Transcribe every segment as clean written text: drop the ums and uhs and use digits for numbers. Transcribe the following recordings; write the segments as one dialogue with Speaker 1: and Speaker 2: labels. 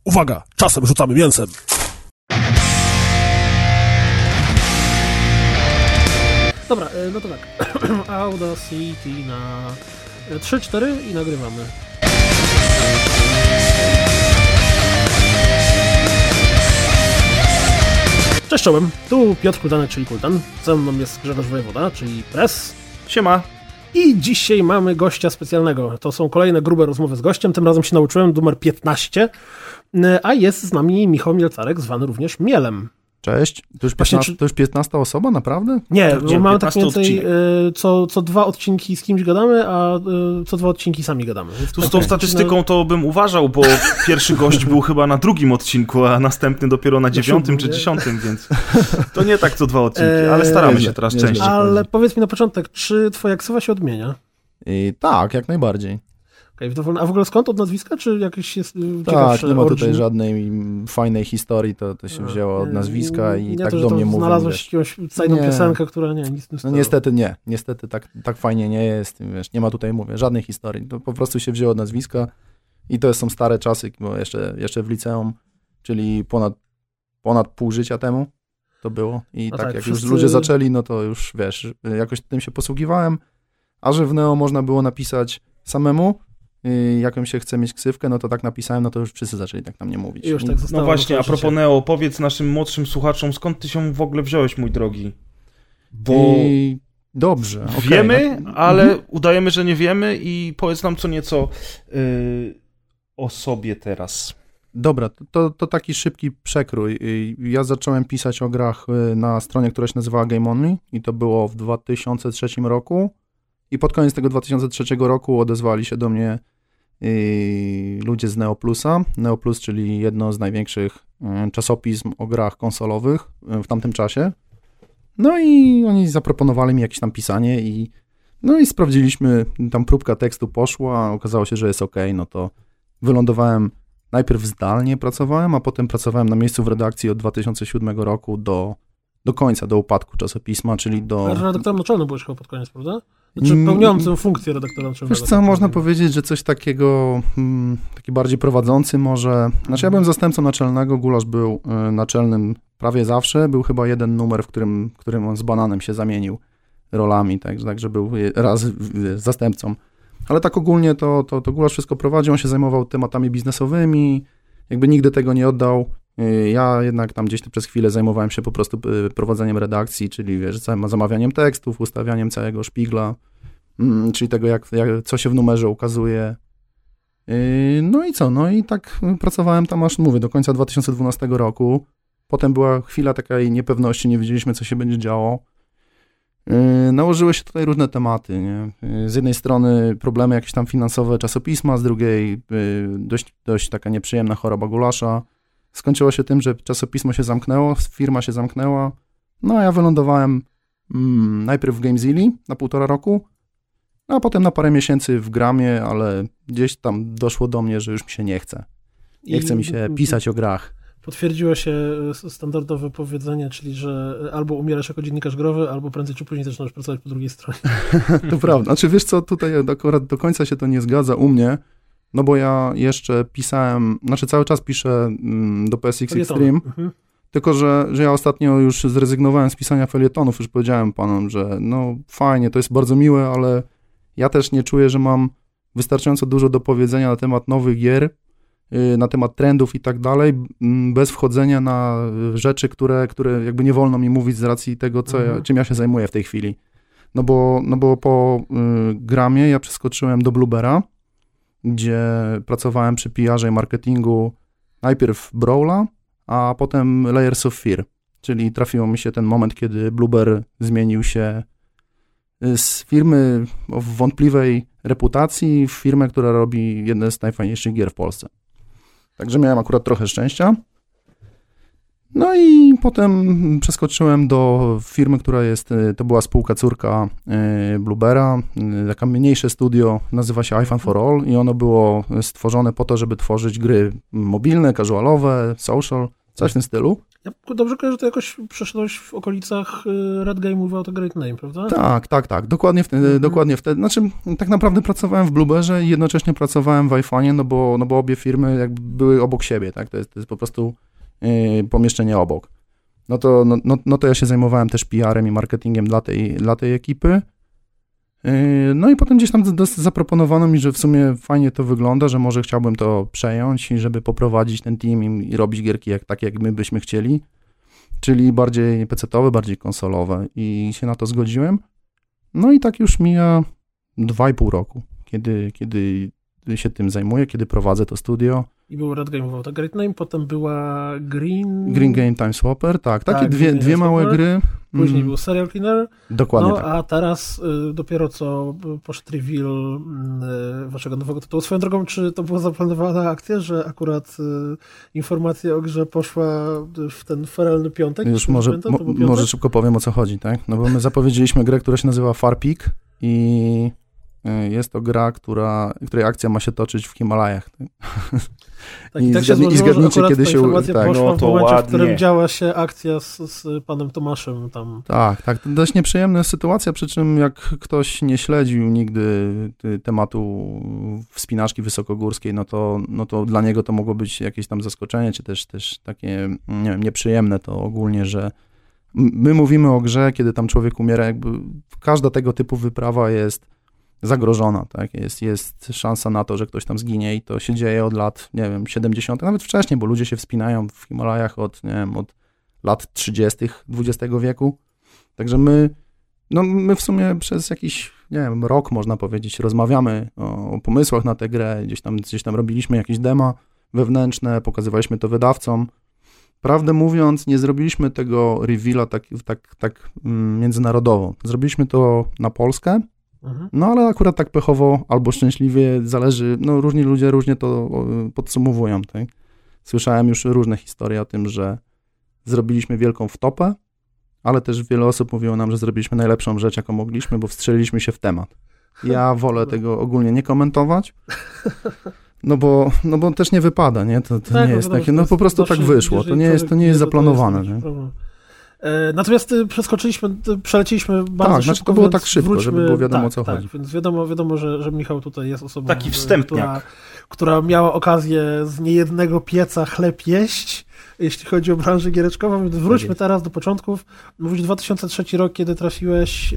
Speaker 1: Uwaga, czasem rzucamy mięsem. Dobra, no to tak. Audacity na 3-4 i nagrywamy. Cześć czołem, tu Piotr Kultanek, czyli Kultan. Ze mną jest Grzegorz Wojewoda, czyli Press.
Speaker 2: Siema.
Speaker 1: I dzisiaj mamy gościa specjalnego. To są kolejne grube rozmowy z gościem. Tym razem się nauczyłem, numer 15. A jest z nami Michał Mielcarek, zwany również Mielem.
Speaker 3: Cześć. To już 15 osoba, naprawdę?
Speaker 1: Nie, bo mamy tak więcej, co 2 odcinki z kimś gadamy, a co 2 odcinki sami gadamy.
Speaker 2: Tu z tą statystyką to bym uważał, bo pierwszy gość był chyba na 2. odcinku, a następny dopiero na 9. czy 10, więc to nie tak co 2 odcinki, ale staramy się teraz częściej.
Speaker 1: Ale powiedz mi na początek, czy twoja ksywa się odmienia?
Speaker 3: Tak, jak najbardziej.
Speaker 1: A w ogóle skąd? Od nazwiska, czy jakieś jest
Speaker 3: tak, nie ma tutaj żadnej fajnej historii, to się wzięło od nazwiska i tak do mnie mówią.
Speaker 1: Znalazłeś jakąś fajną piosenkę, która nic z tym
Speaker 3: no niestety tak fajnie nie jest, wiesz, nie ma tutaj, mówię, żadnej historii, to po prostu się wzięło od nazwiska i to są stare czasy, bo jeszcze w liceum, czyli ponad pół życia temu to było i tak jak już ludzie zaczęli, no to już, wiesz, jakoś tym się posługiwałem, a że w Neo można było napisać samemu, jaką się chce mieć ksywkę, no to tak napisałem, no to już wszyscy zaczęli tak na mnie mówić.
Speaker 1: I już tak
Speaker 2: no właśnie, a propos Neo, powiedz naszym młodszym słuchaczom, skąd ty się w ogóle wziąłeś, mój drogi? Bo
Speaker 3: dobrze.
Speaker 2: Wiemy, ale udajemy, że nie wiemy i powiedz nam co nieco o sobie teraz.
Speaker 3: Dobra, to taki szybki przekrój. Ja zacząłem pisać o grach na stronie, która się nazywała Game Only i to było w 2003 roku. I pod koniec tego 2003 roku odezwali się do mnie ludzie z Neoplusa. Neoplus, czyli jedno z największych czasopism o grach konsolowych w tamtym czasie. No i oni zaproponowali mi jakieś tam pisanie i sprawdziliśmy, tam próbka tekstu poszła, okazało się, że jest okej, no to wylądowałem, najpierw zdalnie pracowałem, a potem pracowałem na miejscu w redakcji od 2007 roku do końca, do upadku czasopisma, czyli do...
Speaker 1: Redaktorem naczelnym byłeś chyba pod koniec, prawda? Znaczy pełniącym funkcję redaktora naczelnego.
Speaker 3: Wiesz co, można powiedzieć, że coś takiego, taki bardziej prowadzący może... Znaczy ja byłem zastępcą naczelnego, Gulasz był naczelnym prawie zawsze, był chyba jeden numer, w którym on z Bananem się zamienił rolami, także był raz zastępcą. Ale tak ogólnie to Gulasz wszystko prowadził, on się zajmował tematami biznesowymi, jakby nigdy tego nie oddał. Ja jednak tam gdzieś przez chwilę zajmowałem się po prostu prowadzeniem redakcji, czyli wiesz, zamawianiem tekstów, ustawianiem całego szpigla, czyli tego, co się w numerze ukazuje. No i co? No i tak pracowałem tam aż, mówię, do końca 2012 roku. Potem była chwila takiej niepewności, nie wiedzieliśmy, co się będzie działo. Nałożyły się tutaj różne tematy, nie? Z jednej strony problemy jakieś tam finansowe czasopisma, z drugiej dość taka nieprzyjemna choroba Gulasza. Skończyło się tym, że czasopismo się zamknęło, firma się zamknęła, no a ja wylądowałem najpierw w GameZilli na 1,5 roku, a potem na parę miesięcy w Gramie, ale gdzieś tam doszło do mnie, że już mi się nie chce. Nie chce mi się pisać o grach.
Speaker 1: Potwierdziło się standardowe powiedzenie, czyli że albo umierasz jako dziennikarz growy, albo prędzej czy później zaczynasz pracować po drugiej stronie.
Speaker 3: To prawda. Znaczy wiesz co, tutaj akurat do końca się to nie zgadza u mnie, no bo ja jeszcze pisałem, znaczy cały czas piszę do PSX Extreme, tylko że ja ostatnio już zrezygnowałem z pisania felietonów, już powiedziałem panom, że no fajnie, to jest bardzo miłe, ale ja też nie czuję, że mam wystarczająco dużo do powiedzenia na temat nowych gier, na temat trendów i tak dalej, bez wchodzenia na rzeczy, które jakby nie wolno mi mówić z racji tego, czym ja się zajmuję w tej chwili. No bo po Gramie ja przeskoczyłem do Bluebera, gdzie pracowałem przy PR-ze i marketingu najpierw Brawla, a potem Layers of Fear, czyli trafiło mi się ten moment, kiedy Blueber zmienił się z firmy o wątpliwej reputacji w firmę, która robi jedne z najfajniejszych gier w Polsce. Także miałem akurat trochę szczęścia. No i potem przeskoczyłem do firmy, to była spółka córka Bluebera, taka mniejsze studio, nazywa się iFun for All i ono było stworzone po to, żeby tworzyć gry mobilne, casualowe, social, coś w tym stylu.
Speaker 1: Ja dobrze kojarzę, że to jakoś przeszedłeś w okolicach Red Game Without a Great Name, prawda?
Speaker 3: Tak. Dokładnie wtedy. Znaczy, tak naprawdę pracowałem w Blueberze i jednocześnie pracowałem w iPhone'ie, no bo obie firmy jakby były obok siebie, tak? To jest po prostu pomieszczenie obok. No to ja się zajmowałem też PR-em i marketingiem dla tej ekipy. No i potem gdzieś tam zaproponowano mi, że w sumie fajnie to wygląda, że może chciałbym to przejąć i żeby poprowadzić ten team i robić gierki takie, jak my byśmy chcieli, czyli bardziej PC-towe, bardziej konsolowe i się na to zgodziłem. No i tak już mija 2,5 roku, kiedy się tym zajmuję, kiedy prowadzę to studio.
Speaker 1: I był Red Game Without a Great Name, potem była Green
Speaker 3: Game Time Swapper, tak, takie dwie małe gry.
Speaker 1: Później był Serial Cleaner.
Speaker 3: Dokładnie tak.
Speaker 1: A teraz dopiero co poszedł reveal waszego nowego tytułu. Swoją drogą, czy to była zaplanowana akcja, że akurat informacja o grze poszła w ten feralny piątek?
Speaker 3: Już może szybko powiem, o co chodzi, tak? No bo my zapowiedzieliśmy grę, która się nazywa Far Peak i jest to gra, której akcja ma się toczyć w Himalajach.
Speaker 1: Tak, i tak się złożyło, zgadnijcie, kiedy się poszła w momencie, w którym działa się akcja z panem Tomaszem tam.
Speaker 3: Tak, to dość nieprzyjemna sytuacja, przy czym jak ktoś nie śledził nigdy tematu wspinaczki wysokogórskiej, no to dla niego to mogło być jakieś tam zaskoczenie, czy też takie, nie wiem, nieprzyjemne to ogólnie, że my mówimy o grze, kiedy tam człowiek umiera, jakby każda tego typu wyprawa jest zagrożona, tak? Jest szansa na to, że ktoś tam zginie i to się dzieje od lat, nie wiem, 70., nawet wcześniej, bo ludzie się wspinają w Himalajach od lat 30. XX wieku. Także my w sumie przez jakiś, nie wiem, rok, można powiedzieć, rozmawiamy o pomysłach na tę grę, gdzieś tam robiliśmy jakieś dema wewnętrzne, pokazywaliśmy to wydawcom. Prawdę mówiąc, nie zrobiliśmy tego reveala tak międzynarodowo. Zrobiliśmy to na Polskę, no ale akurat tak pechowo albo szczęśliwie zależy, no różni ludzie różnie to podsumowują, tak? Słyszałem już różne historie o tym, że zrobiliśmy wielką wtopę, ale też wiele osób mówiło nam, że zrobiliśmy najlepszą rzecz, jaką mogliśmy, bo wstrzeliliśmy się w temat. Ja wolę tego ogólnie nie komentować, no bo też nie wypada, nie? To tak, nie jest takie, no po prostu tak wyszło, to nie jest zaplanowane, nie?
Speaker 1: Natomiast przeleciliśmy bardzo szybko.
Speaker 3: Znaczy to było tak szybko, żeby było wiadomo, o co chodzi.
Speaker 1: Więc wiadomo, że Michał tutaj jest osobą,
Speaker 2: taki wstępniak,
Speaker 1: która miała okazję z niejednego pieca chleb jeść, jeśli chodzi o branżę giereczkową. Więc wróćmy teraz do początków. Mówisz 2003 rok, kiedy trafiłeś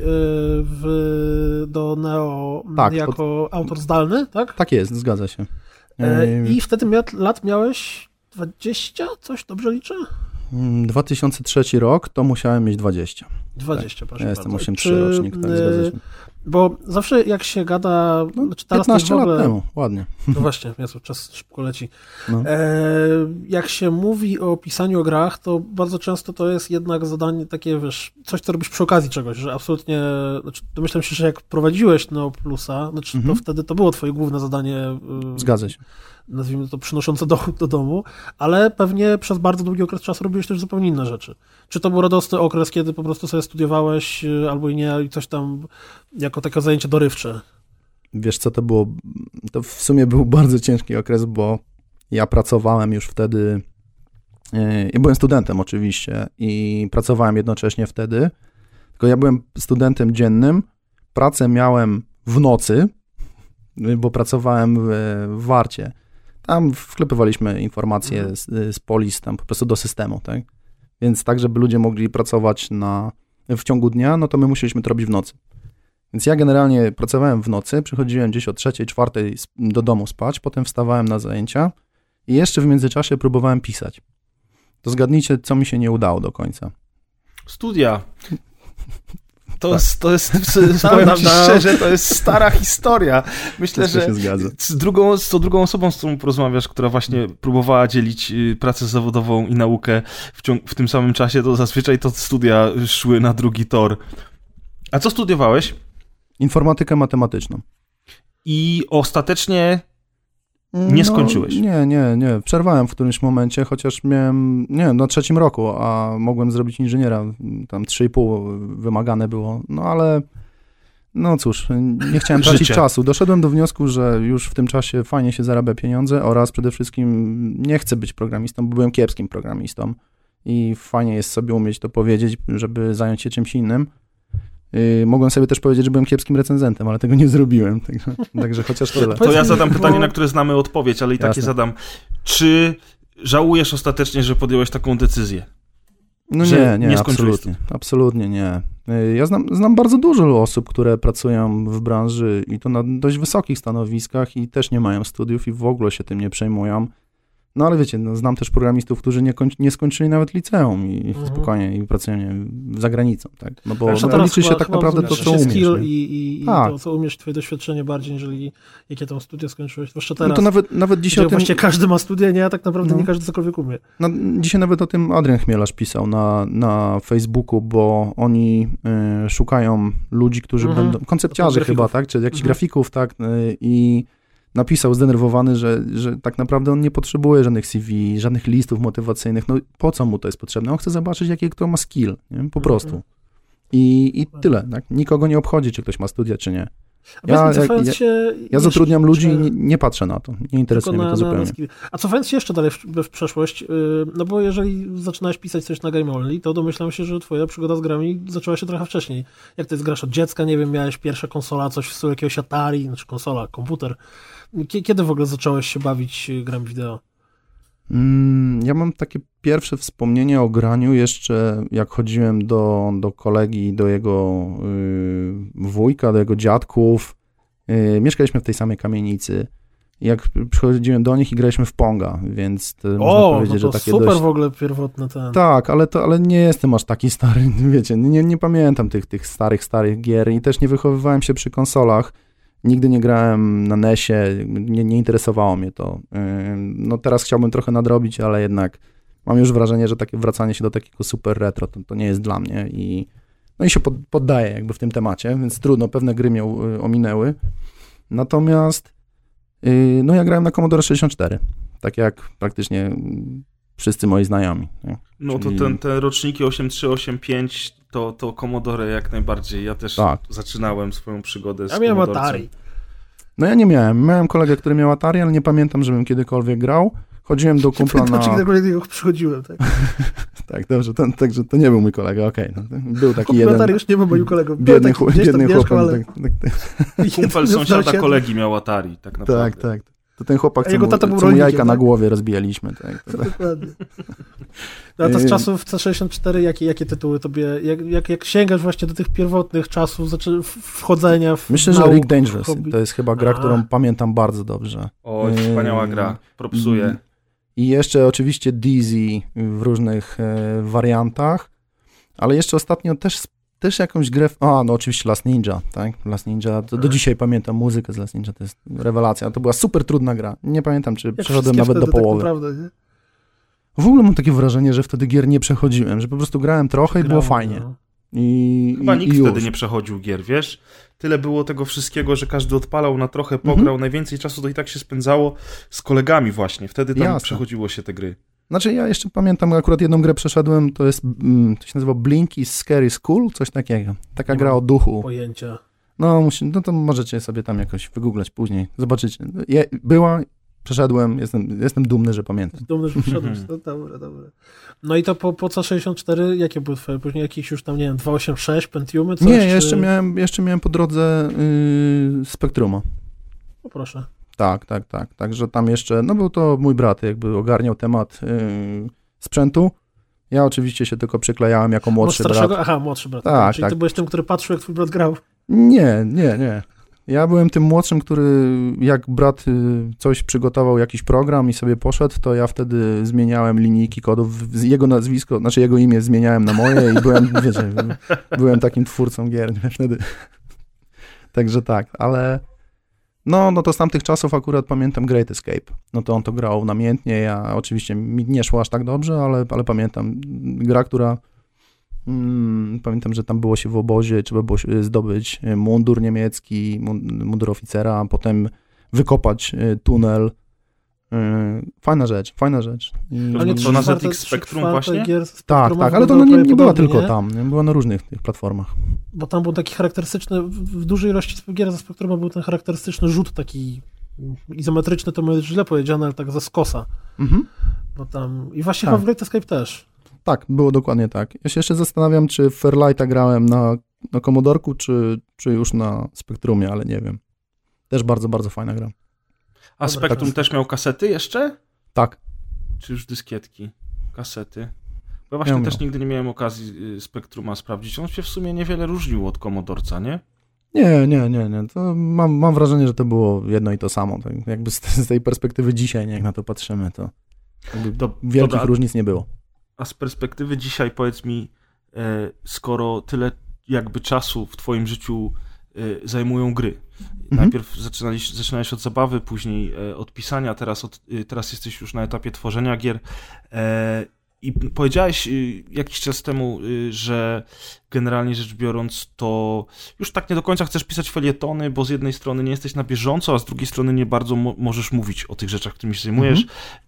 Speaker 1: do Neo jako autor zdalny, tak?
Speaker 3: Tak jest, zgadza się.
Speaker 1: I wtedy lat miałeś 20? Coś dobrze liczę?
Speaker 3: 2003 rok, to musiałem mieć 20.
Speaker 1: 20, tak. Proszę.
Speaker 3: Ja jestem 8-3 rocznik, tak, zgadza się.
Speaker 1: Bo zawsze jak się gada...
Speaker 3: Znaczy teraz 15 lat temu, ładnie.
Speaker 1: No właśnie, czas szybko leci. No. Jak się mówi o pisaniu o grach, to bardzo często to jest jednak zadanie takie, wiesz, coś, co robisz przy okazji czegoś, że absolutnie... domyślam się, że jak prowadziłeś Neo Plusa, to wtedy to było twoje główne zadanie...
Speaker 3: Zgadza się.
Speaker 1: Nazwijmy to przynoszące dochód do domu, ale pewnie przez bardzo długi okres czasu robiłeś też zupełnie inne rzeczy. Czy to był radosny okres, kiedy po prostu sobie studiowałeś, albo i nie, i coś tam jako takie zajęcie dorywcze?
Speaker 3: Wiesz co, to w sumie był bardzo ciężki okres, bo ja pracowałem już wtedy, ja byłem studentem oczywiście i pracowałem jednocześnie wtedy, tylko ja byłem studentem dziennym, pracę miałem w nocy, bo pracowałem w Warcie. Tam wklepywaliśmy informacje z polis tam po prostu do systemu, tak? Więc tak, żeby ludzie mogli pracować w ciągu dnia, no to my musieliśmy to robić w nocy. Więc ja generalnie pracowałem w nocy, przychodziłem gdzieś o 3:00, 4:00 do domu spać, potem wstawałem na zajęcia i jeszcze w międzyczasie próbowałem pisać. To zgadnijcie, co mi się nie udało do końca.
Speaker 2: Studia. To jest powiem ci szczerze, to jest stara historia. Myślę, że z drugą osobą, z którą porozmawiasz, która właśnie próbowała dzielić pracę zawodową i naukę w tym samym czasie, to zazwyczaj to studia szły na drugi tor. A co studiowałeś?
Speaker 3: Informatykę matematyczną.
Speaker 2: I ostatecznie nie skończyłeś?
Speaker 3: Nie. Przerwałem w którymś momencie, chociaż miałem, na 3. roku, a mogłem zrobić inżyniera. Tam 3,5 wymagane było. No ale, no cóż, nie chciałem tracić czasu. Doszedłem do wniosku, że już w tym czasie fajnie się zarabia pieniądze oraz przede wszystkim nie chcę być programistą, bo byłem kiepskim programistą. i fajnie jest sobie umieć to powiedzieć, żeby zająć się czymś innym. Mogłem sobie też powiedzieć, że byłem kiepskim recenzentem, ale tego nie zrobiłem, także chociaż tyle.
Speaker 2: To ja zadam pytanie, na które znamy odpowiedź, ale i tak je zadam. Czy żałujesz ostatecznie, że podjąłeś taką decyzję?
Speaker 3: No nie, absolutnie nie. Ja znam bardzo dużo osób, które pracują w branży i to na dość wysokich stanowiskach i też nie mają studiów i w ogóle się tym nie przejmują. No ale wiecie, znam też programistów, którzy nie skończyli nawet liceum i spokojnie i pracują za granicą, tak? No bo liczy się tak naprawdę to, co umiesz.
Speaker 1: Skill i to, co umiesz, twoje doświadczenie bardziej, niżeli jakie tam studia skończyłeś. Zwłaszcza teraz,
Speaker 3: no to nawet dzisiaj
Speaker 1: właściwie każdy ma studia, nie? A tak naprawdę nie każdy cokolwiek umie.
Speaker 3: No, dzisiaj nawet o tym Adrian Chmielarz pisał na Facebooku, bo oni szukają ludzi, którzy będą, koncepciarzy chyba, tak? Czy jakichś grafików, tak? I napisał zdenerwowany, że tak naprawdę on nie potrzebuje żadnych CV, żadnych listów motywacyjnych. No po co mu to jest potrzebne? On chce zobaczyć, jaki kto ma skill, nie? Po prostu. I tyle. Tak? Nikogo nie obchodzi, czy ktoś ma studia, czy nie. Ja zatrudniam ludzi i nie patrzę na to. Nie interesuje mnie to zupełnie.
Speaker 1: A cofając się jeszcze dalej w przeszłość, no bo jeżeli zaczynałeś pisać coś na Game Only, to domyślam się, że twoja przygoda z grami zaczęła się trochę wcześniej. Jak ty grasz od dziecka, nie wiem, miałeś pierwsza konsola, coś w stylu jakiegoś Atari, znaczy konsola, komputer. Kiedy w ogóle zacząłeś się bawić grami wideo?
Speaker 3: Ja mam takie pierwsze wspomnienie o graniu jeszcze jak chodziłem do kolegi, do jego wujka, do jego dziadków. Mieszkaliśmy w tej samej kamienicy. Jak przychodziłem do nich i graliśmy w Ponga, więc można powiedzieć, że takie
Speaker 1: super w ogóle pierwotne ten.
Speaker 3: Tak, ale nie jestem aż taki stary, wiecie, nie pamiętam tych starych gier i też nie wychowywałem się przy konsolach. Nigdy nie grałem na NES-ie, nie interesowało mnie to. No teraz chciałbym trochę nadrobić, ale jednak mam już wrażenie, że takie wracanie się do takiego super retro to nie jest dla mnie i się poddaję jakby w tym temacie, więc trudno, pewne gry mnie ominęły. Natomiast no ja grałem na Commodore 64, tak jak praktycznie wszyscy moi znajomi. Nie?
Speaker 2: No to te roczniki 83, 85 to Commodore jak najbardziej. Ja też zaczynałem swoją przygodę z
Speaker 1: miałem Atari.
Speaker 3: No ja nie miałem. Miałem kolegę, który miał Atari, ale nie pamiętam, żebym kiedykolwiek grał. Chodziłem do kumpla na...
Speaker 1: Kiedykolwiek przychodziłem, tak?
Speaker 3: Tak, dobrze. Także to nie był mój kolega, okej. No, był taki jeden...
Speaker 1: Atari już nie był moim kolegą.
Speaker 3: Biedny chłopak.
Speaker 1: Ale...
Speaker 2: Kumpel sąsiada kolegi miał Atari, tak naprawdę.
Speaker 3: Tak. To ten chłopak, co mu jajka na głowie rozbijaliśmy. Tak.
Speaker 1: Dokładnie. No a to z czasów C64, jakie tytuły tobie, jak sięgasz właśnie do tych pierwotnych czasów wchodzenia w
Speaker 3: Myślę, że Rick Dangerous to jest chyba gra, którą pamiętam bardzo dobrze.
Speaker 2: Oj, wspaniała gra, propsuję.
Speaker 3: I jeszcze oczywiście Dizzy w różnych wariantach, ale jeszcze ostatnio też jakąś grę... no oczywiście Last Ninja, tak? Last Ninja, do dzisiaj pamiętam muzykę z Last Ninja, to jest rewelacja. To była super trudna gra. Nie pamiętam, czy przeszedłem nawet do połowy. Tak naprawdę, nie? W ogóle mam takie wrażenie, że wtedy gier nie przechodziłem, że po prostu grałem trochę i było fajnie.
Speaker 2: No. Chyba nikt wtedy nie przechodził gier, wiesz? Tyle było tego wszystkiego, że każdy odpalał na trochę, pograł. Najwięcej czasu to i tak się spędzało z kolegami właśnie. Wtedy tam przechodziło się te gry.
Speaker 3: Znaczy ja jeszcze pamiętam, akurat jedną grę przeszedłem, to się nazywa Blinky's Scary School, coś takiego. Taka gra o duchu.
Speaker 1: Pojęcia.
Speaker 3: No to możecie sobie tam jakoś wygooglać później, zobaczycie. Przeszedłem, jestem dumny, że pamiętam.
Speaker 1: Dumny, że przeszedłeś, to dobre. No i to po C64, jakie były twoje później? Jakieś już tam, nie wiem, 286, Pentiumy, coś?
Speaker 3: Nie, jeszcze miałem po drodze Spectruma.
Speaker 1: O proszę.
Speaker 3: Tak. Także tam jeszcze, był to mój brat, jakby ogarniał temat sprzętu. Ja oczywiście się tylko przyklejałem jako młodszy brat.
Speaker 1: Aha, młodszy brat. Tak, czyli ty byłeś tym, który patrzył, jak twój brat grał?
Speaker 3: Nie. Ja byłem tym młodszym, który jak brat coś przygotował, jakiś program i sobie poszedł, to ja wtedy zmieniałem linijki kodów, jego nazwisko, znaczy jego imię zmieniałem na moje i byłem, byłem takim twórcą gier wtedy. Także tak, ale no to z tamtych czasów akurat pamiętam Great Escape. No to on to grał namiętnie, ja oczywiście mi nie szło aż tak dobrze, ale pamiętam gra, która pamiętam, że tam było się w obozie, trzeba było zdobyć mundur niemiecki, mundur oficera, a potem wykopać tunel. Fajna rzecz.
Speaker 2: To na ZX Spectrum właśnie?
Speaker 3: Tak, ale to nie była tylko tam, była na różnych tych platformach.
Speaker 1: Bo tam był taki charakterystyczny, w dużej ilości gier ze Spectruma był ten charakterystyczny rzut taki izometryczny, to jest źle powiedziane, ale tak ze skosa. Bo tam, i właśnie chyba w Great Escape też.
Speaker 3: Tak, było dokładnie tak. Ja się jeszcze zastanawiam, czy Fairlighta grałem na Commodorku, czy już na Spectrumie, ale nie wiem. Też bardzo, bardzo fajna gra.
Speaker 2: A Spectrum też miał kasety jeszcze?
Speaker 3: Tak.
Speaker 2: Czy już dyskietki? Kasety. Bo właśnie też nigdy nie miałem okazji Spectruma sprawdzić. On się w sumie niewiele różnił od Commodorca, nie?
Speaker 3: Nie. To mam wrażenie, że to było jedno i to samo. Tak jakby z tej perspektywy dzisiaj, nie, jak na to patrzymy, to wielkich różnic nie było.
Speaker 2: A z perspektywy dzisiaj powiedz mi, skoro tyle jakby czasu w twoim życiu zajmują gry. Najpierw zaczynałeś od zabawy, później od pisania, teraz jesteś już na etapie tworzenia gier. I powiedziałeś jakiś czas temu, że generalnie rzecz biorąc to już tak nie do końca chcesz pisać felietony, bo z jednej strony nie jesteś na bieżąco, a z drugiej strony nie bardzo możesz mówić o tych rzeczach, którymi się zajmujesz.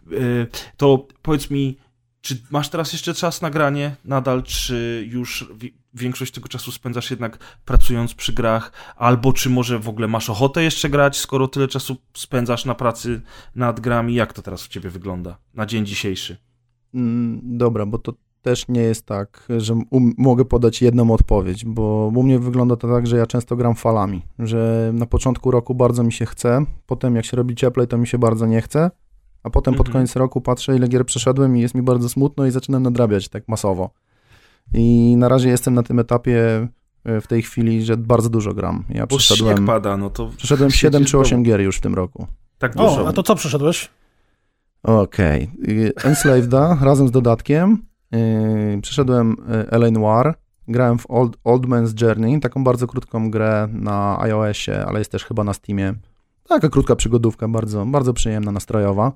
Speaker 2: To powiedz mi, czy masz teraz jeszcze czas na granie nadal, czy już większość tego czasu spędzasz jednak pracując przy grach, albo czy może w ogóle masz ochotę jeszcze grać, skoro tyle czasu spędzasz na pracy nad grami? Jak to teraz u ciebie wygląda na dzień dzisiejszy?
Speaker 3: Dobra, bo to też nie jest tak, że mogę podać jedną odpowiedź, bo u mnie wygląda to tak, że ja często gram falami, że na początku roku bardzo mi się chce, potem jak się robi cieplej, to mi się bardzo nie chce, a potem pod koniec roku patrzę, ile gier przeszedłem i jest mi bardzo smutno i zaczynam nadrabiać tak masowo. I na razie jestem na tym etapie w tej chwili, że bardzo dużo gram. Ja
Speaker 2: bo śnieg pada, no to...
Speaker 3: Przeszedłem 7 czy 8 gier już w tym roku.
Speaker 2: Tak dużo.
Speaker 1: A to co przeszedłeś?
Speaker 3: Okej. Enslaved'a razem z dodatkiem. Przeszedłem L.A. Noire. Grałem w Old Man's Journey, taką bardzo krótką grę na iOSie, ale jest też chyba na Steamie. Taka krótka przygodówka, bardzo, bardzo przyjemna, nastrojowa.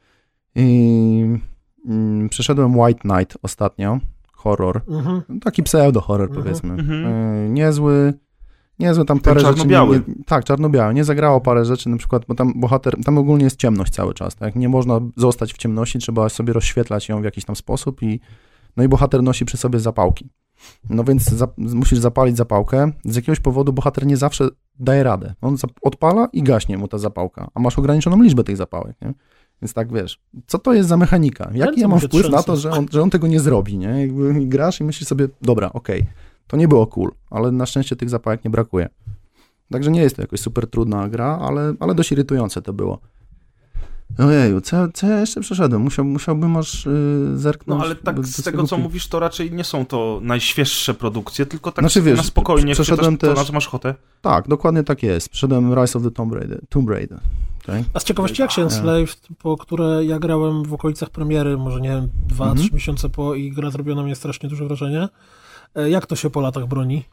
Speaker 3: I przeszedłem White Knight ostatnio. Horror. Taki pseudo-horror, powiedzmy. Niezły tam parę rzeczy.
Speaker 2: Czarno-biały.
Speaker 3: Tak, czarno-biały. Nie zagrało parę rzeczy, na przykład, bo tam bohater, tam ogólnie jest ciemność cały czas, tak? Nie można zostać w ciemności, trzeba sobie rozświetlać ją w jakiś tam sposób i bohater nosi przy sobie zapałki. No więc musisz zapalić zapałkę. Z jakiegoś powodu bohater nie zawsze daje radę. On odpala i gaśnie mu ta zapałka, a masz ograniczoną liczbę tych zapałek, nie? Więc tak, wiesz, co to jest za mechanika? Jaki ja mam wpływ na to, że on tego nie zrobi, nie? Jakby grasz i myślisz sobie, dobra, okej, to nie było cool, ale na szczęście tych zapałek nie brakuje. Także nie jest to jakoś super trudna gra, ale dość irytujące to było. Ojeju, co ja jeszcze przeszedłem? Musiałbym aż zerknąć.
Speaker 2: No ale tak z tego, co mówisz, to raczej nie są to najświeższe produkcje, tylko tak
Speaker 3: znaczy, wiesz,
Speaker 2: na spokojnie,
Speaker 3: przeszedłem też,
Speaker 2: to na co masz ochotę.
Speaker 3: Tak, dokładnie tak jest. Przeszedłem Rise of the Tomb Raider. Okay?
Speaker 1: A z ciekawości, jak się Enslaved, po które ja grałem w okolicach premiery, może nie wiem, 2-3 miesiące po i gra zrobiła na mnie strasznie duże wrażenie. Jak to się po latach broni?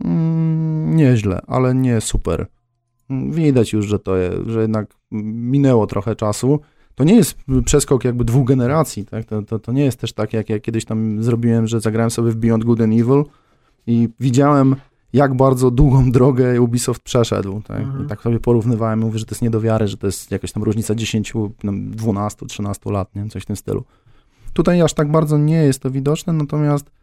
Speaker 3: Nieźle, ale nie super. Widać już, że jednak minęło trochę czasu. To nie jest przeskok jakby 2 generacji, tak? To nie jest też tak, jak ja kiedyś tam zrobiłem, że zagrałem sobie w Beyond Good and Evil i widziałem, jak bardzo długą drogę Ubisoft przeszedł, tak? I tak sobie porównywałem, mówię, że to jest nie do wiary, że to jest jakaś tam różnica 10, 12, 13 lat, nie? Coś w tym stylu. Tutaj aż tak bardzo nie jest to widoczne, natomiast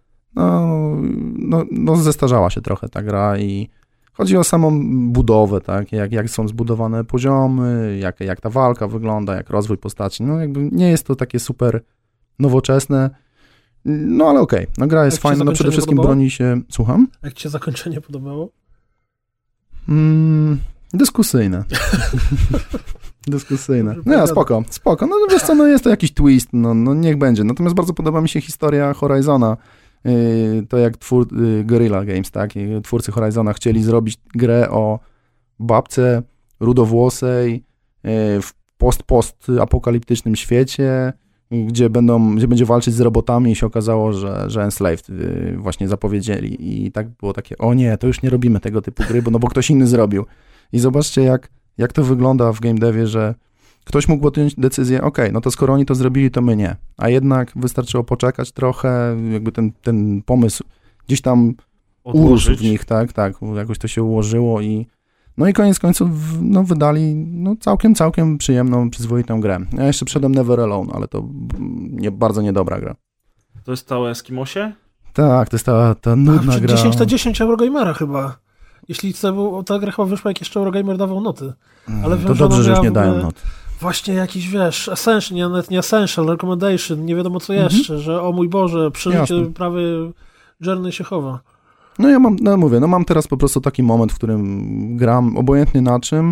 Speaker 3: zestarzała się trochę ta gra i chodzi o samą budowę, tak, jak są zbudowane poziomy, jak ta walka wygląda, jak rozwój postaci, no jakby nie jest to takie super nowoczesne, no ale okej. No gra jest fajna, no przede wszystkim broni się, słucham?
Speaker 1: Jak ci się zakończenie podobało?
Speaker 3: Dyskusyjne. Dyskusyjne. No spoko. No wiesz co, no jest to jakiś twist, no niech będzie. Natomiast bardzo podoba mi się historia Horizona. To jak Guerrilla Games, tak? Twórcy Horizona chcieli zrobić grę o babce rudowłosej w post-apokaliptycznym świecie, gdzie będzie walczyć z robotami i się okazało, że Enslaved właśnie zapowiedzieli i tak było takie, o nie, to już nie robimy tego typu gry, bo ktoś inny zrobił. I zobaczcie, jak to wygląda w game devie, że ktoś mógł podjąć decyzję, no to skoro oni to zrobili, to my nie. A jednak wystarczyło poczekać trochę, jakby ten pomysł gdzieś tam urósł w nich, tak, jakoś to się ułożyło i koniec końców wydali całkiem przyjemną, przyzwoitą grę. Ja jeszcze przedem Never Alone, ale to bardzo niedobra gra.
Speaker 2: To jest ta o Eskimosie?
Speaker 3: Tak, to jest ta nudna gra.
Speaker 1: 10/10 Eurogamera chyba. Jeśli ta gra chyba wyszła, jak jeszcze Eurogamer dawał noty.
Speaker 3: Ale to dobrze, że już nie dają not.
Speaker 1: Właśnie jakiś, wiesz, essential, nawet nie essential, recommendation, nie wiadomo co jeszcze, że o mój Boże, przeżycie prawie Journey się chowa.
Speaker 3: No ja mam teraz po prostu taki moment, w którym gram obojętnie na czym,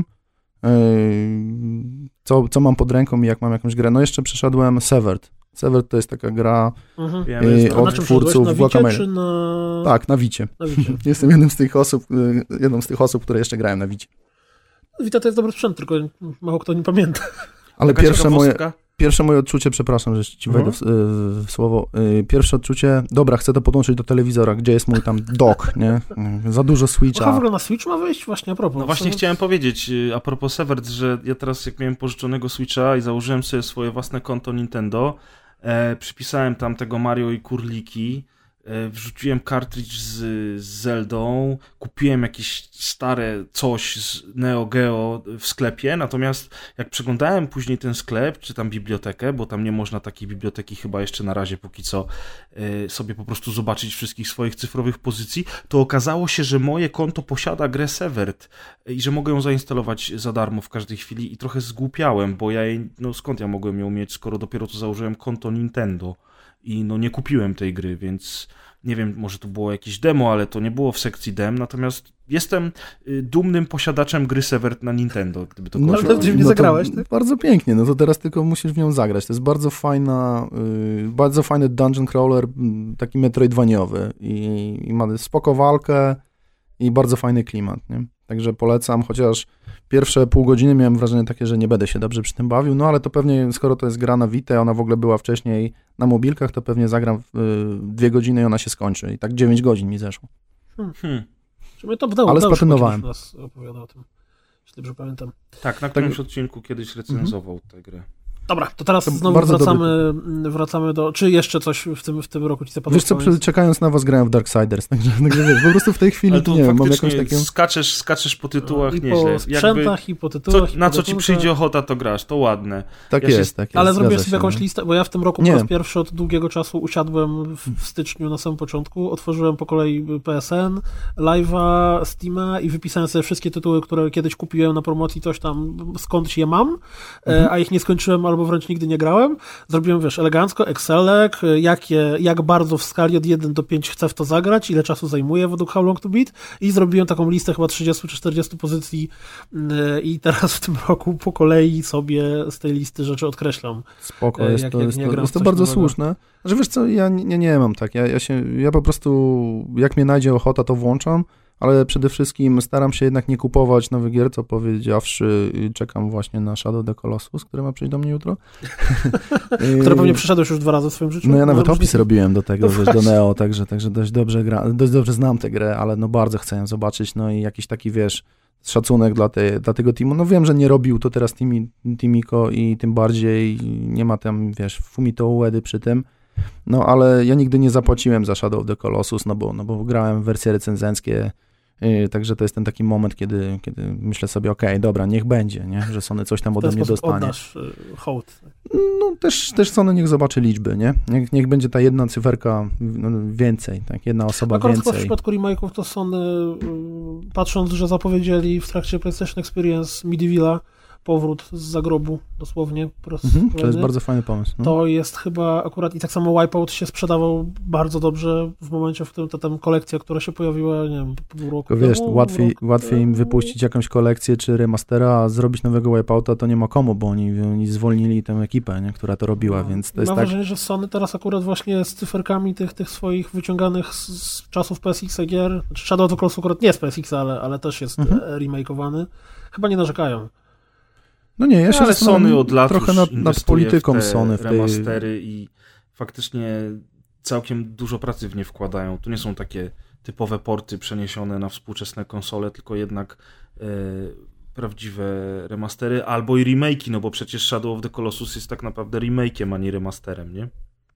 Speaker 3: co mam pod ręką i jak mam jakąś grę. No jeszcze przeszedłem Severed. Severed to jest taka gra od twórców
Speaker 1: Guacamelee.
Speaker 3: Tak, na Vicie. Jestem jedną z tych osób, które jeszcze grają na Vicie.
Speaker 1: Vita to jest dobry sprzęt, tylko mało kto nie pamięta.
Speaker 3: Ale pierwsze moje odczucie, przepraszam, że ci wejdę w słowo, pierwsze odczucie, dobra, chcę to podłączyć do telewizora, gdzie jest mój tam dock, nie? Za dużo Switcha.
Speaker 1: A w ogóle na Switch ma wyjść? Właśnie a propos.
Speaker 2: No właśnie chciałem powiedzieć, a propos Severed, że ja teraz jak miałem pożyczonego Switcha i założyłem sobie swoje własne konto Nintendo, przypisałem tam tego Mario i Kurliki, wrzuciłem kartridż z Zeldą, kupiłem jakieś stare coś z Neo Geo w sklepie, natomiast jak przeglądałem później ten sklep, czy tam bibliotekę, bo tam nie można takiej biblioteki chyba jeszcze na razie póki co sobie po prostu zobaczyć wszystkich swoich cyfrowych pozycji, to okazało się, że moje konto posiada grę Severed i że mogę ją zainstalować za darmo w każdej chwili i trochę zgłupiałem, bo skąd ja mogłem ją mieć, skoro dopiero co założyłem konto Nintendo. I nie kupiłem tej gry, więc nie wiem, może to było jakieś demo, ale to nie było w sekcji dem, natomiast jestem dumnym posiadaczem gry Severed na Nintendo, gdyby to kogoś...
Speaker 1: No to nie zagrałeś, tak?
Speaker 3: Bardzo pięknie, no to teraz tylko musisz w nią zagrać. To jest bardzo fajny dungeon crawler, taki metroidvaniowy i ma spoko walkę i bardzo fajny klimat, nie? Także polecam, chociaż pierwsze pół godziny miałem wrażenie takie, że nie będę się dobrze przy tym bawił, no ale to pewnie, skoro to jest gra na Vita, ona w ogóle była wcześniej na mobilkach, to pewnie zagram 2 godziny i ona się skończy. I tak 9 godzin mi zeszło.
Speaker 1: Ale
Speaker 3: splatynowałem.
Speaker 1: Nas opowiada o tym, jeśli dobrze pamiętam.
Speaker 2: Tak, na którymś odcinku kiedyś recenzował tę grę.
Speaker 1: Dobra, to teraz znowu wracamy do... Czy jeszcze coś w tym roku ci zapadło?
Speaker 3: Wiesz co, czekając na was grałem w Darksiders, także wiesz, po prostu w tej chwili
Speaker 2: to
Speaker 3: nie wiem, mam jakąś taką...
Speaker 2: Skaczesz po tytułach
Speaker 1: i
Speaker 2: nieźle.
Speaker 1: Po sprzętach i po tytułach.
Speaker 2: Na co ci przyjdzie ochota, to grasz, to ładne.
Speaker 3: Tak jest.
Speaker 1: Ale zrobiłem sobie jakąś listę, bo ja w tym roku po raz pierwszy od długiego czasu usiadłem w styczniu na samym początku, otworzyłem po kolei PSN, Live'a, Steama i wypisałem sobie wszystkie tytuły, które kiedyś kupiłem na promocji, coś tam, skądś je mam, a ich nie skończyłem albo wręcz nigdy nie grałem. Zrobiłem, wiesz, elegancko, Excelek, jak bardzo w skali od 1 do 5 chcę w to zagrać, ile czasu zajmuje według How Long to Beat i zrobiłem taką listę chyba 30 czy 40 pozycji i teraz w tym roku po kolei sobie z tej listy rzeczy odkreślam.
Speaker 3: Spoko, jest to bardzo słuszne. Że wiesz co, ja nie mam tak, ja po prostu jak mnie najdzie ochota, to włączam, ale przede wszystkim staram się jednak nie kupować nowych gier, co powiedziawszy, czekam właśnie na Shadow of the Colossus, który ma przyjść do mnie jutro.
Speaker 1: Które pewnie przeszedłeś już 2 razy w swoim życiu.
Speaker 3: No ja nawet opis robiłem do tego, wiesz, do Neo, także dość dobrze znam tę grę, ale bardzo chcę ją zobaczyć, no i jakiś taki, wiesz, szacunek dla tego teamu. No wiem, że nie robił to teraz Timiko i tym bardziej nie ma tam, wiesz, Fumito Uedy przy tym. No, ale ja nigdy nie zapłaciłem za Shadow of the Colossus, no bo grałem w wersje recenzenckie, także to jest ten taki moment, kiedy myślę sobie, okej, dobra, niech będzie, nie? Że Sony coś tam ode mnie dostanie.
Speaker 1: Oddasz hołd.
Speaker 3: No, też Sony niech zobaczy liczby, nie? Niech będzie ta jedna cyferka więcej, tak? Jedna osoba
Speaker 1: akurat
Speaker 3: więcej.
Speaker 1: W przypadku remake'ów to Sony, patrząc, że zapowiedzieli w trakcie PlayStation Experience Medievala, powrót z zagrobu, dosłownie.
Speaker 3: To jest bardzo fajny pomysł. No.
Speaker 1: To jest chyba akurat i tak samo Wipeout się sprzedawał bardzo dobrze w momencie, w którym ta tam kolekcja, która się pojawiła, nie wiem, pół roku temu.
Speaker 3: Wiesz, łatwiej im wypuścić jakąś kolekcję czy remastera, a zrobić nowego Wipeouta to nie ma komu, bo oni zwolnili tę ekipę, nie, która to robiła, więc to jest
Speaker 1: mam
Speaker 3: tak...
Speaker 1: wrażenie, że Sony teraz akurat właśnie z cyferkami tych swoich wyciąganych z czasów PSX gier, Shadow of the Colossus akurat nie z PSX, ale też jest remake'owany, chyba nie narzekają.
Speaker 3: No nie, ja się
Speaker 2: ale Sony od lat
Speaker 3: trochę nad polityką Sony w tej...
Speaker 2: remastery i faktycznie całkiem dużo pracy w nie wkładają. To nie są takie typowe porty przeniesione na współczesne konsole, tylko jednak prawdziwe remastery albo i remake'i, no bo przecież Shadow of the Colossus jest tak naprawdę remake'iem, a nie remasterem, nie?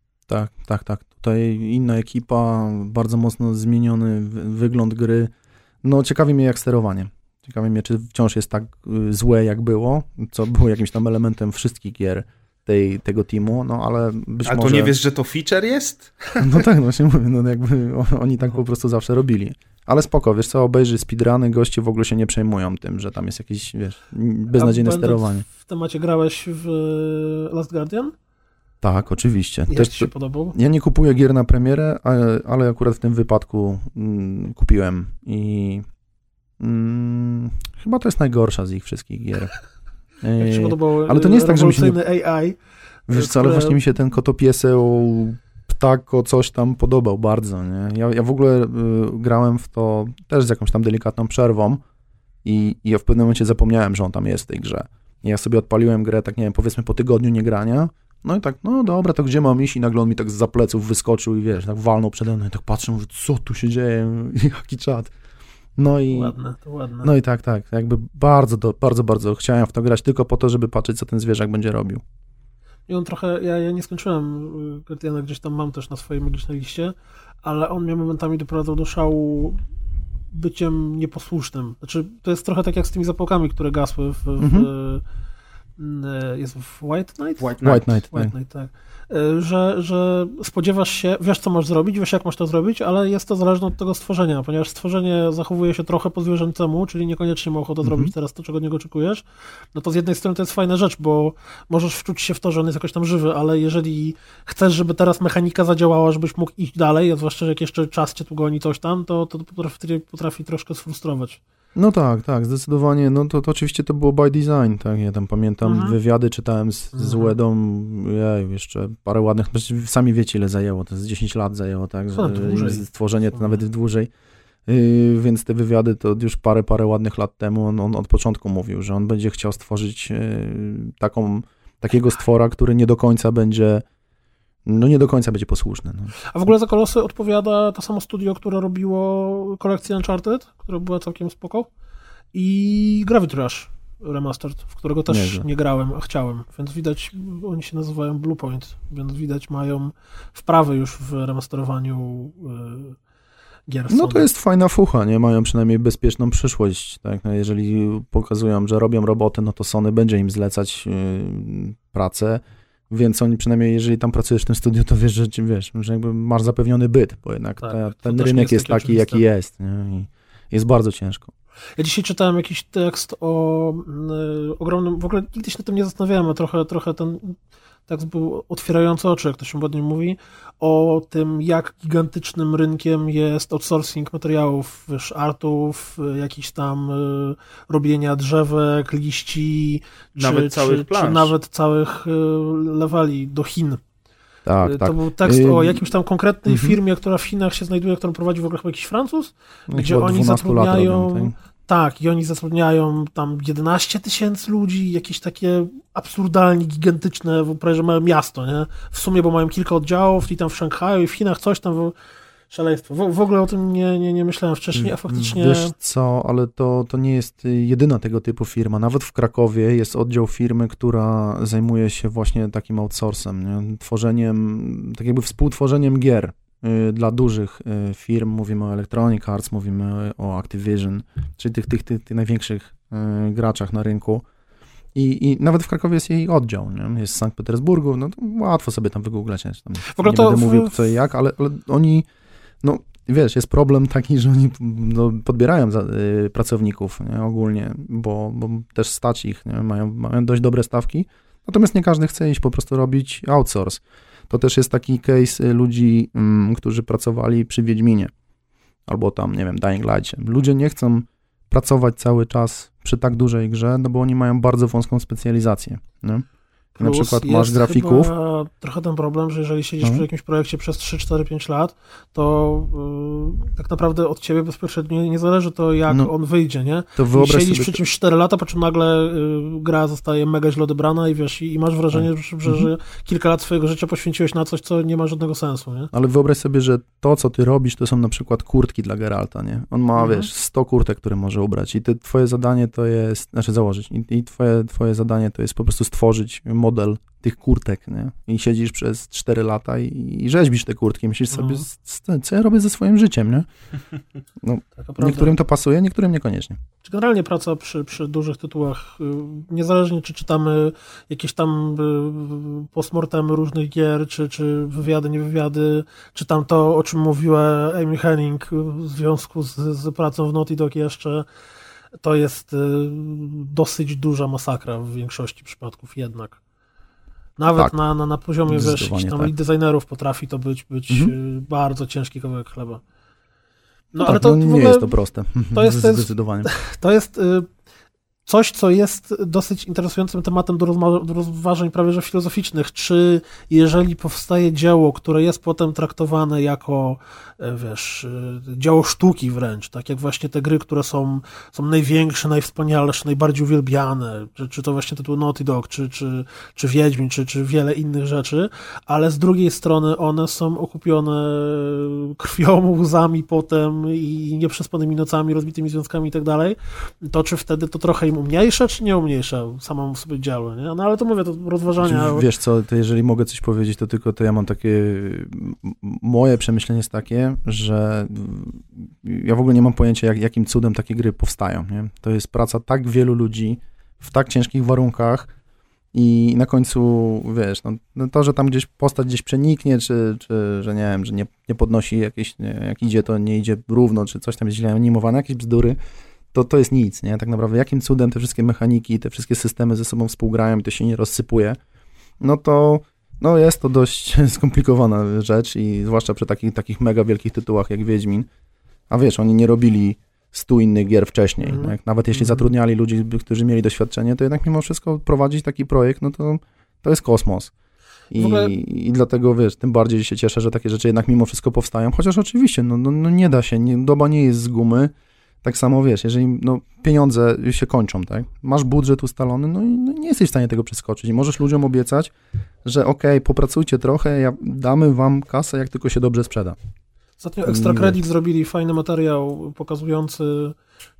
Speaker 3: Tak. Tutaj inna ekipa, bardzo mocno zmieniony wygląd gry. No ciekawi mnie jak sterowanie. Ciekawi mnie, czy wciąż jest tak złe, jak było, co było jakimś tam elementem wszystkich gier tego teamu, no ale być może...
Speaker 2: A to nie wiesz, że to feature jest?
Speaker 3: No tak, właśnie mówię, no jakby oni tak po prostu zawsze robili. Ale spoko, wiesz co, obejrzy speedruny, goście w ogóle się nie przejmują tym, że tam jest jakieś, wiesz, beznadziejne sterowanie.
Speaker 1: W temacie grałeś w Last Guardian?
Speaker 3: Tak, oczywiście.
Speaker 1: Jak ci się podobał?
Speaker 3: Ja nie kupuję gier na premierę, ale akurat w tym wypadku kupiłem i chyba to jest najgorsza z ich wszystkich gier.
Speaker 1: Jak ci się podobał
Speaker 3: ale to nie jest tak, że mi się
Speaker 1: nie... AI?
Speaker 3: Wiesz co, ale właśnie mi się ten kotopieseł, ptako, coś tam podobał bardzo, nie? Ja w ogóle grałem w to też z jakąś tam delikatną przerwą i ja w pewnym momencie zapomniałem, że on tam jest w tej grze. I ja sobie odpaliłem grę, tak nie wiem, powiedzmy po tygodniu niegrania, no i tak, no dobra, to gdzie mam iść? I nagle on mi tak zza pleców wyskoczył i wiesz, tak walnął przede mną i tak patrzę, mówię, co tu się dzieje? Jaki czad. No i...
Speaker 1: To ładne.
Speaker 3: No i tak, jakby bardzo chciałem w to grać tylko po to, żeby patrzeć, co ten zwierzak będzie robił.
Speaker 1: I on trochę, ja nie skończyłem Guardiana, gdzieś tam mam też na swojej magicznej liście, ale on mnie momentami doprowadzał do szału byciem nieposłusznym. Znaczy, to jest trochę tak jak z tymi zapałkami, które gasły jest w White Knight?
Speaker 3: White Knight,
Speaker 1: tak. Że spodziewasz się, wiesz co masz zrobić, wiesz jak masz to zrobić, ale jest to zależne od tego stworzenia, ponieważ stworzenie zachowuje się trochę po zwierzęcemu, czyli niekoniecznie ma ochotę zrobić teraz to, czego od niego oczekujesz, no to z jednej strony to jest fajna rzecz, bo możesz wczuć się w to, że on jest jakoś tam żywy, ale jeżeli chcesz, żeby teraz mechanika zadziałała, żebyś mógł iść dalej, a zwłaszcza, że jak jeszcze czas cię tu goni coś tam, to potrafi troszkę sfrustrować.
Speaker 3: No tak, zdecydowanie, no to oczywiście to było by design, tak, ja tam pamiętam wywiady czytałem z Uedą, jeszcze parę ładnych, sami wiecie ile zajęło, to jest 10 lat zajęło, tak, stworzenie to nawet dłużej, więc te wywiady to już parę ładnych lat temu, on od początku mówił, że on będzie chciał stworzyć takiego stwora, który nie do końca będzie posłuszny. No.
Speaker 1: A w ogóle za Kolosy odpowiada to samo studio, które robiło kolekcję Uncharted, która była całkiem spoko, i Gravity Rush Remastered, w którego też nie grałem, a chciałem, więc widać, oni się nazywają Bluepoint, więc widać mają wprawy już w remasterowaniu gier.
Speaker 3: No to jest fajna fucha, nie? Mają przynajmniej bezpieczną przyszłość, tak? No, jeżeli pokazują, że robią roboty, no to Sony będzie im zlecać pracę. Więc oni przynajmniej, jeżeli tam pracujesz w tym studiu, to wiesz, że jakby masz zapewniony byt, bo jednak ten rynek jest taki, jaki jest. Nie? I jest bardzo ciężko.
Speaker 1: Ja dzisiaj czytałem jakiś tekst o ogromnym, w ogóle nigdy się na tym nie zastanawiałem, a trochę ten tekst był otwierający oczy, jak to się ładnie mówi, o tym, jak gigantycznym rynkiem jest outsourcing materiałów, wiesz, artów, jakichś tam robienia drzewek, liści, czy nawet całych leveli do Chin.
Speaker 3: Tak.
Speaker 1: To był tekst o jakimś tam konkretnej firmie, która w Chinach się znajduje, którą prowadzi w ogóle chyba jakiś Francuz, gdzie oni zatrudniają... Tak, i oni zatrudniają tam 11 000 ludzi, jakieś takie absurdalnie gigantyczne, prawie małe miasto, nie? W sumie, bo mają kilka oddziałów i tam w Szanghaju i w Chinach coś tam, szaleństwo. W ogóle o tym nie myślałem wcześniej, a faktycznie...
Speaker 3: Wiesz co, ale to nie jest jedyna tego typu firma. Nawet w Krakowie jest oddział firmy, która zajmuje się właśnie takim outsourcem, nie? Tworzeniem, tak jakby współtworzeniem gier dla dużych firm. Mówimy o Electronic Arts, mówimy o Activision, czyli tych największych graczach na rynku. I nawet w Krakowie jest jej oddział, nie? Jest w Sankt Petersburgu, no to łatwo sobie tam wygooglać. Tam w ogóle nie będę mówił co i jak, ale oni, no wiesz, jest problem taki, że oni podbierają pracowników, nie? Ogólnie, bo też stać ich, nie? Mają dość dobre stawki, natomiast nie każdy chce iść po prostu robić outsource. To też jest taki case ludzi, którzy pracowali przy Wiedźminie, albo tam, nie wiem, Dying Light'cie. Ludzie nie chcą pracować cały czas przy tak dużej grze, no bo oni mają bardzo wąską specjalizację, nie? Na przykład masz grafików.
Speaker 1: Chyba trochę ten problem, że jeżeli siedzisz przy jakimś projekcie przez 3, 4, 5 lat, to tak naprawdę od ciebie bezpośrednio nie zależy to, jak on wyjdzie, nie?
Speaker 3: To wyobraź
Speaker 1: siedzisz przy czymś 4 lata, po czym nagle gra zostaje mega źle odebrana i wiesz, i masz wrażenie, że kilka lat swojego życia poświęciłeś na coś, co nie ma żadnego sensu, nie?
Speaker 3: Ale wyobraź sobie, że to, co ty robisz, to są na przykład kurtki dla Geralta, nie? On ma, wiesz, 100 kurtek, które może ubrać i twoje zadanie to jest, założyć i twoje zadanie to jest po prostu stworzyć model model tych kurtek, nie? I siedzisz przez 4 lata i rzeźbisz te kurtki. Myślisz sobie, co ja robię ze swoim życiem, nie? No, niektórym to pasuje, niektórym niekoniecznie.
Speaker 1: Czy generalnie praca przy dużych tytułach, niezależnie czy czytamy jakieś tam postmortemy różnych gier, czy wywiady, nie wywiady, czy tam to, o czym mówiła Amy Hennig w związku z pracą w Naughty Dog jeszcze, to jest dosyć duża masakra w większości przypadków jednak. Nawet tak, na poziomie, wiesz, jakichś tam lead designerów potrafi to być bardzo ciężki kawałek chleba.
Speaker 3: No ale tak, to nie jest to proste.
Speaker 1: To jest
Speaker 3: zdecydowanie.
Speaker 1: To jest coś, co jest dosyć interesującym tematem do rozważań prawie że filozoficznych. Czy jeżeli powstaje dzieło, które jest potem traktowane jako, wiesz, dzieło sztuki wręcz, tak jak właśnie te gry, które są największe, najwspanialsze, najbardziej uwielbiane, czy to właśnie tytuł Naughty Dog, czy Wiedźmin, czy wiele innych rzeczy, ale z drugiej strony one są okupione krwią, łzami potem i nieprzespanymi nocami, rozbitymi związkami i tak dalej, to czy wtedy to trochę im umniejsza, czy nie umniejsza samą sobie działo, nie? No ale to mówię, to rozważania...
Speaker 3: Wiesz co, to jeżeli mogę coś powiedzieć, to ja mam takie... Moje przemyślenie jest takie, że ja w ogóle nie mam pojęcia, jakim cudem takie gry powstają, nie? To jest praca tak wielu ludzi w tak ciężkich warunkach i na końcu, wiesz, no to, że tam gdzieś postać gdzieś przeniknie, czy że nie wiem, że nie podnosi jakieś, jak idzie, to nie idzie równo, czy coś tam jest źle animowane, jakieś bzdury, to jest nic, nie? Tak naprawdę jakim cudem te wszystkie mechaniki, te wszystkie systemy ze sobą współgrają i to się nie rozsypuje, no jest to dość skomplikowana rzecz i zwłaszcza przy takich mega wielkich tytułach jak Wiedźmin, a wiesz, oni nie robili 100 innych gier wcześniej, nawet jeśli zatrudniali ludzi, którzy mieli doświadczenie, to jednak mimo wszystko prowadzić taki projekt, no to jest kosmos. I dlatego, wiesz, tym bardziej się cieszę, że takie rzeczy jednak mimo wszystko powstają, chociaż oczywiście, no nie da się, doba nie jest z gumy. Tak samo, wiesz, jeżeli pieniądze się kończą, tak? Masz budżet ustalony, no i nie jesteś w stanie tego przeskoczyć i możesz ludziom obiecać, że okej, popracujcie trochę, damy wam kasę, jak tylko się dobrze sprzeda.
Speaker 1: Ostatnio Extra Credit zrobili fajny materiał pokazujący,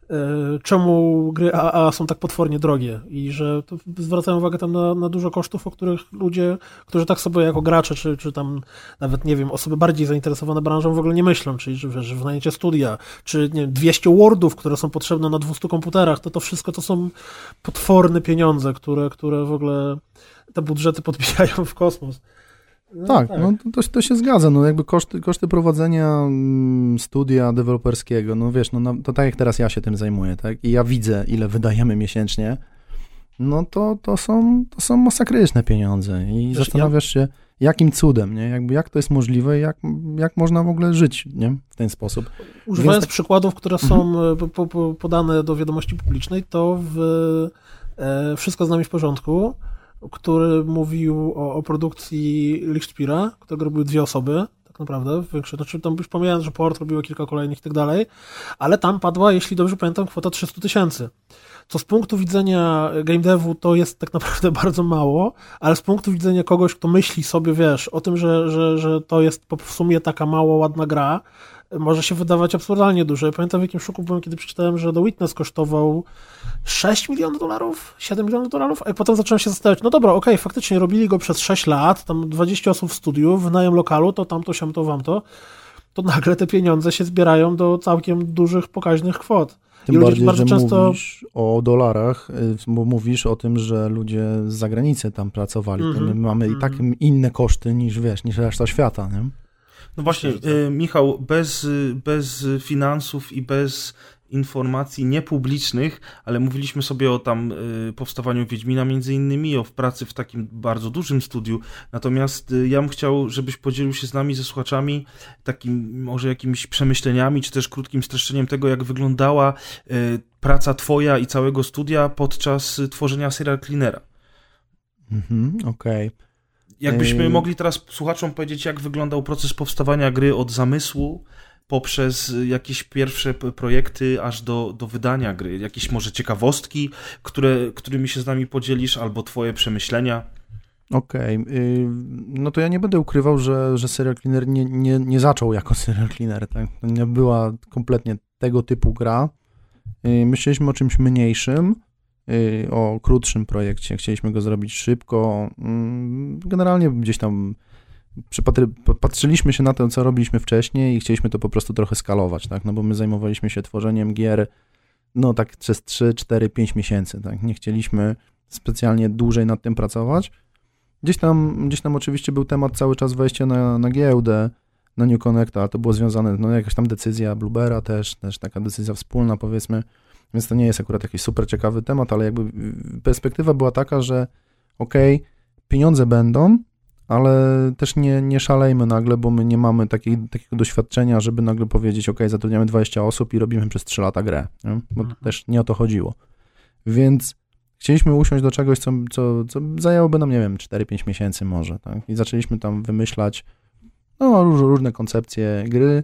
Speaker 1: czemu gry AAA są tak potwornie drogie i że to zwracają uwagę tam na dużo kosztów, o których ludzie, którzy tak sobie jako gracze, czy tam nawet, nie wiem, osoby bardziej zainteresowane branżą w ogóle nie myślą, czyli że wynajęcie studia, czy nie wiem, 200 Wordów, które są potrzebne na 200 komputerach, to wszystko to są potworne pieniądze, które w ogóle te budżety podbijają w kosmos.
Speaker 3: No tak, no to się zgadza, no jakby koszty prowadzenia studia deweloperskiego, no wiesz, to tak jak teraz ja się tym zajmuję, tak, i ja widzę, ile wydajemy miesięcznie, no to są masakryczne pieniądze i zastanawiasz się, jakim cudem, nie, jakby jak to jest możliwe, jak można w ogóle żyć, nie, w ten sposób.
Speaker 1: Używając przykładów, które są podane do wiadomości publicznej, to Wszystko z nami w porządku, który mówił o produkcji Lichtspira, którego robiły 2 osoby, tak naprawdę, znaczy tam już pomijając, że Port robiło kilka kolejnych i tak dalej, ale tam padła, jeśli dobrze pamiętam, kwota 300 000. Co z punktu widzenia game devu to jest tak naprawdę bardzo mało, ale z punktu widzenia kogoś, kto myśli sobie, wiesz, o tym, że to jest w sumie taka mało ładna gra, może się wydawać absurdalnie dużo. Ja pamiętam, w jakim szoku byłem, kiedy przeczytałem, że The Witness kosztował $6 milionów, $7 milionów, a potem zacząłem się zastanawiać, no dobra, okej, faktycznie robili go przez 6 lat, tam 20 osób w studiu, wynajem lokalu, to tamto, siamto, wamto, to nagle te pieniądze się zbierają do całkiem dużych, pokaźnych kwot.
Speaker 3: Tym bardziej, bardzo że często mówisz o dolarach, bo mówisz o tym, że ludzie z zagranicy tam pracowali. My mamy i tak inne koszty niż reszta świata, nie?
Speaker 2: No właśnie, Michał, bez finansów i bez informacji niepublicznych, ale mówiliśmy sobie o tam powstawaniu Wiedźmina między innymi, o pracy w takim bardzo dużym studiu, natomiast ja bym chciał, żebyś podzielił się z nami, ze słuchaczami, takim może jakimiś przemyśleniami, czy też krótkim streszczeniem tego, jak wyglądała praca twoja i całego studia podczas tworzenia Serial Cleanera.
Speaker 3: Okej.
Speaker 2: Jakbyśmy mogli teraz słuchaczom powiedzieć, jak wyglądał proces powstawania gry od zamysłu poprzez jakieś pierwsze projekty aż do wydania gry. Jakieś może ciekawostki, którymi się z nami podzielisz, albo twoje przemyślenia.
Speaker 3: Okej. No to ja nie będę ukrywał, że Serial Cleaner nie zaczął jako Serial Cleaner. Tak? To nie była kompletnie tego typu gra. Myśleliśmy o czymś mniejszym. o krótszym projekcie, chcieliśmy go zrobić szybko. Generalnie gdzieś tam patrzyliśmy się na to, co robiliśmy wcześniej i chcieliśmy to po prostu trochę skalować, tak? No bo my zajmowaliśmy się tworzeniem gier no tak przez 3, 4, 5 miesięcy, tak? Nie chcieliśmy specjalnie dłużej nad tym pracować. Gdzieś tam oczywiście był temat cały czas wejścia na giełdę, na New Connecta, to było związane, no jakaś tam decyzja Bluebera też taka decyzja wspólna, powiedzmy, więc to nie jest akurat jakiś super ciekawy temat, ale jakby perspektywa była taka, że okej, pieniądze będą, ale też nie szalejmy nagle, bo my nie mamy takiego doświadczenia, żeby nagle powiedzieć, zatrudniamy 20 osób i robimy przez 3 lata grę, nie? Bo to też nie o to chodziło. Więc chcieliśmy usiąść do czegoś, co zajęłoby nam, nie wiem, 4-5 miesięcy może, tak? I zaczęliśmy tam wymyślać różne koncepcje gry.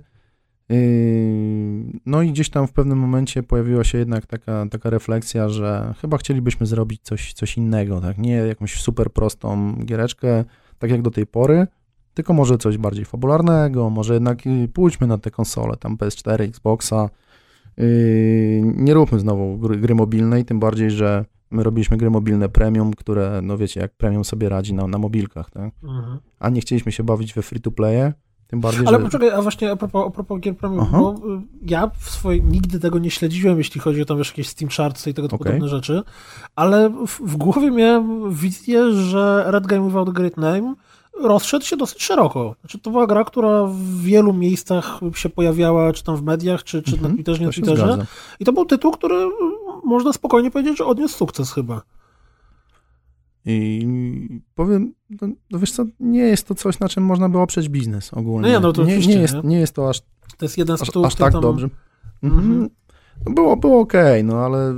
Speaker 3: No i gdzieś tam w pewnym momencie pojawiła się jednak taka refleksja, że chyba chcielibyśmy zrobić coś innego, tak? Nie jakąś super prostą giereczkę, tak jak do tej pory, tylko może coś bardziej fabularnego, może jednak pójdźmy na te konsole, tam PS4, Xboxa. Nie róbmy znowu gry mobilnej, tym bardziej, że my robiliśmy gry mobilne premium, które, no wiecie, jak premium sobie radzi na mobilkach, tak? Mhm. A nie chcieliśmy się bawić we free-to-playe, tym bardziej,
Speaker 1: ale poczekaj, a właśnie a propos gier premium, bo ja nigdy tego nie śledziłem, jeśli chodzi o tam jakieś Steam Chartsy i tego typu podobne rzeczy, ale w głowie miałem wizję, że Red Game Without a Great Name rozszedł się dosyć szeroko. Znaczy, to była gra, która w wielu miejscach się pojawiała, czy tam w mediach, czy na Twitterze, nie na Twitterze. I to był tytuł, który można spokojnie powiedzieć, że odniósł sukces chyba.
Speaker 3: I powiem, no wiesz co, nie jest to coś, na czym można by oprzeć biznes ogólnie.
Speaker 1: No to
Speaker 3: nie jest to aż
Speaker 1: to jest jeden z tytułów,
Speaker 3: aż tak tam... dobrze. No było okej, no ale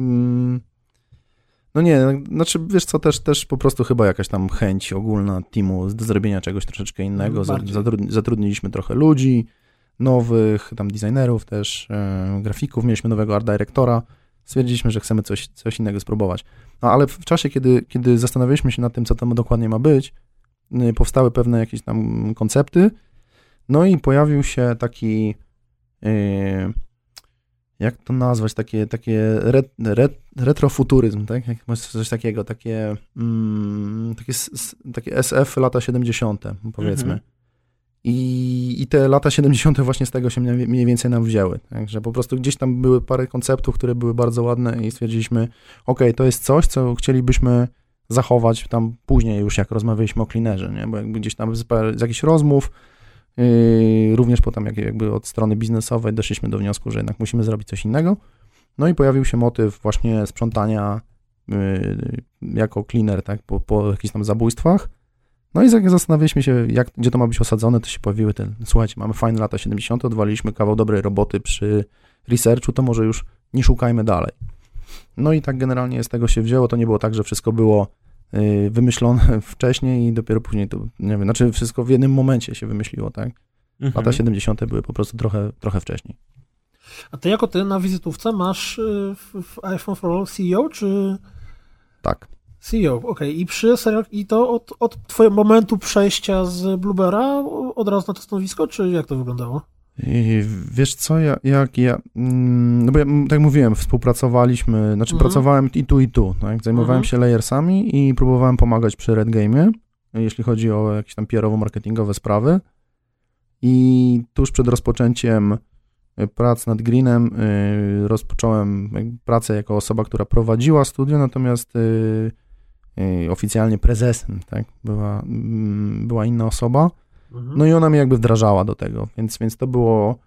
Speaker 3: no nie, znaczy wiesz co, też po prostu chyba jakaś tam chęć ogólna teamu do zrobienia czegoś troszeczkę innego. Zatrudniliśmy trochę ludzi nowych, tam designerów też, grafików, mieliśmy nowego art dyrektora. Stwierdziliśmy, że chcemy coś innego spróbować. No ale w czasie, kiedy zastanawialiśmy się nad tym, co tam dokładnie ma być, powstały pewne jakieś tam koncepty, no i pojawił się taki, jak to nazwać, takie retrofuturyzm, tak? Jak coś takiego, takie SF lata 70., powiedzmy. I te lata 70. właśnie z tego się mniej więcej nam wzięły. Także po prostu gdzieś tam były parę konceptów, które były bardzo ładne i stwierdziliśmy, to jest coś, co chcielibyśmy zachować tam później już, jak rozmawialiśmy o Cleanerze, nie? Bo jakby gdzieś tam z jakichś rozmów, również potem jakby od strony biznesowej doszliśmy do wniosku, że jednak musimy zrobić coś innego. No i pojawił się motyw właśnie sprzątania jako cleaner, tak? Po jakichś tam zabójstwach. No i jak zastanawialiśmy się, gdzie to ma być osadzone, to się pojawiły słuchajcie, mamy fajne lata 70., odwaliliśmy kawał dobrej roboty przy researchu, to może już nie szukajmy dalej. No i tak generalnie z tego się wzięło, to nie było tak, że wszystko było wymyślone wcześniej i dopiero później to, nie wiem, znaczy wszystko w jednym momencie się wymyśliło, tak? Lata 70. były po prostu trochę wcześniej.
Speaker 1: A ty jako na wizytówce masz w iPhone for All CEO, czy...
Speaker 3: Tak.
Speaker 1: CEO, okej. I przy serial, i to od twojego momentu przejścia z Bluebera od razu na to stanowisko, czy jak to wyglądało?
Speaker 3: Wiesz co, no bo ja, tak jak mówiłem, współpracowaliśmy, znaczy pracowałem i tu, tak? Zajmowałem się layersami i próbowałem pomagać przy Red Game'ie, jeśli chodzi o jakieś tam PR-owo-marketingowe sprawy i tuż przed rozpoczęciem prac nad Greenem rozpocząłem pracę jako osoba, która prowadziła studio, natomiast oficjalnie prezesem, tak, była inna osoba, no i ona mnie jakby wdrażała do tego, więc to było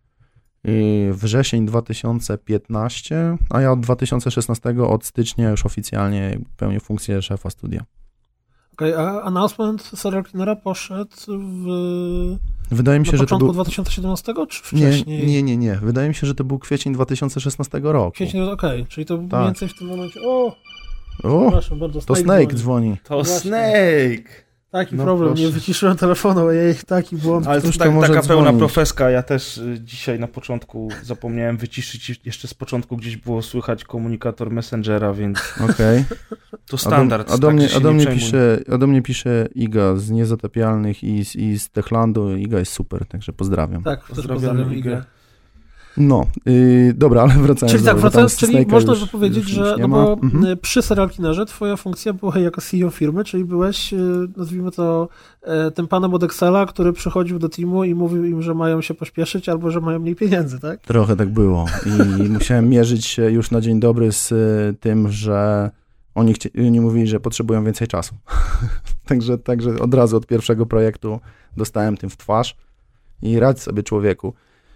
Speaker 3: wrzesień 2015, a ja od 2016, od stycznia już oficjalnie pełnię funkcję szefa studia.
Speaker 1: Okej, a announcement Serial Cleanera poszedł
Speaker 3: Wydaje mi się, że to był
Speaker 1: 2017 czy wcześniej?
Speaker 3: Nie. Wydaje mi się, że to był kwiecień 2016 roku.
Speaker 1: Kwiecień, okej, czyli to
Speaker 3: tak.
Speaker 1: Mniej więcej w tym momencie... Przepraszam bardzo,
Speaker 3: to Snake dzwoni.
Speaker 2: To Snake!
Speaker 1: Taki problem, proszę. Nie wyciszyłem telefonu, taki błąd.
Speaker 2: Ale to taka pełna profeska, ja też dzisiaj na początku zapomniałem wyciszyć, jeszcze z początku gdzieś było słychać komunikator Messengera, więc to standard.
Speaker 3: A do mnie pisze Iga z Niezatapialnych i z Techlandu. Iga jest super, także pozdrawiam.
Speaker 1: Tak, pozdrawiam Igę.
Speaker 3: No, dobra, ale wracając.
Speaker 1: Czyli tak, czyli można by powiedzieć, że no bo przy Serial Killerze twoja funkcja była jako CEO firmy, czyli byłeś, nazwijmy to, tym panem od Excela, który przychodził do teamu i mówił im, że mają się pośpieszyć albo że mają mniej pieniędzy, tak?
Speaker 3: Trochę tak było i musiałem mierzyć się już na dzień dobry z tym, że oni mówili, że potrzebują więcej czasu. Także od razu od pierwszego projektu dostałem tym w twarz i radź sobie, człowieku.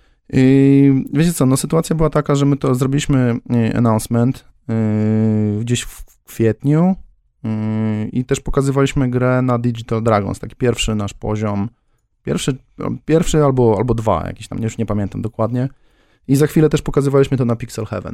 Speaker 3: I wiecie co, no sytuacja była taka, że my to zrobiliśmy announcement gdzieś w kwietniu i też pokazywaliśmy grę na Digital Dragons, taki pierwszy nasz poziom, pierwszy albo dwa, jakiś tam, już nie pamiętam dokładnie. I za chwilę też pokazywaliśmy to na Pixel Heaven.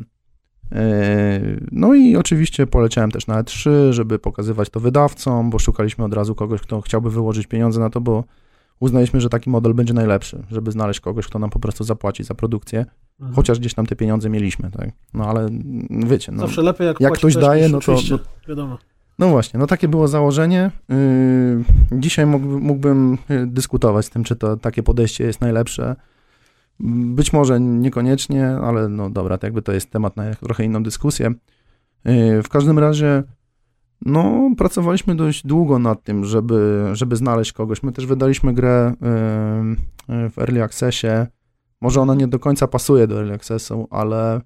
Speaker 3: No i oczywiście poleciałem też na E3, żeby pokazywać to wydawcom, bo szukaliśmy od razu kogoś, kto chciałby wyłożyć pieniądze na to, bo uznaliśmy, że taki model będzie najlepszy, żeby znaleźć kogoś, kto nam po prostu zapłaci za produkcję, chociaż gdzieś tam te pieniądze mieliśmy, tak? No ale wiecie, no,
Speaker 1: zawsze lepiej jak
Speaker 3: ktoś daje, no to...
Speaker 1: wiadomo.
Speaker 3: No właśnie, no takie było założenie. Dzisiaj mógłbym dyskutować z tym, czy to takie podejście jest najlepsze. Być może niekoniecznie, ale no dobra, to jakby to jest temat na trochę inną dyskusję. W każdym razie no, pracowaliśmy dość długo nad tym, żeby znaleźć kogoś. My też wydaliśmy grę w Early Accessie. Może ona nie do końca pasuje do Early Accessu, ale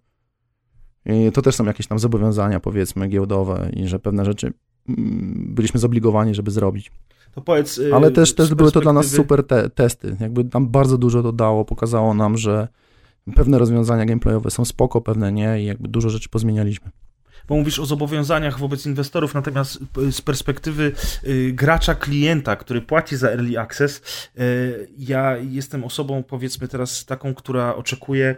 Speaker 3: to też są jakieś tam zobowiązania, powiedzmy, giełdowe i że pewne rzeczy byliśmy zobligowani, żeby zrobić.
Speaker 2: To powiedz,
Speaker 3: ale też były to dla nas super testy. Jakby tam bardzo dużo to dało, pokazało nam, że pewne rozwiązania gameplayowe są spoko, pewne nie i jakby dużo rzeczy pozmienialiśmy.
Speaker 2: Bo mówisz o zobowiązaniach wobec inwestorów, natomiast z perspektywy gracza, klienta, który płaci za Early Access, ja jestem osobą, powiedzmy teraz taką, która oczekuje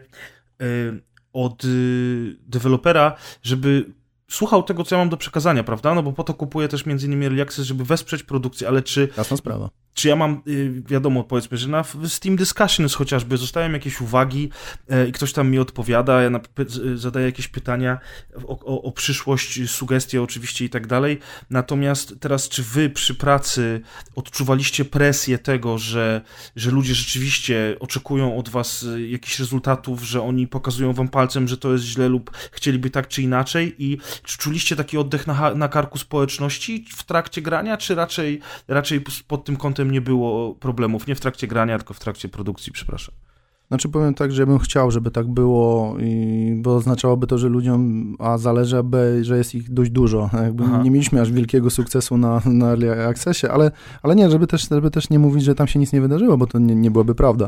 Speaker 2: od dewelopera, żeby słuchał tego, co ja mam do przekazania, prawda? No bo po to kupuję też między innymi Early Access, żeby wesprzeć produkcję, ale czy...
Speaker 3: Jasna sprawa.
Speaker 2: Czy ja mam, wiadomo, powiedzmy, że na Steam Discussions chociażby zostają jakieś uwagi i ktoś tam mi odpowiada, ja zadaję jakieś pytania o przyszłość, sugestie oczywiście i tak dalej. Natomiast teraz, czy wy przy pracy odczuwaliście presję tego, że ludzie rzeczywiście oczekują od was jakichś rezultatów, że oni pokazują wam palcem, że to jest źle lub chcieliby tak czy inaczej i czy czuliście taki oddech na karku społeczności w trakcie grania, czy raczej pod tym kątem nie było problemów, nie w trakcie grania, tylko w trakcie produkcji, przepraszam.
Speaker 3: Znaczy powiem tak, że ja bym chciał, żeby tak było, bo oznaczałoby to, że ludziom A zależy, a B, że jest ich dość dużo. Jakby nie mieliśmy aż wielkiego sukcesu na Early Accessie, ale nie, żeby też nie mówić, że tam się nic nie wydarzyło, bo to nie byłaby prawda.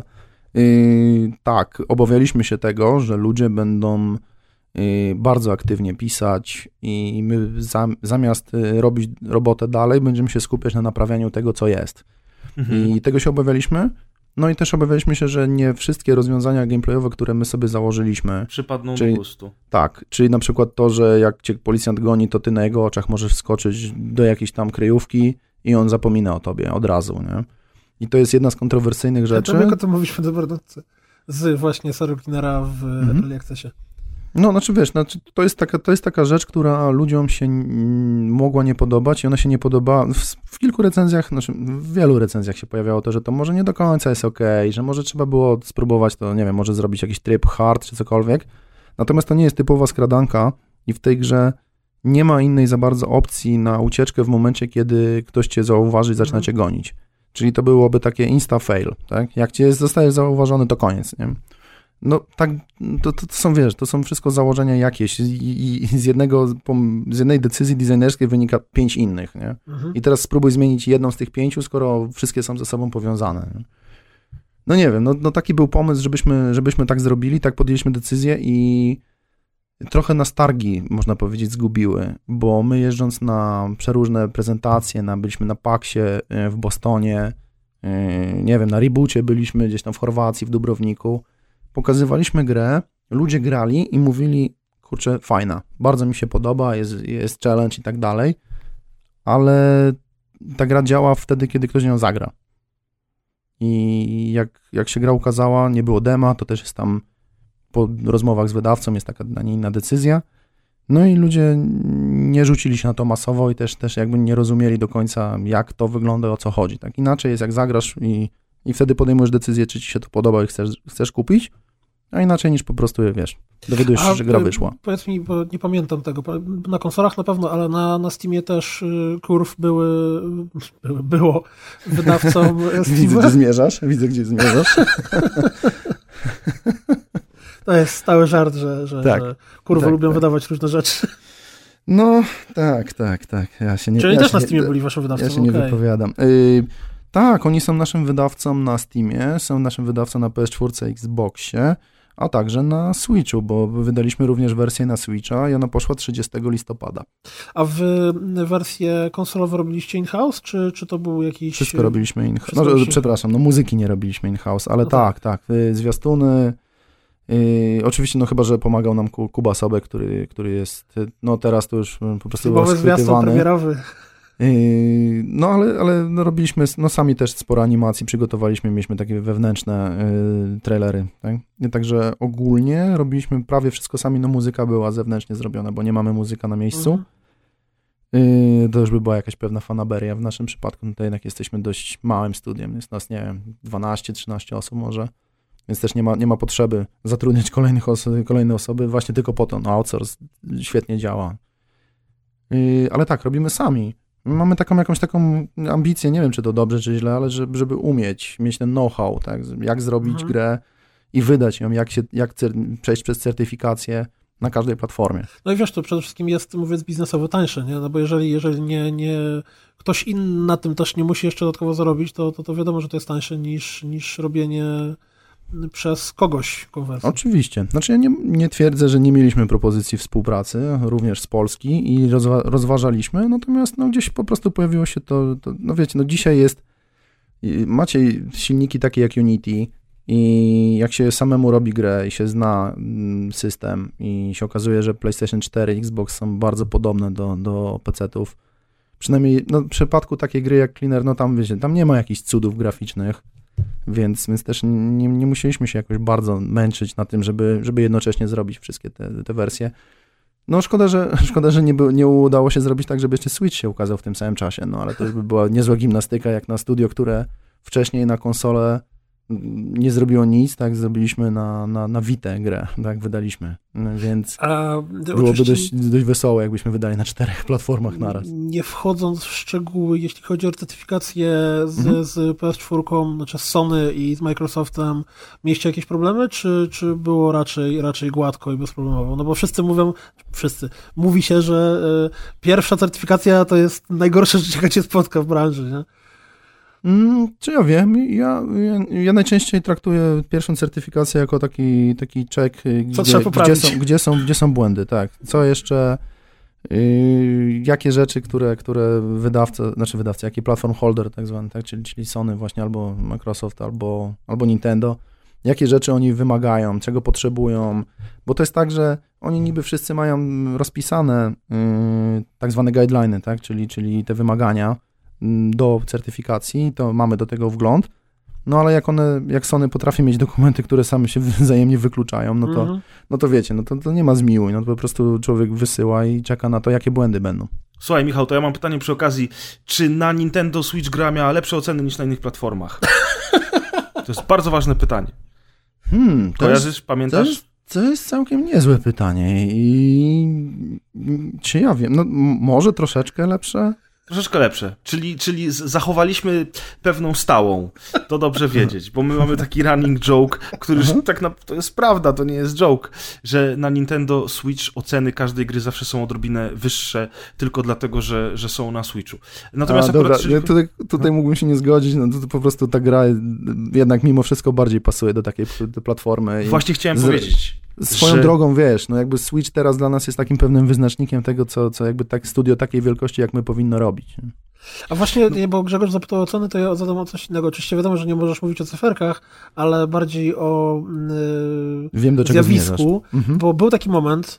Speaker 3: Tak, obawialiśmy się tego, że ludzie będą bardzo aktywnie pisać i my zamiast robić robotę dalej, będziemy się skupiać na naprawianiu tego, co jest. I tego się obawialiśmy. No i też obawialiśmy się, że nie wszystkie rozwiązania gameplayowe, które my sobie założyliśmy,
Speaker 2: przypadną do gustu.
Speaker 3: Tak, czyli na przykład to, że jak cię policjant goni, to ty na jego oczach możesz wskoczyć do jakiejś tam kryjówki i on zapomina o tobie od razu, nie? I to jest jedna z kontrowersyjnych rzeczy.
Speaker 1: Dlaczego to mówiliśmy do Bardotce z właśnie Serial Killera w Early Accessie?
Speaker 3: No, znaczy wiesz, to jest taka rzecz, która ludziom się mogła nie podobać i ona się nie podoba. W kilku recenzjach, w wielu recenzjach się pojawiało to, że to może nie do końca jest okej, że może trzeba było spróbować to, nie wiem, może zrobić jakiś tryb hard czy cokolwiek. Natomiast to nie jest typowa skradanka i w tej grze nie ma innej za bardzo opcji na ucieczkę w momencie, kiedy ktoś cię zauważy i zaczyna cię gonić. Czyli to byłoby takie insta-fail, tak? Jak zostajesz zauważony, to koniec, nie? No tak, to są, wiesz, to są wszystko założenia jakieś i z jednej decyzji designerskiej wynika 5 innych, nie? I teraz spróbuj zmienić jedną z tych 5, skoro wszystkie są ze sobą powiązane. Nie? No nie wiem, no taki był pomysł, żebyśmy tak zrobili, tak podjęliśmy decyzję i trochę nas targi, można powiedzieć, zgubiły, bo my jeżdżąc na przeróżne prezentacje, byliśmy na PAX-ie w Bostonie, nie wiem, na Reboocie byliśmy gdzieś tam w Chorwacji, w Dubrowniku, pokazywaliśmy grę, ludzie grali i mówili, kurczę, fajna, bardzo mi się podoba, jest challenge i tak dalej, ale ta gra działa wtedy, kiedy ktoś nią zagra. I jak się gra ukazała, nie było dema, to też jest tam po rozmowach z wydawcą jest taka, a nie inna decyzja. No i ludzie nie rzucili się na to masowo i też jakby nie rozumieli do końca, jak to wygląda, o co chodzi. Tak inaczej jest, jak zagrasz i wtedy podejmujesz decyzję, czy ci się to podoba i chcesz kupić, a inaczej niż po prostu, wiesz, dowiadujesz się, że gra wyszła.
Speaker 1: Powiedz mi, bo nie pamiętam tego, na konsolach na pewno, ale na Steamie też Curve było wydawcą
Speaker 3: Widzę, gdzie zmierzasz.
Speaker 1: To jest stały żart, że Curve lubią wydawać różne rzeczy.
Speaker 3: No, tak. Ja się nie,
Speaker 1: Czyli
Speaker 3: ja
Speaker 1: też
Speaker 3: się
Speaker 1: na Steamie byli waszym wydawcą?
Speaker 3: Ja się nie wypowiadam. Tak, oni są naszym wydawcą na Steamie, są naszym wydawcą na PS4, Xboxie, a także na Switchu, bo wydaliśmy również wersję na Switcha i ona poszła 30 listopada.
Speaker 1: A wy wersję konsolową robiliście in-house, czy to był jakiś...
Speaker 3: Wszystko robiliśmy in-house. Przepraszam, muzyki nie robiliśmy in-house, ale tak. Zwiastuny, oczywiście, chyba, że pomagał nam Kuba Sobek, który jest, teraz to już po prostu
Speaker 1: rozchwytywany. Premierowy.
Speaker 3: Ale robiliśmy, sami też sporo animacji przygotowaliśmy, mieliśmy takie wewnętrzne trailery, tak? Także ogólnie robiliśmy prawie wszystko sami, muzyka była zewnętrznie zrobiona, bo nie mamy muzyka na miejscu. To już by była jakaś pewna fanaberia w naszym przypadku, tutaj jednak jesteśmy dość małym studiem, jest nas, nie wiem, 12-13 osób może, więc też nie ma potrzeby zatrudniać kolejne osoby właśnie tylko po to, outsource świetnie działa. Ale tak, robimy sami. Mamy jakąś taką ambicję, nie wiem, czy to dobrze, czy źle, ale żeby mieć ten know-how, tak, jak zrobić grę i wydać ją, jak przejść przez certyfikację na każdej platformie.
Speaker 1: No i wiesz, to przede wszystkim jest, mówiąc biznesowo, tańsze, nie? No bo jeżeli nie ktoś inny na tym też nie musi jeszcze dodatkowo zarobić, to wiadomo, że to jest tańsze niż robienie przez kogoś konwersji.
Speaker 3: Oczywiście. Znaczy ja nie twierdzę, że nie mieliśmy propozycji współpracy, również z Polski i rozważaliśmy, natomiast gdzieś po prostu pojawiło się to wiecie, dzisiaj macie silniki takie jak Unity i jak się samemu robi grę i się zna system i się okazuje, że PlayStation 4 i Xbox są bardzo podobne do PC-ów, przynajmniej w przypadku takiej gry jak Cleaner, tam wiecie, tam nie ma jakichś cudów graficznych, więc też nie musieliśmy się jakoś bardzo męczyć na tym, żeby jednocześnie zrobić wszystkie te wersje. Szkoda, że nie udało się zrobić tak, żeby jeszcze Switch się ukazał w tym samym czasie, ale to już by była niezła gimnastyka, jak na studio, które wcześniej na konsolę nie zrobiło nic, tak, zrobiliśmy na Vitę grę, tak, wydaliśmy, więc byłoby dość wesoło, jakbyśmy wydali na 4 platformach naraz.
Speaker 1: Nie wchodząc w szczegóły, jeśli chodzi o certyfikację z PS4, znaczy z Sony i z Microsoftem, mieliście jakieś problemy, czy było raczej gładko i bezproblemowo? No bo mówi się, że pierwsza certyfikacja to jest najgorsza rzecz, jaka cię spotka w branży, nie?
Speaker 3: Czy ja wiem, ja najczęściej traktuję pierwszą certyfikację jako taki check, gdzie są błędy, tak. Co jeszcze, jakie rzeczy, które jakie platform holder tak zwany, tak, czyli Sony właśnie, albo Microsoft, albo Nintendo, jakie rzeczy oni wymagają, czego potrzebują, bo to jest tak, że oni niby wszyscy mają rozpisane tak zwane guideliny, tak, czyli te wymagania do certyfikacji, to mamy do tego wgląd, ale jak Sony potrafi mieć dokumenty, które same się wzajemnie wykluczają, to wiecie, to nie ma zmiłuj, to po prostu człowiek wysyła i czeka na to, jakie błędy będą.
Speaker 2: Słuchaj, Michał, to ja mam pytanie przy okazji, czy na Nintendo Switch gra miała lepsze oceny niż na innych platformach? To jest bardzo ważne pytanie. Kojarzysz, pamiętasz?
Speaker 3: To jest całkiem niezłe pytanie i czy ja wiem, może troszeczkę lepsze?
Speaker 2: Troszeczkę lepsze, czyli zachowaliśmy pewną stałą, to dobrze wiedzieć, bo my mamy taki running joke, który to jest prawda, to nie jest joke, że na Nintendo Switch oceny każdej gry zawsze są odrobinę wyższe, tylko dlatego, że są na Switchu. Natomiast
Speaker 3: tutaj mógłbym się nie zgodzić, to po prostu ta gra jednak mimo wszystko bardziej pasuje do takiej platformy.
Speaker 2: Właśnie chciałem powiedzieć.
Speaker 3: Swoją drogą, wiesz, jakby Switch teraz dla nas jest takim pewnym wyznacznikiem tego, co jakby studio takiej wielkości, jak my powinno robić.
Speaker 1: A właśnie, bo Grzegorz zapytał o ceny, to ja zadam o coś innego. Oczywiście wiadomo, że nie możesz mówić o cyferkach, ale bardziej o
Speaker 3: wiem, do czego
Speaker 1: zjawisku, bo był taki moment,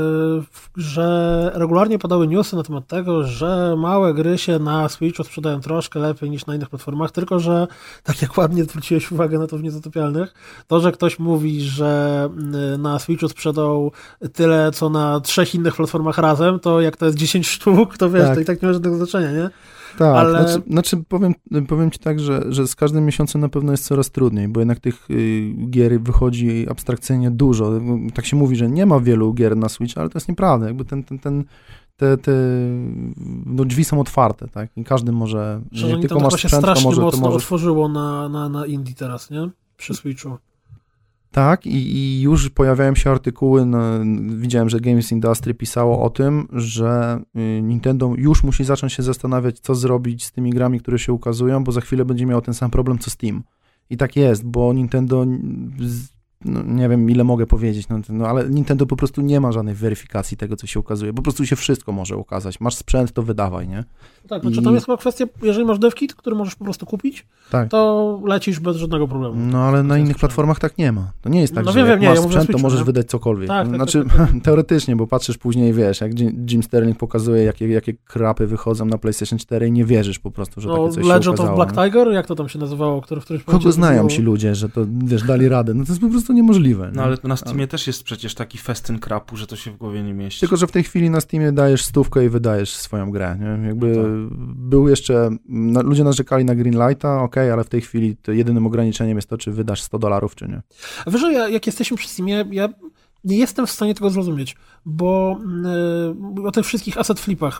Speaker 1: że regularnie padały newsy na temat tego, że małe gry się na Switchu sprzedają troszkę lepiej niż na innych platformach, tylko że, tak jak ładnie zwróciłeś uwagę na to w Niezatopialnych, to, że ktoś mówi, że na Switchu sprzedał tyle, co na 3 innych platformach razem, to jak to jest 10 sztuk, to wiesz, to i tak nie ma żadnego znaczenia, nie?
Speaker 3: Tak,
Speaker 1: ale...
Speaker 3: znaczy powiem ci tak, że z każdym miesiącem na pewno jest coraz trudniej, bo jednak tych gier wychodzi abstrakcyjnie dużo. Tak się mówi, że nie ma wielu gier na Switch, ale to jest nieprawda. Jakby te drzwi są otwarte, tak? I każdy może...
Speaker 1: Że tylko masz sprzęt, strasznie to mocno otworzyło na indie teraz, nie? Przy Switchu.
Speaker 3: Tak, i już pojawiają się artykuły, widziałem, że Games Industry pisało o tym, że Nintendo już musi zacząć się zastanawiać, co zrobić z tymi grami, które się ukazują, bo za chwilę będzie miało ten sam problem, co Steam. I tak jest, bo Nintendo, nie wiem, ile mogę powiedzieć, ale Nintendo po prostu nie ma żadnej weryfikacji tego, co się ukazuje. Po prostu się wszystko może ukazać. Masz sprzęt, to wydawaj, nie?
Speaker 1: Tak, znaczy tam jest chyba kwestia, jeżeli masz devkit, który możesz po prostu kupić, tak, to lecisz bez żadnego problemu.
Speaker 3: No ale na innych platformach tak nie ma. To nie jest tak, że jak masz sprzęt, to możesz wydać cokolwiek. Tak, znaczy, teoretycznie, bo patrzysz później, wiesz, jak Jim Sterling pokazuje, jakie krapy wychodzą na PlayStation 4 i nie wierzysz po prostu, że takie coś
Speaker 1: Legend
Speaker 3: się ukazało.
Speaker 1: of Black Tiger? Jak to tam się nazywało?
Speaker 3: Kogo znają ci ludzie, że to, wiesz, dali radę? No to jest po prostu niemożliwe.
Speaker 2: No ale na Steamie też jest przecież taki festyn krapu, że to się w głowie nie mieści.
Speaker 3: Tylko że w tej chwili na Steamie dajesz 100 i wydajesz swoją grę, nie? Jakby był jeszcze... ludzie narzekali na Greenlighta, okej, ale w tej chwili to jedynym ograniczeniem jest to, czy wydasz $100, czy nie.
Speaker 1: A wiesz, że jak jesteśmy przy Steamie, ja nie jestem w stanie tego zrozumieć, bo o tych wszystkich asset flipach,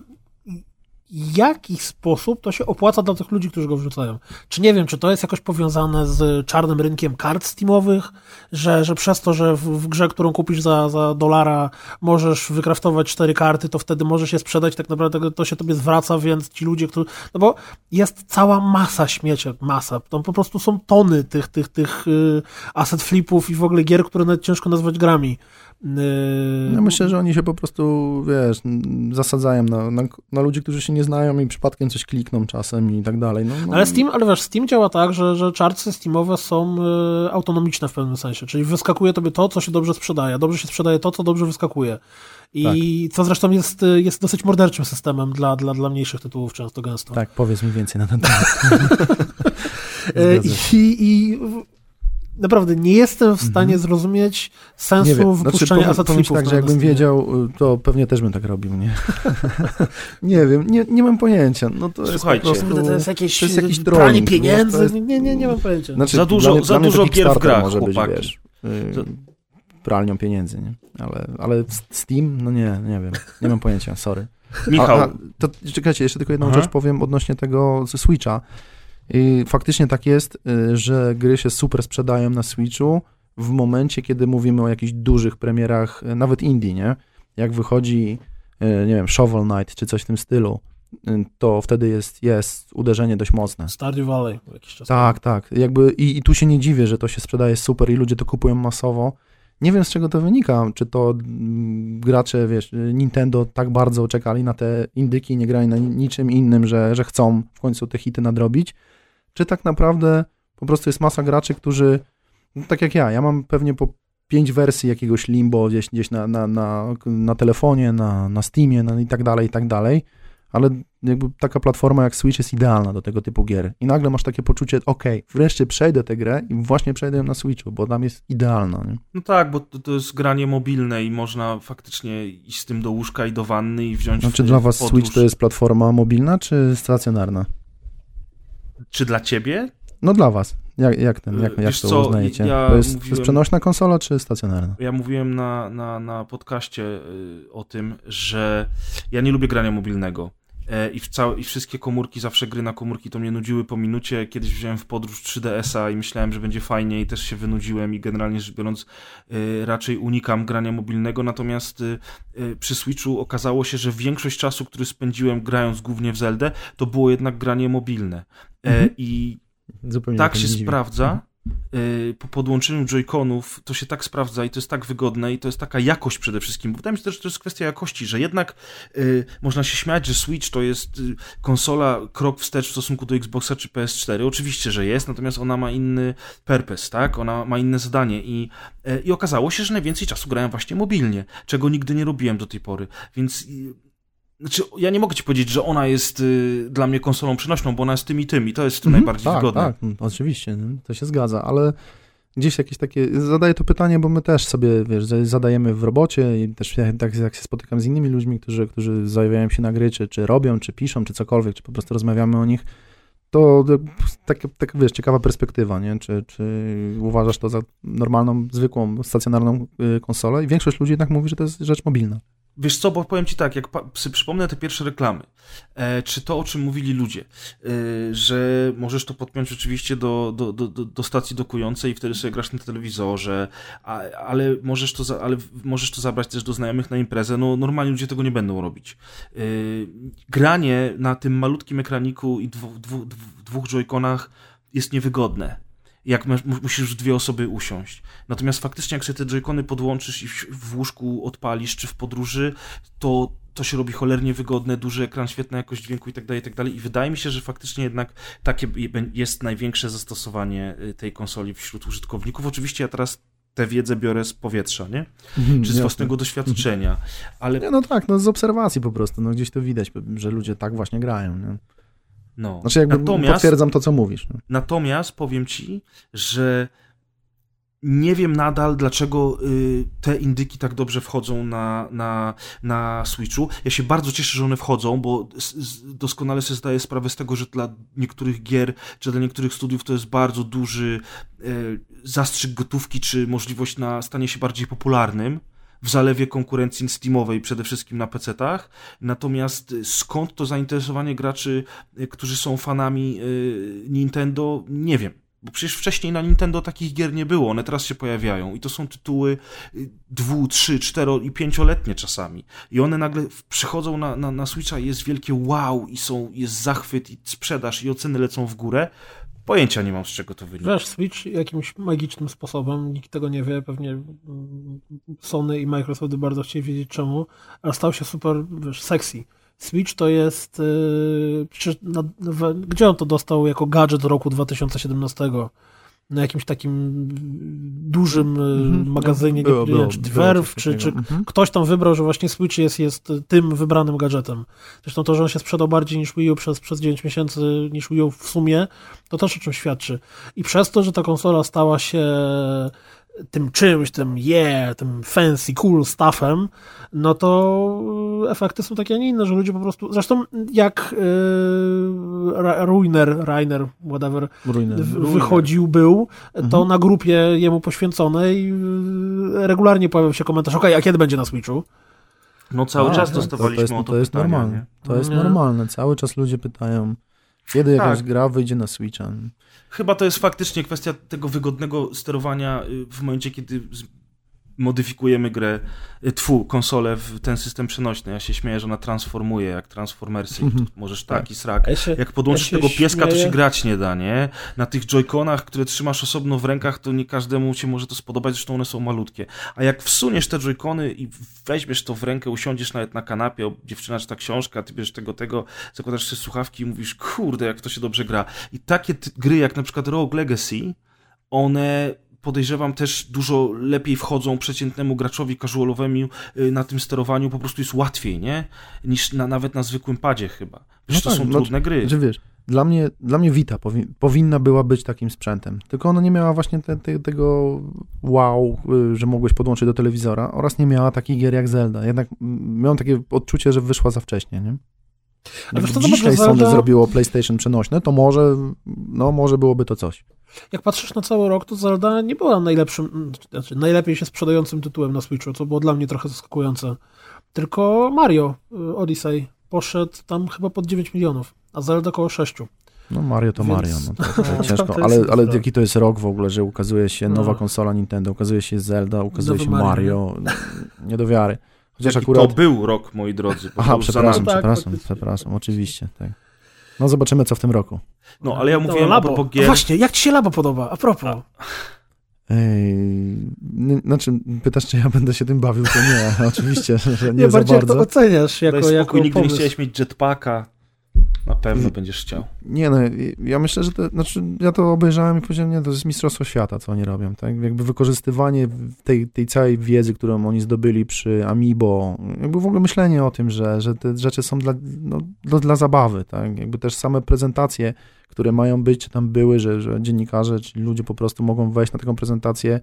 Speaker 1: w jaki sposób to się opłaca dla tych ludzi, którzy go wrzucają? Czy nie wiem, czy to jest jakoś powiązane z czarnym rynkiem kart Steamowych, że przez to, że w grze, którą kupisz za $1 możesz wykraftować 4 karty, to wtedy możesz je sprzedać, tak naprawdę to się tobie zwraca, więc ci ludzie, którzy... No bo jest cała masa śmiecia, tam po prostu są tony tych asset flipów i w ogóle gier, które nawet ciężko nazwać grami.
Speaker 3: Ja myślę, że oni się po prostu, wiesz, zasadzają na ludzi, którzy się nie znają i przypadkiem coś klikną czasem i tak dalej. No.
Speaker 1: Ale wiesz, Steam działa tak, że czarty Steamowe są autonomiczne w pewnym sensie, czyli wyskakuje tobie to, co się dobrze sprzedaje. Dobrze się sprzedaje to, co dobrze wyskakuje. I co zresztą jest dosyć morderczym systemem dla mniejszych tytułów często gęsto.
Speaker 3: Tak, powiedz mi więcej na ten temat.
Speaker 1: I naprawdę nie jestem w stanie zrozumieć sensu wypuszczania asset flipów.
Speaker 3: Tak, że jakbym wiedział, to pewnie też bym tak robił, nie? Nie wiem, nie mam pojęcia. No to
Speaker 2: Słuchajcie,
Speaker 3: jest po prostu,
Speaker 1: to jest jakieś
Speaker 3: pranie
Speaker 1: pieniędzy, nie mam pojęcia.
Speaker 3: Znaczy,
Speaker 2: za dużo gier w grach,
Speaker 3: może
Speaker 2: chłopaki.
Speaker 3: być, wiesz, pralnią pieniędzy, nie? Ale Steam, no nie wiem, nie mam pojęcia, sorry.
Speaker 2: Michał.
Speaker 3: To czekajcie, jeszcze tylko jedną rzecz powiem odnośnie tego Switcha. I faktycznie tak jest, że gry się super sprzedają na Switchu w momencie, kiedy mówimy o jakichś dużych premierach, nawet indie, nie? Jak wychodzi, nie wiem, Shovel Knight czy coś w tym stylu, to wtedy jest uderzenie dość mocne.
Speaker 1: Stardew Valley jakiś czas.
Speaker 3: Tak. Jakby i tu się nie dziwię, że to się sprzedaje super i ludzie to kupują masowo. Nie wiem, z czego to wynika. Czy to gracze, wiesz, Nintendo tak bardzo czekali na te indyki, nie grali na niczym innym, że chcą w końcu te hity nadrobić, czy tak naprawdę po prostu jest masa graczy, którzy, no tak jak ja mam pewnie po 5 wersji jakiegoś Limbo gdzieś na telefonie, na Steamie i tak dalej, ale jakby taka platforma jak Switch jest idealna do tego typu gier. I nagle masz takie poczucie, wreszcie przejdę tę grę i właśnie przejdę ją na Switchu, bo tam jest idealna. Nie?
Speaker 2: No tak, bo to jest granie mobilne i można faktycznie iść z tym do łóżka i do wanny i wziąć
Speaker 3: Czy dla was
Speaker 2: podróż.
Speaker 3: Switch to jest platforma mobilna, czy stacjonarna?
Speaker 2: Czy dla ciebie?
Speaker 3: No dla was. Jak to uznajecie? To jest przenośna konsola, czy stacjonarna?
Speaker 2: Ja mówiłem na podcaście o tym, że ja nie lubię grania mobilnego. I wszystkie komórki, zawsze gry na komórki to mnie nudziły po minucie. Kiedyś wziąłem w podróż 3DS-a i myślałem, że będzie fajnie i też się wynudziłem i generalnie rzecz biorąc raczej unikam grania mobilnego, natomiast przy Switchu okazało się, że większość czasu, który spędziłem grając głównie w Zeldę, to było jednak granie mobilne. I
Speaker 3: zupełnie
Speaker 2: tak się sprawdza. Po podłączeniu Joy-Conów to się tak sprawdza i to jest tak wygodne i to jest taka jakość przede wszystkim, bo wydaje mi się też, że to jest kwestia jakości, że jednak można się śmiać, że Switch to jest konsola krok wstecz w stosunku do Xboxa czy PS4, oczywiście, że jest, natomiast ona ma inny purpose, tak? Ona ma inne zadanie i okazało się, że najwięcej czasu grałem właśnie mobilnie, czego nigdy nie robiłem do tej pory, więc znaczy, ja nie mogę ci powiedzieć, że ona jest dla mnie konsolą przenośną, bo ona jest tym i to jest w tym najbardziej wygodne.
Speaker 3: Tak, oczywiście, to się zgadza, ale gdzieś jakieś takie, zadaję to pytanie, bo my też sobie, wiesz, zadajemy w robocie i też tak jak się spotykam z innymi ludźmi, którzy zajawiają się na gry, czy robią, czy piszą, czy cokolwiek, czy po prostu rozmawiamy o nich, to taka, wiesz, ciekawa perspektywa, nie? Czy uważasz to za normalną, zwykłą, stacjonarną konsolę? I większość ludzi jednak mówi, że to jest rzecz mobilna.
Speaker 2: Wiesz co, bo powiem ci tak, jak przypomnę te pierwsze reklamy, czy to, o czym mówili ludzie, że możesz to podpiąć oczywiście do stacji dokującej i wtedy sobie grasz na telewizorze, ale możesz to zabrać też do znajomych na imprezę, no normalnie ludzie tego nie będą robić. Granie na tym malutkim ekraniku i dwóch joyconach jest niewygodne. Jak musisz 2 osoby usiąść. Natomiast faktycznie, jak sobie te joycony podłączysz i w łóżku odpalisz, czy w podróży, to się robi cholernie wygodne, duży ekran, świetna jakość dźwięku i tak dalej. I wydaje mi się, że faktycznie jednak takie jest największe zastosowanie tej konsoli wśród użytkowników. Oczywiście ja teraz tę wiedzę biorę z powietrza, nie? Czy z własnego doświadczenia. Ale...
Speaker 3: Nie, no tak, no z obserwacji po prostu. No gdzieś to widać, że ludzie tak właśnie grają, nie?
Speaker 2: No.
Speaker 3: Znaczy jakby potwierdzam to, co mówisz. No.
Speaker 2: Natomiast powiem ci, że nie wiem nadal, dlaczego te indyki tak dobrze wchodzą na Switchu. Ja się bardzo cieszę, że one wchodzą, bo doskonale sobie zdaję sprawę z tego, że dla niektórych gier, czy dla niektórych studiów to jest bardzo duży zastrzyk gotówki, czy możliwość na stanie się bardziej popularnym w zalewie konkurencji steamowej, przede wszystkim na PC-tach. Natomiast skąd to zainteresowanie graczy, którzy są fanami Nintendo, nie wiem. Bo przecież wcześniej na Nintendo takich gier nie było, one teraz się pojawiają i to są tytuły 2, 3, 4 i 5-letnie czasami. I one nagle przychodzą na Switcha i jest wielkie wow i jest zachwyt i sprzedaż i oceny lecą w górę. Pojęcia nie mam, z czego to wynika.
Speaker 1: Wiesz, Switch jakimś magicznym sposobem, nikt tego nie wie, pewnie Sony i Microsoft bardzo chcieli wiedzieć czemu, ale stał się super, wiesz, sexy. Switch to jest... gdzie on to dostał jako gadżet roku 2017? Na jakimś takim dużym magazynie, czy Verve, czy ktoś tam wybrał, że właśnie Switch jest tym wybranym gadżetem. Zresztą to, że on się sprzedał bardziej niż Wii U przez 9 miesięcy, niż Wii U w sumie, to też o czym świadczy. I przez to, że ta konsola stała się tym czymś, tym fancy, cool stuffem, no to efekty są takie, a nie inne, że ludzie po prostu, zresztą jak Rainer, whatever, wychodził, to na grupie jemu poświęconej regularnie pojawiał się komentarz, a kiedy będzie na Switchu?
Speaker 2: No cały czas dostawaliśmy o to
Speaker 3: jest
Speaker 2: pytania,
Speaker 3: normalne.
Speaker 2: Nie?
Speaker 3: To jest normalne, cały czas ludzie pytają, kiedy jakaś gra wyjdzie na Switcha.
Speaker 2: Chyba to jest faktycznie kwestia tego wygodnego sterowania w momencie, kiedy modyfikujemy grę, konsolę w ten system przenośny. Ja się śmieję, że ona transformuje, jak Transformersy. Możesz i srak. Jak podłączysz tego pieska, to się grać nie da, nie? Na tych joyconach, które trzymasz osobno w rękach, to nie każdemu się może to spodobać, zresztą one są malutkie. A jak wsuniesz te joycony i weźmiesz to w rękę, usiądziesz nawet na kanapie, dziewczyna czyta książkę, a ty bierzesz tego, zakładasz sobie słuchawki i mówisz, kurde, jak to się dobrze gra. I takie gry, jak na przykład Rogue Legacy, one... podejrzewam też dużo lepiej wchodzą przeciętnemu graczowi casualowemu na tym sterowaniu, po prostu jest łatwiej, nie? Niż nawet na zwykłym padzie chyba. Przecież to są trudne gry.
Speaker 3: Że wiesz, dla mnie Vita powinna była być takim sprzętem, tylko ona nie miała właśnie tego wow, że mogłeś podłączyć do telewizora oraz nie miała takich gier jak Zelda. Jednak miałem takie odczucie, że wyszła za wcześnie, nie? Jak dzisiaj Sony zrobiło PlayStation przenośne, to może byłoby to coś.
Speaker 1: Jak patrzysz na cały rok, to Zelda nie była najlepiej się sprzedającym tytułem na Switchu, co było dla mnie trochę zaskakujące. Tylko Mario Odyssey poszedł tam chyba pod 9 milionów, a Zelda około 6.
Speaker 3: No Mario to Mario, to ciężko, ale jaki to jest rok w ogóle, że ukazuje się nowa konsola Nintendo, ukazuje się Zelda, ukazuje się Mario, nie do wiary.
Speaker 2: Chociaż akurat... To był rok, moi drodzy.
Speaker 3: Aha, przepraszam, oczywiście, tak. No zobaczymy, co w tym roku.
Speaker 2: No, ale ja mówiłem
Speaker 1: a propos gier... Właśnie, jak ci się Labo podoba? A propos.
Speaker 3: Znaczy, pytasz, czy ja będę się tym bawił, to nie, oczywiście, że nie za
Speaker 1: bardziej
Speaker 3: bardzo.
Speaker 1: Jak to oceniasz jako
Speaker 2: nigdy
Speaker 1: pomysł.
Speaker 2: nie chciałeś mieć jetpacka. Na pewno będziesz chciał.
Speaker 3: Nie no, ja myślę, że ja to obejrzałem i powiedziałem, nie, to jest mistrzostwo świata, co oni robią, tak? Jakby wykorzystywanie tej całej wiedzy, którą oni zdobyli przy Amiibo, jakby w ogóle myślenie o tym, że te rzeczy są dla zabawy, tak? Jakby też same prezentacje, które mają być, czy tam były, że dziennikarze, czy ludzie po prostu mogą wejść na taką prezentację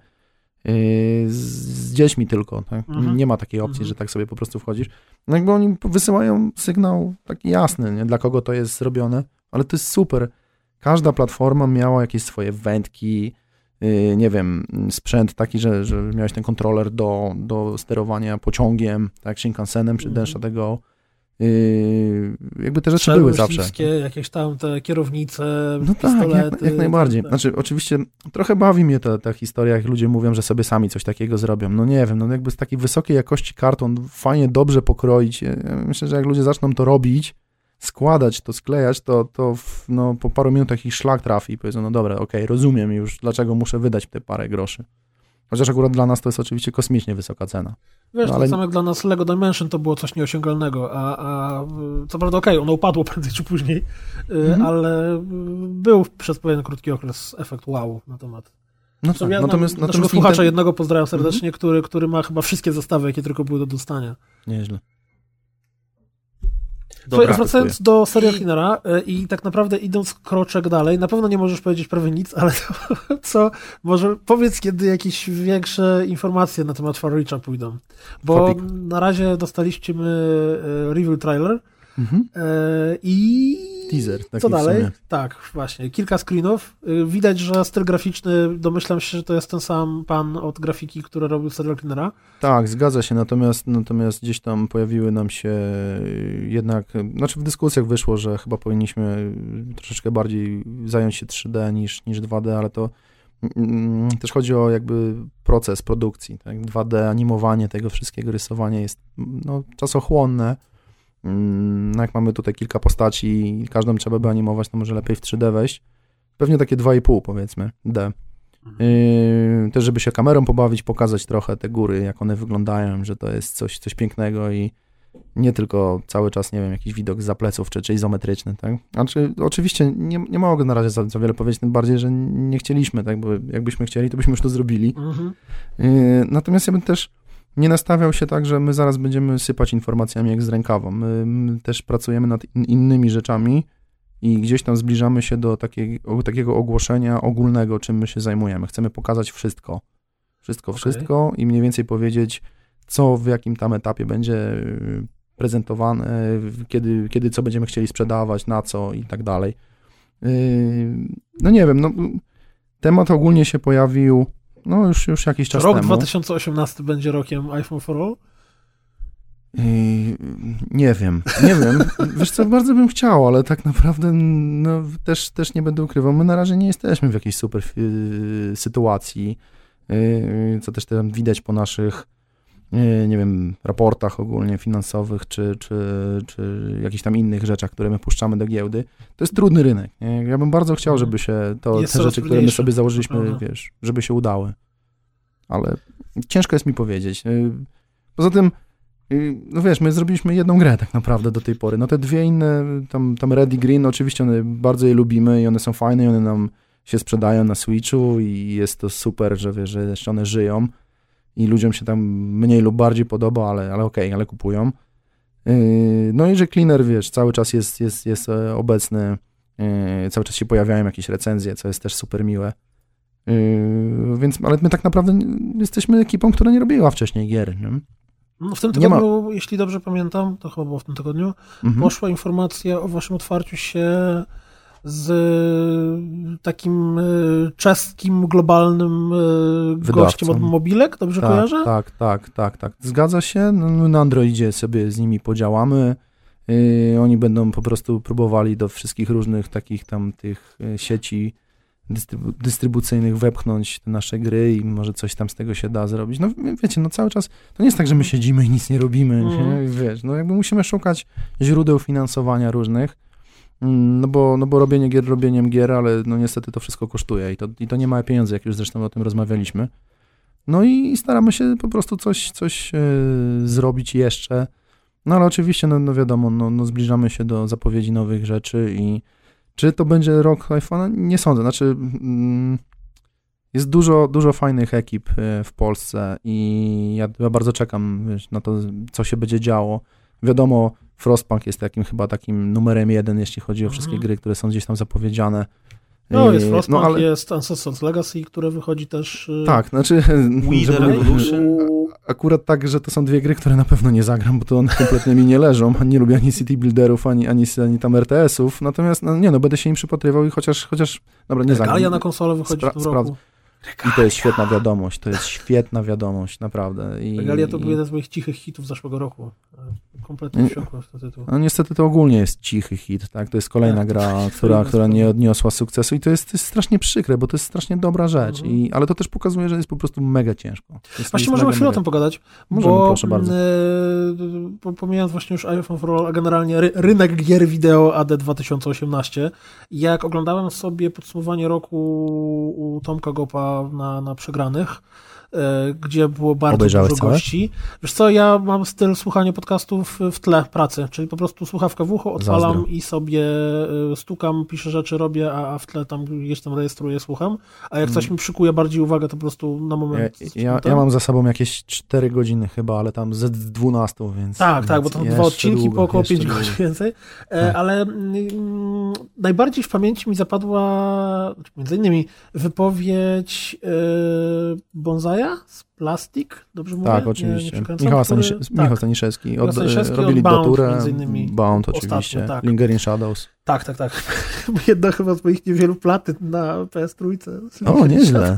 Speaker 3: z dziećmi tylko, tak? Nie ma takiej opcji, że tak sobie po prostu wchodzisz. No jakby oni wysyłają sygnał taki jasny, nie? Dla kogo to jest zrobione, ale to jest super. Każda platforma miała jakieś swoje wędki, nie wiem, sprzęt taki, że miałeś ten kontroler do sterowania pociągiem, tak, Shinkansenem czy Denshatego. Jakby te rzeczy były zawsze.
Speaker 1: Jakieś tam te kierownice,
Speaker 3: no
Speaker 1: pistolety.
Speaker 3: Tak, jak najbardziej. Znaczy, oczywiście trochę bawi mnie ta historia, jak ludzie mówią, że sobie sami coś takiego zrobią. No nie wiem, no jakby z takiej wysokiej jakości karton fajnie, dobrze pokroić. Ja myślę, że jak ludzie zaczną to robić, składać to, sklejać, to po paru minutach ich szlak trafi i powiedzą, no dobra, okej, rozumiem już, dlaczego muszę wydać te parę groszy. Chociaż akurat dla nas to jest oczywiście kosmicznie wysoka cena.
Speaker 1: Wiesz, no, ale... tak samo jak dla nas Lego Dimension to było coś nieosiągalnego, a co prawda ono upadło prędzej czy później, ale był przez pewien krótki okres efekt wow na temat.
Speaker 3: No tak,
Speaker 1: ja naszego słuchacza jednego pozdrawiam serdecznie, który ma chyba wszystkie zestawy, jakie tylko były do dostania.
Speaker 3: Nieźle.
Speaker 1: Dobra, wracając do serial Cleanera i tak naprawdę idąc kroczek dalej, na pewno nie możesz powiedzieć prawie nic, ale co może powiedz, kiedy jakieś większe informacje na temat Far Reacha pójdą. Bo na razie dostaliśmy review trailer i
Speaker 3: teaser.
Speaker 1: Co dalej? Tak, właśnie. Kilka screenów. Widać, że styl graficzny, domyślam się, że to jest ten sam pan od grafiki, który robił serial Cleanera.
Speaker 3: Tak, zgadza się, natomiast gdzieś tam pojawiły nam się jednak, w dyskusjach wyszło, że chyba powinniśmy troszeczkę bardziej zająć się 3D niż 2D, ale to też chodzi o jakby proces produkcji, tak? 2D, animowanie tego wszystkiego, rysowanie jest czasochłonne. No jak mamy tutaj kilka postaci i każdą trzeba by animować, to może lepiej w 3D wejść. Pewnie takie 2,5 powiedzmy, D. Też żeby się kamerą pobawić, pokazać trochę te góry, jak one wyglądają, że to jest coś pięknego i nie tylko cały czas, nie wiem, jakiś widok zza pleców czy izometryczny, tak? Znaczy, oczywiście nie mogę na razie za wiele powiedzieć, tym bardziej, że nie chcieliśmy, tak? Bo jakbyśmy chcieli, to byśmy już to zrobili. Natomiast ja bym też nie nastawiał się tak, że my zaraz będziemy sypać informacjami jak z rękawa. My też pracujemy nad innymi rzeczami i gdzieś tam zbliżamy się do takiego ogłoszenia ogólnego, czym my się zajmujemy. Chcemy pokazać wszystko. Wszystko i mniej więcej powiedzieć, co w jakim tam etapie będzie prezentowane, kiedy co będziemy chcieli sprzedawać, na co i tak dalej. No nie wiem, temat ogólnie się pojawił już jakiś czas temu.
Speaker 1: Rok 2018 będzie rokiem iPhone for All?
Speaker 3: Nie wiem. Wiesz co, bardzo bym chciał, ale tak naprawdę też nie będę ukrywał. My na razie nie jesteśmy w jakiejś super sytuacji, co też tam widać po naszych, nie wiem, raportach ogólnie finansowych, czy jakichś tam innych rzeczach, które my puszczamy do giełdy. To jest trudny rynek. Nie? Ja bym bardzo chciał, żeby się te rzeczy, które my sobie założyliśmy, wiesz, żeby się udały. Ale ciężko jest mi powiedzieć. Poza tym, wiesz, my zrobiliśmy jedną grę tak naprawdę do tej pory. Te dwie inne, tam Red i Green, oczywiście bardzo je lubimy i one są fajne i one nam się sprzedają na Switchu i jest to super, że wiesz, że jeszcze one żyją i ludziom się tam mniej lub bardziej podoba, ale okej, ale kupują. No i że Cleaner, wiesz, cały czas jest obecny, cały czas się pojawiają jakieś recenzje, co jest też super miłe. Ale my tak naprawdę jesteśmy ekipą, która nie robiła wcześniej gier. Nie?
Speaker 1: W tym tygodniu, jeśli dobrze pamiętam, to chyba było w tym tygodniu, poszła informacja o waszym otwarciu się z takim czeskim, globalnym gościem od Mobilek, dobrze kojarzę?
Speaker 3: Tak. Zgadza się. Na Androidzie sobie z nimi podziałamy. Oni będą po prostu próbowali do wszystkich różnych takich tam tych sieci dystrybucyjnych wepchnąć te nasze gry i może coś tam z tego się da zrobić. Wiecie, cały czas to nie jest tak, że my siedzimy i nic nie robimy, nie? Wiesz, jakby musimy szukać źródeł finansowania różnych, bo robienie gier robieniem gier, ale niestety to wszystko kosztuje i to nie ma pieniędzy, jak już zresztą o tym rozmawialiśmy. I staramy się po prostu coś zrobić jeszcze, No ale oczywiście, no wiadomo, no zbliżamy się do zapowiedzi nowych rzeczy i czy to będzie rok iPhone'a? Nie sądzę, znaczy jest dużo fajnych ekip w Polsce i ja bardzo czekam, wiesz, na to, co się będzie działo. Wiadomo, Frostpunk jest takim numerem 1, jeśli chodzi o wszystkie gry, które są gdzieś tam zapowiedziane.
Speaker 1: No, jest Frostpunk, ale... jest Ancestors Legacy, które wychodzi też...
Speaker 3: Tak, znaczy... Akurat tak, że to są dwie gry, które na pewno nie zagram, bo to one kompletnie mi nie leżą. Nie lubię ani City Builderów, ani tam RTS-ów. Natomiast, będę się im przypatrywał i chociaż dobra, nie zagram.
Speaker 1: Regalia na konsolę wychodzi w tym roku.
Speaker 3: I to jest świetna wiadomość, naprawdę.
Speaker 1: Regalia to był jeden z moich cichych hitów zeszłego roku. Kompletnie wsiąkłem w ten tytuł.
Speaker 3: No niestety to ogólnie jest cichy hit, tak? To jest kolejna gra, która nie odniosła sukcesu i to jest strasznie przykre, bo to jest strasznie dobra rzecz. Ale to też pokazuje, że jest po prostu mega ciężko.
Speaker 1: Właśnie możemy chwilę o tym pogadać.
Speaker 3: Możemy, proszę bardzo.
Speaker 1: Pomijając właśnie już iPhone for All, a generalnie rynek gier wideo AD 2018, jak oglądałem sobie podsumowanie roku u Tomka Gopa na Przegranych, gdzie było bardzo dużo gości. Wiesz co, ja mam styl słuchania podcastów w tle pracy, czyli po prostu słuchawka w ucho, odpalam i sobie stukam, piszę rzeczy, robię, a w tle tam gdzieś tam rejestruję, słucham, a jak coś mi przykuje bardziej uwagę, to po prostu na moment...
Speaker 3: Ja mam za sobą jakieś 4 godziny chyba, ale tam z 12, więc...
Speaker 1: Tak, bo to 2 odcinki po około 5 godzin więcej, ale najbardziej w pamięci mi zapadła między innymi wypowiedź Bonsaja z Plastik, dobrze mówię?
Speaker 3: Tak, oczywiście. Michał Staniszewski. Robili Daturę, Bound oczywiście, tak. Lingering Shadows.
Speaker 1: Tak. Jedna chyba z moich niewielu platyn na PS3.
Speaker 3: O, nieźle.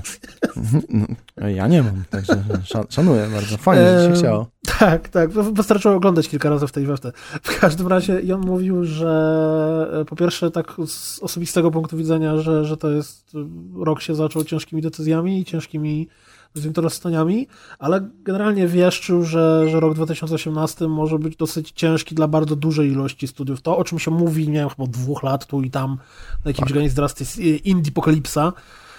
Speaker 3: No, ja nie mam, także szanuję bardzo. Fajnie, że się chciało.
Speaker 1: Tak. Wystarczyło oglądać kilka razy w tej weftę. W każdym razie i on mówił, że po pierwsze tak z osobistego punktu widzenia, że to jest rok się zaczął ciężkimi decyzjami i ciężkimi rozstaniami, ale generalnie wieszczył, że rok 2018 może być dosyć ciężki dla bardzo dużej ilości studiów. To, o czym się mówi, nie wiem, chyba 2 lat tu i tam na jakimś granicy Indie-pokalipsa,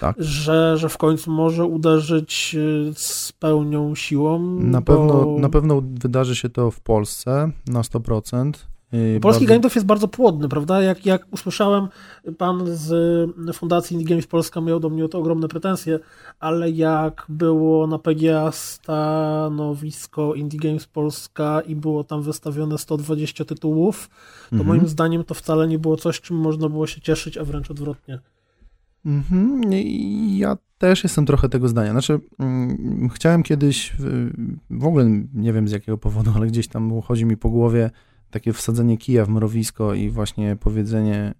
Speaker 1: że w końcu może uderzyć z pełnią siłą.
Speaker 3: Na pewno wydarzy się to w Polsce na 100%.
Speaker 1: Polski game dev jest bardzo płodny, prawda? Jak usłyszałem, pan z Fundacji Indie Games Polska miał do mnie o to ogromne pretensje, ale jak było na PGA stanowisko Indie Games Polska i było tam wystawione 120 tytułów, to moim zdaniem to wcale nie było coś, czym można było się cieszyć, a wręcz odwrotnie.
Speaker 3: Ja też jestem trochę tego zdania. Znaczy, chciałem kiedyś, w ogóle nie wiem z jakiego powodu, ale gdzieś tam chodzi mi po głowie takie wsadzenie kija w mrowisko i właśnie powiedzenie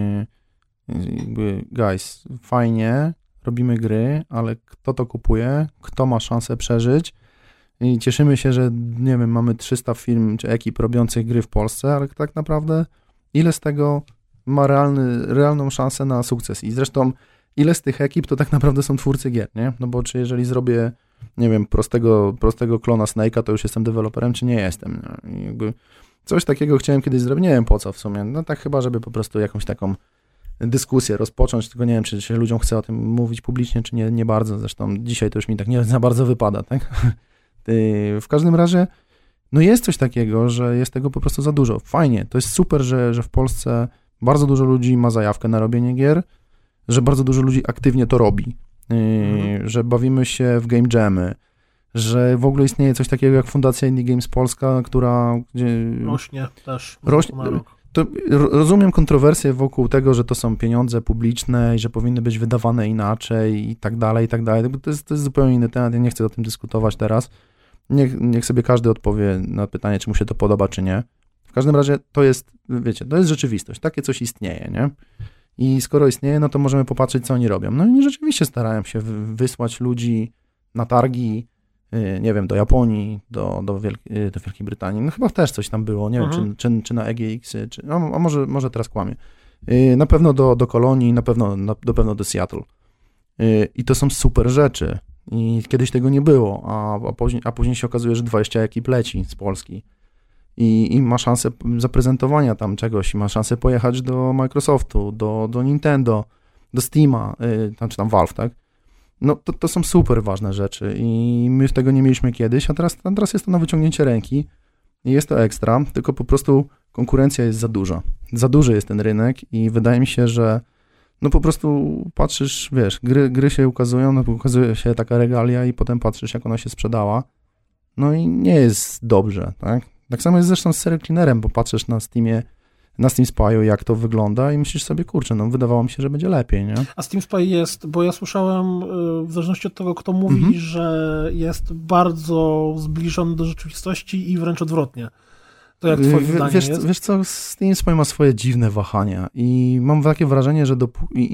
Speaker 3: jakby guys, fajnie, robimy gry, ale kto to kupuje, kto ma szansę przeżyć i cieszymy się, że nie wiem, mamy 300 firm czy ekip robiących gry w Polsce, ale tak naprawdę ile z tego ma realną szansę na sukces i zresztą ile z tych ekip to tak naprawdę są twórcy gier, nie? No bo czy jeżeli zrobię, nie wiem, prostego klona Snake'a, to już jestem deweloperem, czy nie jestem? No? I jakby coś takiego chciałem kiedyś zrobić, nie wiem po co w sumie, no tak chyba, żeby po prostu jakąś taką dyskusję rozpocząć, tylko nie wiem, czy się ludziom chce o tym mówić publicznie, czy nie bardzo, zresztą dzisiaj to już mi tak nie za bardzo wypada, tak? W każdym razie, no jest coś takiego, że jest tego po prostu za dużo. Fajnie, to jest super, że w Polsce bardzo dużo ludzi ma zajawkę na robienie gier, że bardzo dużo ludzi aktywnie to robi, że bawimy się w game jamy, że w ogóle istnieje coś takiego jak Fundacja Indie Games Polska, która...
Speaker 1: Rośnie też.
Speaker 3: To rozumiem kontrowersje wokół tego, że to są pieniądze publiczne i że powinny być wydawane inaczej i tak dalej, bo to jest zupełnie inny temat, ja nie chcę o tym dyskutować teraz. Niech sobie każdy odpowie na pytanie, czy mu się to podoba, czy nie. W każdym razie to jest, wiecie, to jest rzeczywistość, takie coś istnieje, nie? I skoro istnieje, no to możemy popatrzeć, co oni robią. No i rzeczywiście starają się wysłać ludzi na targi, nie wiem, do Japonii, do Wielkiej Brytanii. No chyba też coś tam było, nie wiem, czy na EGX, a może teraz kłamię. Na pewno do Kolonii, na pewno do Seattle. I to są super rzeczy. I kiedyś tego nie było, a później się okazuje, że 20 ekip leci z Polski. I ma szansę zaprezentowania tam czegoś, i ma szansę pojechać do Microsoftu, do Nintendo, do Steama, czy tam Valve, tak? No to są super ważne rzeczy i my tego nie mieliśmy kiedyś, a teraz jest to na wyciągnięcie ręki i jest to ekstra, tylko po prostu konkurencja jest za duża. Za duży jest ten rynek i wydaje mi się, że no po prostu patrzysz, wiesz, gry się ukazują, no ukazuje się taka regalia i potem patrzysz, jak ona się sprzedała, no i nie jest dobrze, tak? Tak samo jest zresztą z Serial Cleanerem, bo patrzysz na Steamie, na Steam Spy'u, jak to wygląda i myślisz sobie, kurczę, no wydawało mi się, że będzie lepiej, nie?
Speaker 1: A Steam Spy jest, bo ja słyszałem, w zależności od tego, kto mówi, że jest bardzo zbliżony do rzeczywistości i wręcz odwrotnie. To jak twoje zdanie jest?
Speaker 3: Wiesz co, Steam Spy ma swoje dziwne wahania i mam takie wrażenie, że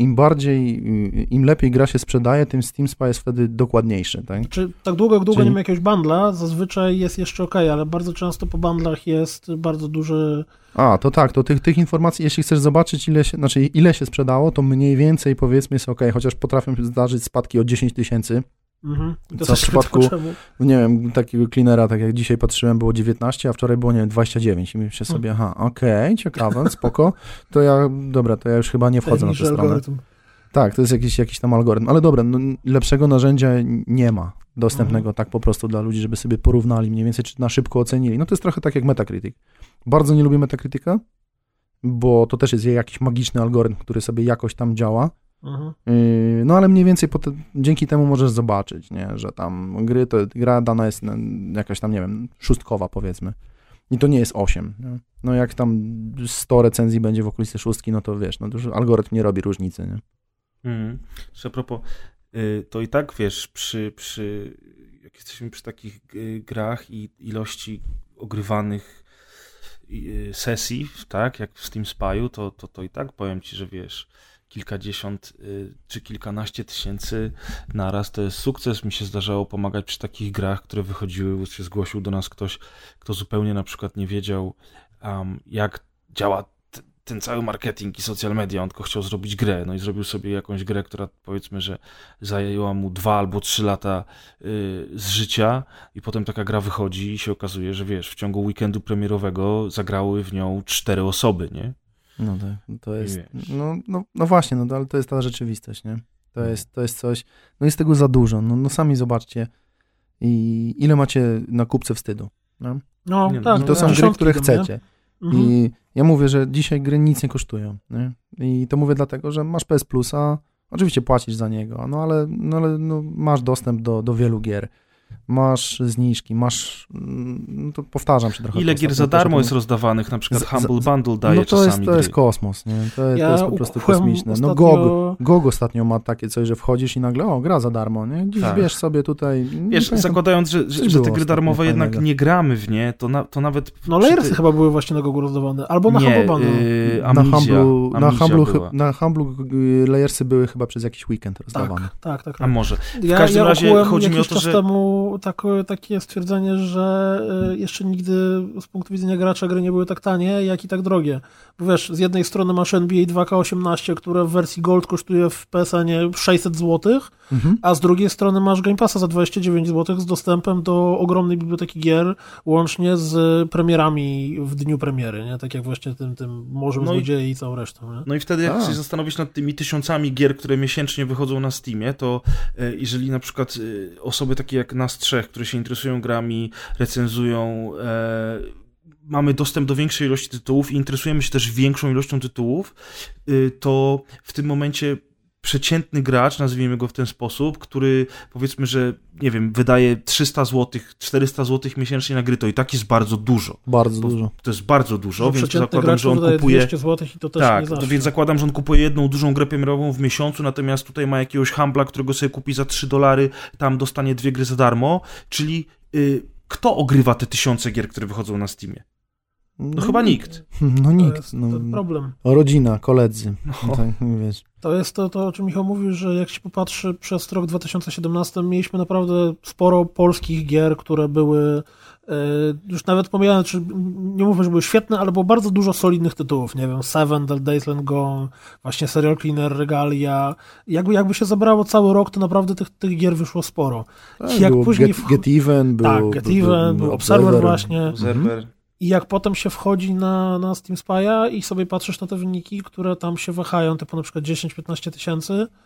Speaker 3: im lepiej gra się sprzedaje, tym Steam Spy jest wtedy dokładniejszy, tak?
Speaker 1: Czy tak długo, jak długo nie ma jakiegoś bundla, zazwyczaj jest jeszcze okej, ale bardzo często po bundlach jest bardzo duży...
Speaker 3: To tak, to tych informacji, jeśli chcesz zobaczyć, ile się sprzedało, to mniej więcej powiedzmy jest okej, chociaż potrafią się zdarzyć spadki o 10 000. Co w przypadku, nie wiem, takiego cleanera, tak jak dzisiaj patrzyłem, było 19, a wczoraj było, nie wiem, 29 i myślę sobie, ciekawe, spoko, to ja już chyba nie wchodzę na tę stronę. Tak, to jest jakiś tam algorytm, ale dobra, no, lepszego narzędzia nie ma dostępnego tak po prostu dla ludzi, żeby sobie porównali mniej więcej, czy na szybko ocenili. No to jest trochę tak jak Metacritic. Bardzo nie lubię Metacritica, bo to też jest jakiś magiczny algorytm, który sobie jakoś tam działa. No ale mniej więcej dzięki temu możesz zobaczyć, nie, że tam gra dana jest jakaś tam, nie wiem, 6 powiedzmy. I to nie jest 8. Nie? No jak tam 100 recenzji będzie w okolicy 6, no to wiesz, no to już algorytm nie robi różnicy, nie?
Speaker 2: A propos, to i tak wiesz, jak jesteśmy przy takich grach i ilości ogrywanych sesji, tak, jak w Steam Spy'u, to i tak powiem ci, że wiesz, kilkadziesiąt czy kilkanaście tysięcy naraz to jest sukces. Mi się zdarzało pomagać przy takich grach, które wychodziły, się zgłosił do nas ktoś, kto zupełnie na przykład nie wiedział, jak działa ten cały marketing i social media, on tylko chciał zrobić grę, no i zrobił sobie jakąś grę, która powiedzmy, że zajęła mu 2 albo 3 lata z życia i potem taka gra wychodzi i się okazuje, że wiesz, w ciągu weekendu premierowego zagrały w nią 4 osoby, nie?
Speaker 3: No tak, to jest, no właśnie, no ale to jest ta rzeczywistość, nie? To jest coś, no jest tego za dużo, no sami zobaczcie i ile macie na kupce wstydu, no?
Speaker 1: Tak,
Speaker 3: i to są gry, które chcecie. I ja mówię, że dzisiaj gry nic nie kosztują, nie? I to mówię dlatego, że masz PS Plusa, oczywiście płacisz za niego, ale masz dostęp do wielu gier. Masz zniżki, no to powtarzam się trochę.
Speaker 2: Ile gier za darmo jest rozdawanych, na przykład Humble Bundle daje czasami
Speaker 3: to jest kosmos, nie? To jest po prostu kosmiczne. No GOG ostatnio ma takie coś, że wchodzisz i nagle, gra za darmo, nie? Dziś bierz sobie tutaj...
Speaker 2: Wiesz, zakładając, że te gry darmowe jednak nie gramy w nie, to nawet...
Speaker 1: No Layersy chyba były właśnie na GOG rozdawane, albo na Humble Bundle.
Speaker 3: Na Humblu Layersy były chyba przez jakiś weekend rozdawane.
Speaker 1: Tak.
Speaker 2: A może. W każdym razie chodzi mi o to, że...
Speaker 1: temu takie stwierdzenie, że jeszcze nigdy z punktu widzenia gracza gry nie były tak tanie, jak i tak drogie. Bo wiesz, z jednej strony masz NBA 2K18, które w wersji Gold kosztuje w PSN-ie 600 zł, a z drugiej strony masz Game Passa za 29 zł z dostępem do ogromnej biblioteki gier, łącznie z premierami w dniu premiery, nie? Tak jak właśnie tym Morzem Złodziei i całą resztą. Nie?
Speaker 2: No i wtedy jak się zastanowisz nad tymi tysiącami gier, które miesięcznie wychodzą na Steamie, to jeżeli na przykład osoby takie jak nas trzech, które się interesują grami, recenzują, mamy dostęp do większej ilości tytułów i interesujemy się też większą ilością tytułów, to w tym momencie przeciętny gracz, nazwijmy go w ten sposób, który powiedzmy, że nie wiem, wydaje 300 zł, 400 zł miesięcznie na gry, to i tak jest bardzo dużo.
Speaker 3: Dużo.
Speaker 2: To jest bardzo dużo, więc
Speaker 1: zakładam, że on kupuje 200 zł i to też nie zawsze.
Speaker 2: Więc zakładam, że on kupuje jedną dużą grę premierową w miesiącu, natomiast tutaj ma jakiegoś Humbla, którego sobie kupi za $3, tam dostanie 2 gry za darmo, czyli kto ogrywa te 1000 gier, które wychodzą na Steamie? No chyba nikt.
Speaker 3: No nikt.
Speaker 1: To jest ten problem.
Speaker 3: Rodzina, koledzy. Tak, wiesz.
Speaker 1: To jest to, o czym Michał mówił, że jak się popatrzy przez rok 2017, mieliśmy naprawdę sporo polskich gier, które były już nawet pomijając, czy nie mówmy, że były świetne, ale było bardzo dużo solidnych tytułów, nie wiem, Seven, The Days Land Gone, właśnie Serial Cleaner, Regalia. Jakby się zabrało cały rok, to naprawdę tych gier wyszło sporo.
Speaker 3: Tak, jak później Get Even,
Speaker 1: był Observer właśnie. I jak potem się wchodzi na Steam Spy'a i sobie patrzysz na te wyniki, które tam się wahają, typu na przykład 10-15 tysięcy,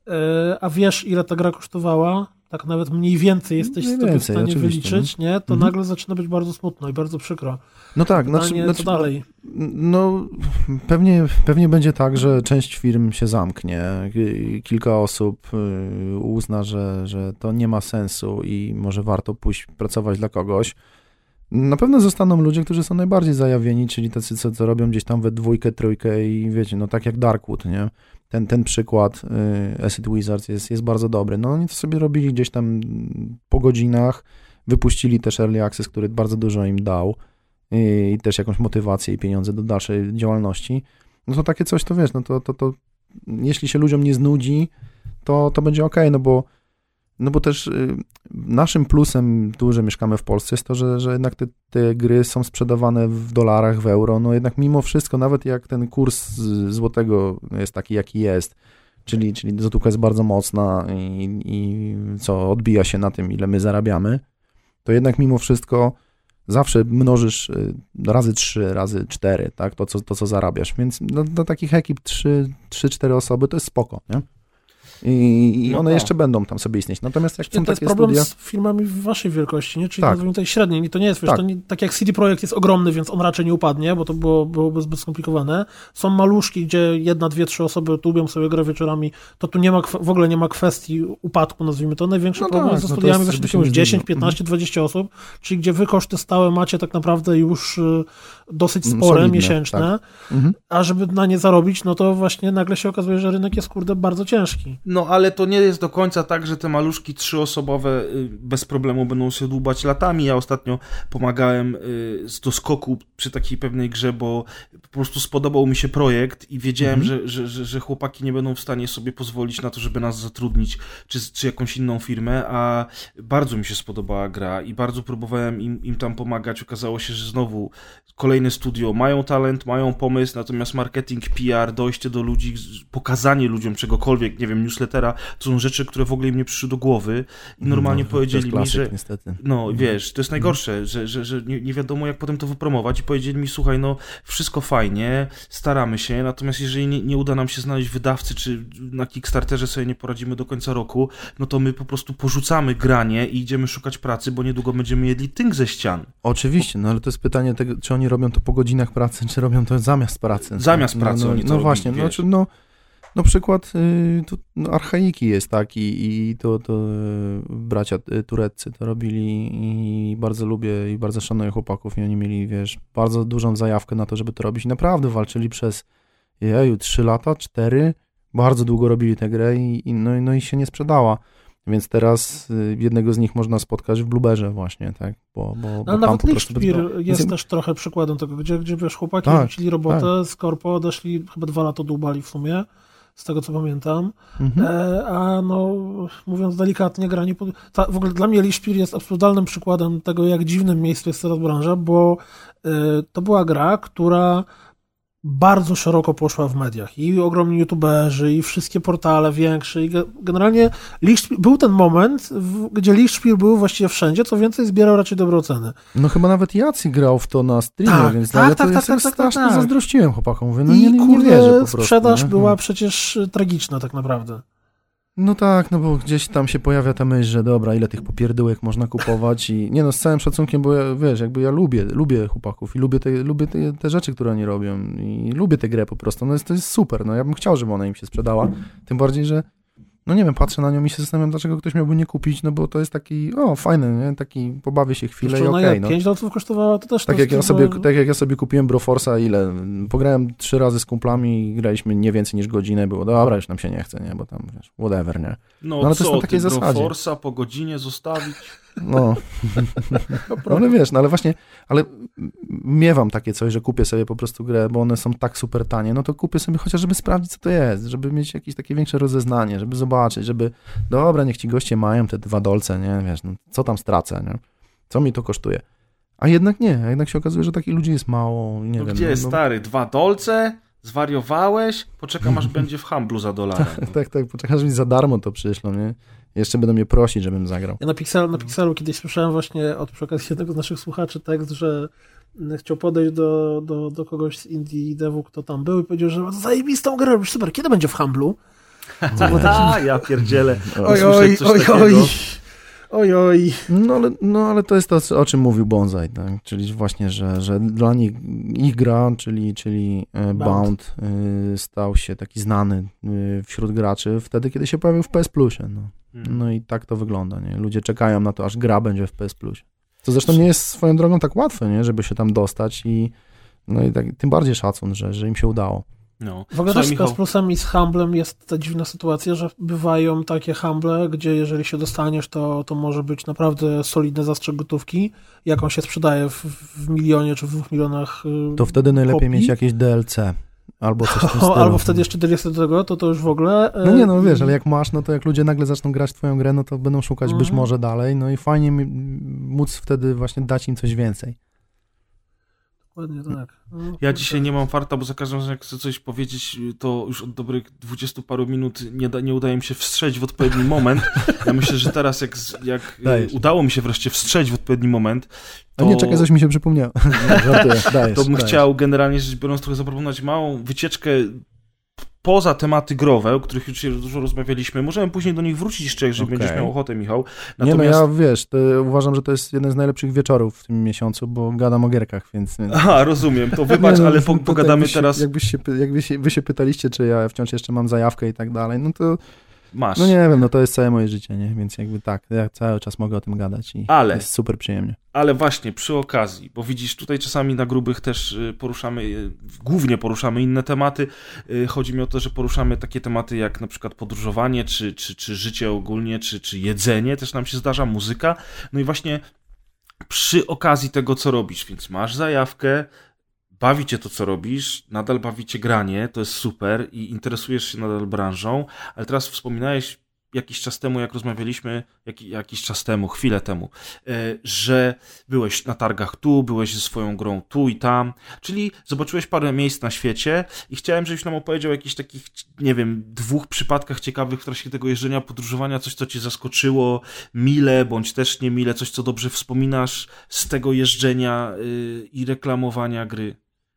Speaker 1: a wiesz, ile ta gra kosztowała, tak nawet mniej więcej jesteś w stanie wyliczyć, nie? To nagle zaczyna być bardzo smutno i bardzo przykro.
Speaker 3: No tak,
Speaker 1: co dalej?
Speaker 3: No pewnie będzie tak, że część firm się zamknie, kilka osób uzna, że to nie ma sensu i może warto pójść pracować dla kogoś. Na pewno zostaną ludzie, którzy są najbardziej zajawieni, czyli tacy, co robią gdzieś tam we dwójkę, trójkę i wiecie, no tak jak Darkwood, nie? Ten przykład Acid Wizards jest bardzo dobry. No oni to sobie robili gdzieś tam po godzinach, wypuścili też Early Access, który bardzo dużo im dał i też jakąś motywację i pieniądze do dalszej działalności. No to takie coś, to wiesz, no to jeśli się ludziom nie znudzi, to będzie okej, no bo też naszym plusem tu, że mieszkamy w Polsce, jest to, że jednak te gry są sprzedawane w dolarach, w euro, no jednak mimo wszystko, nawet jak ten kurs złotego jest taki, jaki jest, czyli złotówka jest bardzo mocna i co odbija się na tym, ile my zarabiamy, to jednak mimo wszystko zawsze mnożysz razy 3, razy 4, tak, to co zarabiasz, więc dla takich ekip 3-4 osoby to jest spoko, nie? I one jeszcze będą tam sobie istnieć. Natomiast jak są
Speaker 1: to jest problem z firmami w waszej wielkości, nie? Czyli nazwijmy tutaj średniej. I to nie jest, wiesz, tak jak CD Projekt jest ogromny, więc on raczej nie upadnie, bo to byłoby zbyt skomplikowane. Są maluszki, gdzie 1, 2, 3 osoby lubią sobie grę wieczorami, to tu w ogóle nie ma kwestii upadku, nazwijmy to. Największy problem jest ze studiami właśnie takim już 10, 15, 20 osób, czyli gdzie wy koszty stałe macie tak naprawdę już dosyć spore, solidne, miesięczne, a żeby na nie zarobić, no to właśnie nagle się okazuje, że rynek jest, bardzo ciężki.
Speaker 2: No, ale to nie jest do końca tak, że te maluszki 3-osobowe bez problemu będą się dłubać latami. Ja ostatnio pomagałem do skoku przy takiej pewnej grze, bo po prostu spodobał mi się projekt i wiedziałem, że chłopaki nie będą w stanie sobie pozwolić na to, żeby nas zatrudnić, czy jakąś inną firmę, a bardzo mi się spodobała gra i bardzo próbowałem im tam pomagać. Okazało się, że znowu kolejne studio, mają talent, mają pomysł, natomiast marketing, PR, dojście do ludzi, pokazanie ludziom czegokolwiek, nie wiem, newslettera, to są rzeczy, które w ogóle im nie przyszły do głowy i normalnie powiedzieli mi, że
Speaker 3: niestety.
Speaker 2: No wiesz, to jest najgorsze, że nie wiadomo jak potem to wypromować i powiedzieli mi, słuchaj, no wszystko fajnie, staramy się, natomiast jeżeli nie uda nam się znaleźć wydawcy, czy na Kickstarterze sobie nie poradzimy do końca roku, no to my po prostu porzucamy granie i idziemy szukać pracy, bo niedługo będziemy jedli tynk ze ścian.
Speaker 3: Oczywiście, no ale to jest pytanie tego, czy oni robią to po godzinach pracy, czy robią to zamiast pracy.
Speaker 2: Zamiast pracy oni to robią,
Speaker 3: właśnie, no przykład Archaiki jest taki i to bracia tureccy to robili i bardzo lubię i bardzo szanuję chłopaków i oni mieli, wiesz, bardzo dużą zajawkę na to, żeby to robić. Naprawdę walczyli przez 3 lata, 4, bardzo długo robili tę grę i się nie sprzedała. Więc teraz jednego z nich można spotkać w Blooberze właśnie, tak? Bo
Speaker 1: nawet Lichspiel jest też trochę przykładem tego, gdzie wiesz, chłopaki wrócili robotę, z korpo odeszli, chyba 2 lata dłubali w sumie, z tego co pamiętam, a no mówiąc delikatnie, granie w ogóle dla mnie Lichspiel jest absurdalnym przykładem tego, jak dziwnym miejscu jest teraz branża, bo to była gra, która bardzo szeroko poszła w mediach i ogromni youtuberzy i wszystkie portale większe i generalnie był ten moment, gdzie Lichspiel był właściwie wszędzie, co więcej zbierał raczej dobre oceny.
Speaker 3: No chyba nawet Jacy grał w to na streamie, więc ja strasznie zazdrościłem chłopakom. Mówię, no nie wierzę po prostu.
Speaker 1: Sprzedaż była przecież tragiczna tak naprawdę.
Speaker 3: No tak, no bo gdzieś tam się pojawia ta myśl, że dobra, ile tych popierdółek można kupować i nie no, z całym szacunkiem, bo ja, wiesz, jakby ja lubię chłopaków i lubię te rzeczy, które oni robią i lubię tę grę po prostu, no to jest super, no ja bym chciał, żeby ona im się sprzedała, tym bardziej, że no nie wiem, patrzę na nią i się zastanawiam, dlaczego ktoś miałby nie kupić, no bo to jest taki, fajny, nie? Taki, pobawię się chwilę i okej. No.
Speaker 1: 5 dolców kosztowała, to też...
Speaker 3: Tak jak ja sobie kupiłem Broforce'a, pograłem 3 razy z kumplami i graliśmy nie więcej niż godzinę, było dobra, już nam się nie chce, nie? Bo tam, wiesz, whatever, nie?
Speaker 2: No ale to jest na takiej zasadzie. Broforce'a po godzinie zostawić?
Speaker 3: No. Ale wiesz, no ale właśnie, miewam takie coś, że kupię sobie po prostu grę, bo one są tak super tanie, no to kupię sobie chociaż, żeby sprawdzić, co to jest, żeby mieć jakieś takie większe rozeznanie, żeby zobaczyć, żeby, dobra, niech ci goście mają te $2, nie, wiesz, no, co tam stracę, nie, co mi to kosztuje. A jednak nie, a jednak się okazuje, że takich ludzi jest mało, nie wiem.
Speaker 2: Gdzie jest stary, $2? Zwariowałeś? Poczekam, aż będzie w Humblu za $1.
Speaker 3: Tak, poczekam, aż mi za darmo to przyślą, nie? Jeszcze będą mnie prosić, żebym zagrał.
Speaker 1: Ja na Pixelu kiedyś słyszałem właśnie przy okazji jednego z naszych słuchaczy tekst, że chciał podejść do kogoś z indie devu, kto tam był i powiedział, że zajebistą grę, super, kiedy będzie w Humblu?
Speaker 2: Ja pierdzielę.
Speaker 1: Oj.
Speaker 3: No ale to jest to, o czym mówił Bonsai, tak? Czyli właśnie, że dla nich ich gra, czyli Bound stał się taki znany wśród graczy wtedy, kiedy się pojawił w PS Plusie. No i tak to wygląda, nie? Ludzie czekają na to, aż gra będzie w PS Plusie. To zresztą nie jest swoją drogą tak łatwe, nie? Żeby się tam dostać i tak, tym bardziej szacun, że im się udało.
Speaker 2: No.
Speaker 1: W ogóle też z PS Plusem i z Humblem jest ta dziwna sytuacja, że bywają takie Humble, gdzie jeżeli się dostaniesz, to może być naprawdę solidny zastrzyk gotówki, jaką się sprzedaje w milionie czy w 2 milionach
Speaker 3: to wtedy najlepiej
Speaker 1: kopii.
Speaker 3: Mieć jakieś DLC. Albo coś w tym stylu.
Speaker 1: Albo wtedy jeszcze DLC do tego, to już w ogóle...
Speaker 3: No wiesz, ale jak masz, no to jak ludzie nagle zaczną grać w twoją grę, no to będą szukać być może dalej, no i fajnie móc wtedy właśnie dać im coś więcej.
Speaker 1: Dokładnie tak.
Speaker 2: Ja dzisiaj nie mam farta, bo za każdym razem jak chcę coś powiedzieć, to już od dobrych 20 paru minut nie udaje mi się wstrzeć w odpowiedni moment. Ja myślę, że teraz jak udało mi się wreszcie wstrzeć w odpowiedni moment, to...
Speaker 3: nie, czekaj, coś mi się przypomniało.
Speaker 2: To bym chciał generalnie rzecz biorąc trochę zaproponować małą wycieczkę poza tematy growe, o których już dużo rozmawialiśmy. Możemy później do nich wrócić jeszcze, jeżeli będziesz miał ochotę, Michał.
Speaker 3: Natomiast... Nie, ja uważam, że to jest jeden z najlepszych wieczorów w tym miesiącu, bo gadam o gierkach, więc...
Speaker 2: Aha, rozumiem, to wybacz, ale pogadamy teraz...
Speaker 3: Jakby wy się pytaliście, czy ja wciąż jeszcze mam zajawkę i tak dalej, no to...
Speaker 2: Masz.
Speaker 3: No nie wiem, no to jest całe moje życie, nie? Więc jakby tak, ja cały czas mogę o tym gadać i jest super przyjemnie.
Speaker 2: Ale właśnie, przy okazji, bo widzisz, tutaj czasami na grubych też głównie poruszamy inne tematy. Chodzi mi o to, że poruszamy takie tematy jak na przykład podróżowanie, czy życie ogólnie, czy jedzenie, też nam się zdarza, muzyka. No i właśnie przy okazji tego, co robisz, więc masz zajawkę, bawi cię to, co robisz, nadal bawi cię granie, to jest super i interesujesz się nadal branżą, ale teraz wspominałeś jakiś czas temu, jak rozmawialiśmy, chwilę temu, że byłeś na targach tu, byłeś ze swoją grą tu i tam, czyli zobaczyłeś parę miejsc na świecie i chciałem, żebyś nam opowiedział o jakichś takich, nie wiem, 2 przypadkach ciekawych w trakcie tego jeżdżenia, podróżowania, coś, co cię zaskoczyło, mile, bądź też nie mile, coś, co dobrze wspominasz z tego jeżdżenia i reklamowania gry.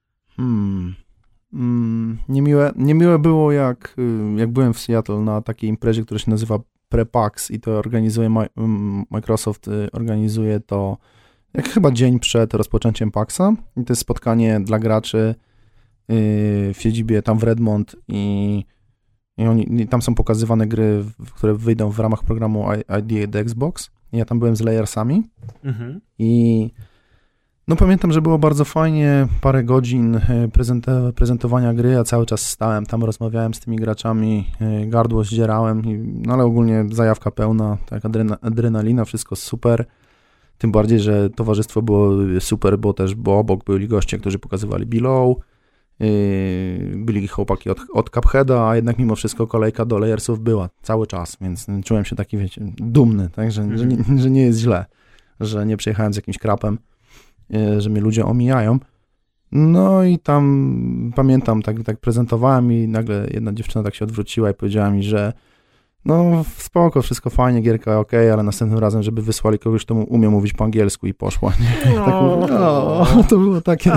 Speaker 3: Niemiłe było, jak byłem w Seattle na takiej imprezie, która się nazywa Pre-PAX i to organizuje Microsoft, organizuje to jak chyba dzień przed rozpoczęciem PAX-a i to jest spotkanie dla graczy w siedzibie tam w Redmond i tam są pokazywane gry, które wyjdą w ramach programu ID the Xbox. Ja tam byłem z Layersami i no pamiętam, że było bardzo fajnie, parę godzin prezentowania gry, ja cały czas stałem tam, rozmawiałem z tymi graczami, gardło zdzierałem, no ale ogólnie zajawka pełna, tak, adrenalina, wszystko super, tym bardziej, że towarzystwo było super, bo obok byli goście, którzy pokazywali Below, byli chłopaki od Cupheada, a jednak mimo wszystko kolejka do Layersów była cały czas, więc czułem się taki, wiecie, dumny, tak, że nie jest źle, że nie przyjechałem z jakimś krapem, że mnie ludzie omijają. No i tam pamiętam, tak prezentowałem i nagle jedna dziewczyna tak się odwróciła i powiedziała mi, że no spoko, wszystko fajnie, gierka okej, ale następnym razem, żeby wysłali kogoś, kto umie mówić po angielsku i poszła. Nie? To było takie...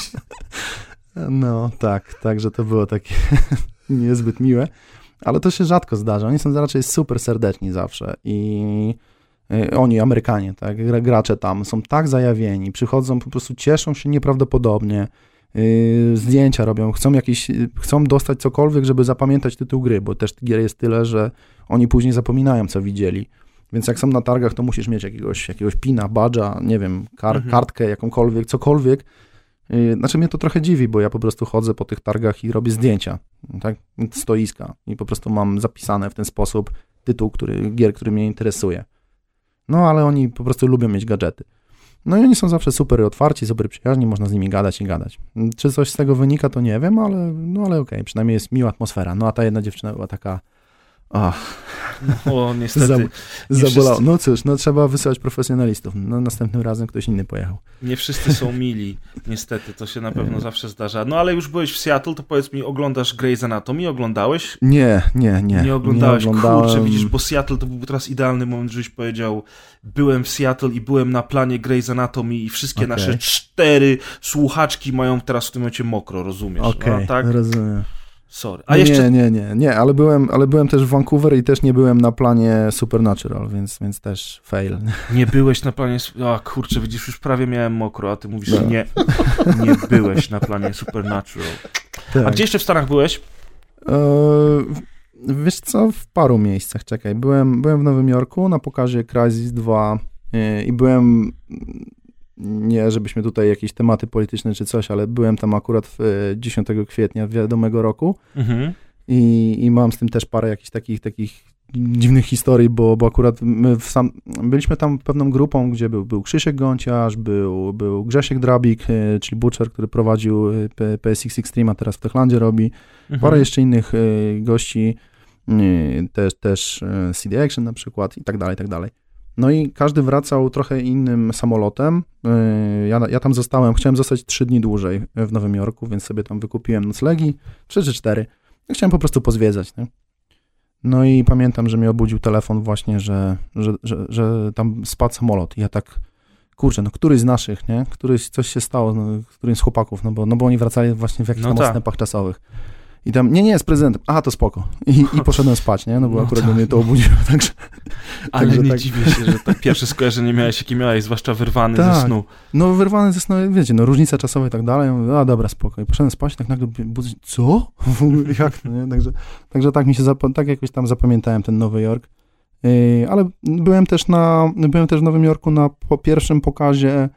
Speaker 3: No tak, że to było takie niezbyt miłe, ale to się rzadko zdarza. Oni są raczej super serdeczni zawsze i oni, Amerykanie, tak, gracze tam są tak zajawieni, przychodzą, po prostu cieszą się nieprawdopodobnie, zdjęcia robią, chcą dostać cokolwiek, żeby zapamiętać tytuł gry, bo też gier jest tyle, że oni później zapominają, co widzieli. Więc jak są na targach, to musisz mieć jakiegoś pina, badża, nie wiem, kartkę, jakąkolwiek, cokolwiek. Znaczy mnie to trochę dziwi, bo ja po prostu chodzę po tych targach i robię zdjęcia, tak, stoiska i po prostu mam zapisane w ten sposób tytuł gier, który mnie interesuje. No, ale oni po prostu lubią mieć gadżety. No i oni są zawsze super otwarci, super przyjaźni, można z nimi gadać i gadać. Czy coś z tego wynika, to nie wiem, ale okej, przynajmniej jest miła atmosfera. No, a ta jedna dziewczyna była taka...
Speaker 2: O, niestety.
Speaker 3: Zabolało. No cóż, trzeba wysyłać profesjonalistów. No, następnym razem ktoś inny pojechał.
Speaker 2: Nie wszyscy są mili, niestety, to się na pewno zawsze zdarza. No, ale już byłeś w Seattle, to powiedz mi, oglądasz Grey's Anatomy? Oglądałeś?
Speaker 3: Nie.
Speaker 2: Nie oglądałeś? Kurczę, widzisz, bo Seattle to był teraz idealny moment, żebyś powiedział, byłem w Seattle i byłem na planie Grey's Anatomy i wszystkie nasze 4 słuchaczki mają teraz w tym momencie mokro, rozumiesz?
Speaker 3: Okej,
Speaker 2: no, tak?
Speaker 3: Rozumiem.
Speaker 2: Sorry.
Speaker 3: A jeszcze... Nie, ale byłem też w Vancouver i też nie byłem na planie Supernatural, więc też fail.
Speaker 2: Nie byłeś na planie... A kurczę, widzisz, już prawie miałem mokro, a ty mówisz, że nie byłeś na planie Supernatural. Tak. A gdzie jeszcze w Stanach byłeś?
Speaker 3: Wiesz co, w paru miejscach, czekaj. Byłem w Nowym Jorku na pokazie Crysis 2 i byłem... Nie, żebyśmy tutaj jakieś tematy polityczne czy coś, ale byłem tam akurat 10 kwietnia wiadomego roku i mam z tym też parę jakichś takich dziwnych historii, bo akurat my byliśmy tam pewną grupą, gdzie był Krzysiek Gonciarz, był Grzesiek Drabik, czyli Butcher, który prowadził PSX Extreme, a teraz w Techlandzie robi, parę jeszcze innych gości, też CD Action na przykład i tak dalej. No i każdy wracał trochę innym samolotem. Ja tam zostałem, chciałem zostać 3 dni dłużej w Nowym Jorku, więc sobie tam wykupiłem noclegi, 3 czy 4. Ja chciałem po prostu pozwiedzać, nie? No i pamiętam, że mnie obudził telefon właśnie, że tam spadł samolot. I ja tak, kurczę, no któryś z naszych, nie? Coś się stało, którymś z chłopaków, no bo oni wracali właśnie w jakichś tam odstępach czasowych. I tam, nie, z prezydentem. Aha, to spoko. I poszedłem spać, nie? No bo akurat mnie to obudziło, także...
Speaker 2: Ale nie dziwię się, że tak pierwsze skojarzenie miałeś, jakie miałeś, zwłaszcza wyrwany ze snu.
Speaker 3: No wyrwany ze snu, wiecie, no różnica czasowa i tak dalej. Mówię, dobra, spoko. I poszedłem spać, tak nagle budzę, co? W ogóle jak to, nie? Także tak mi się, tak jakoś tam zapamiętałem ten Nowy Jork. Ale byłem też w Nowym Jorku na pierwszym pokazie,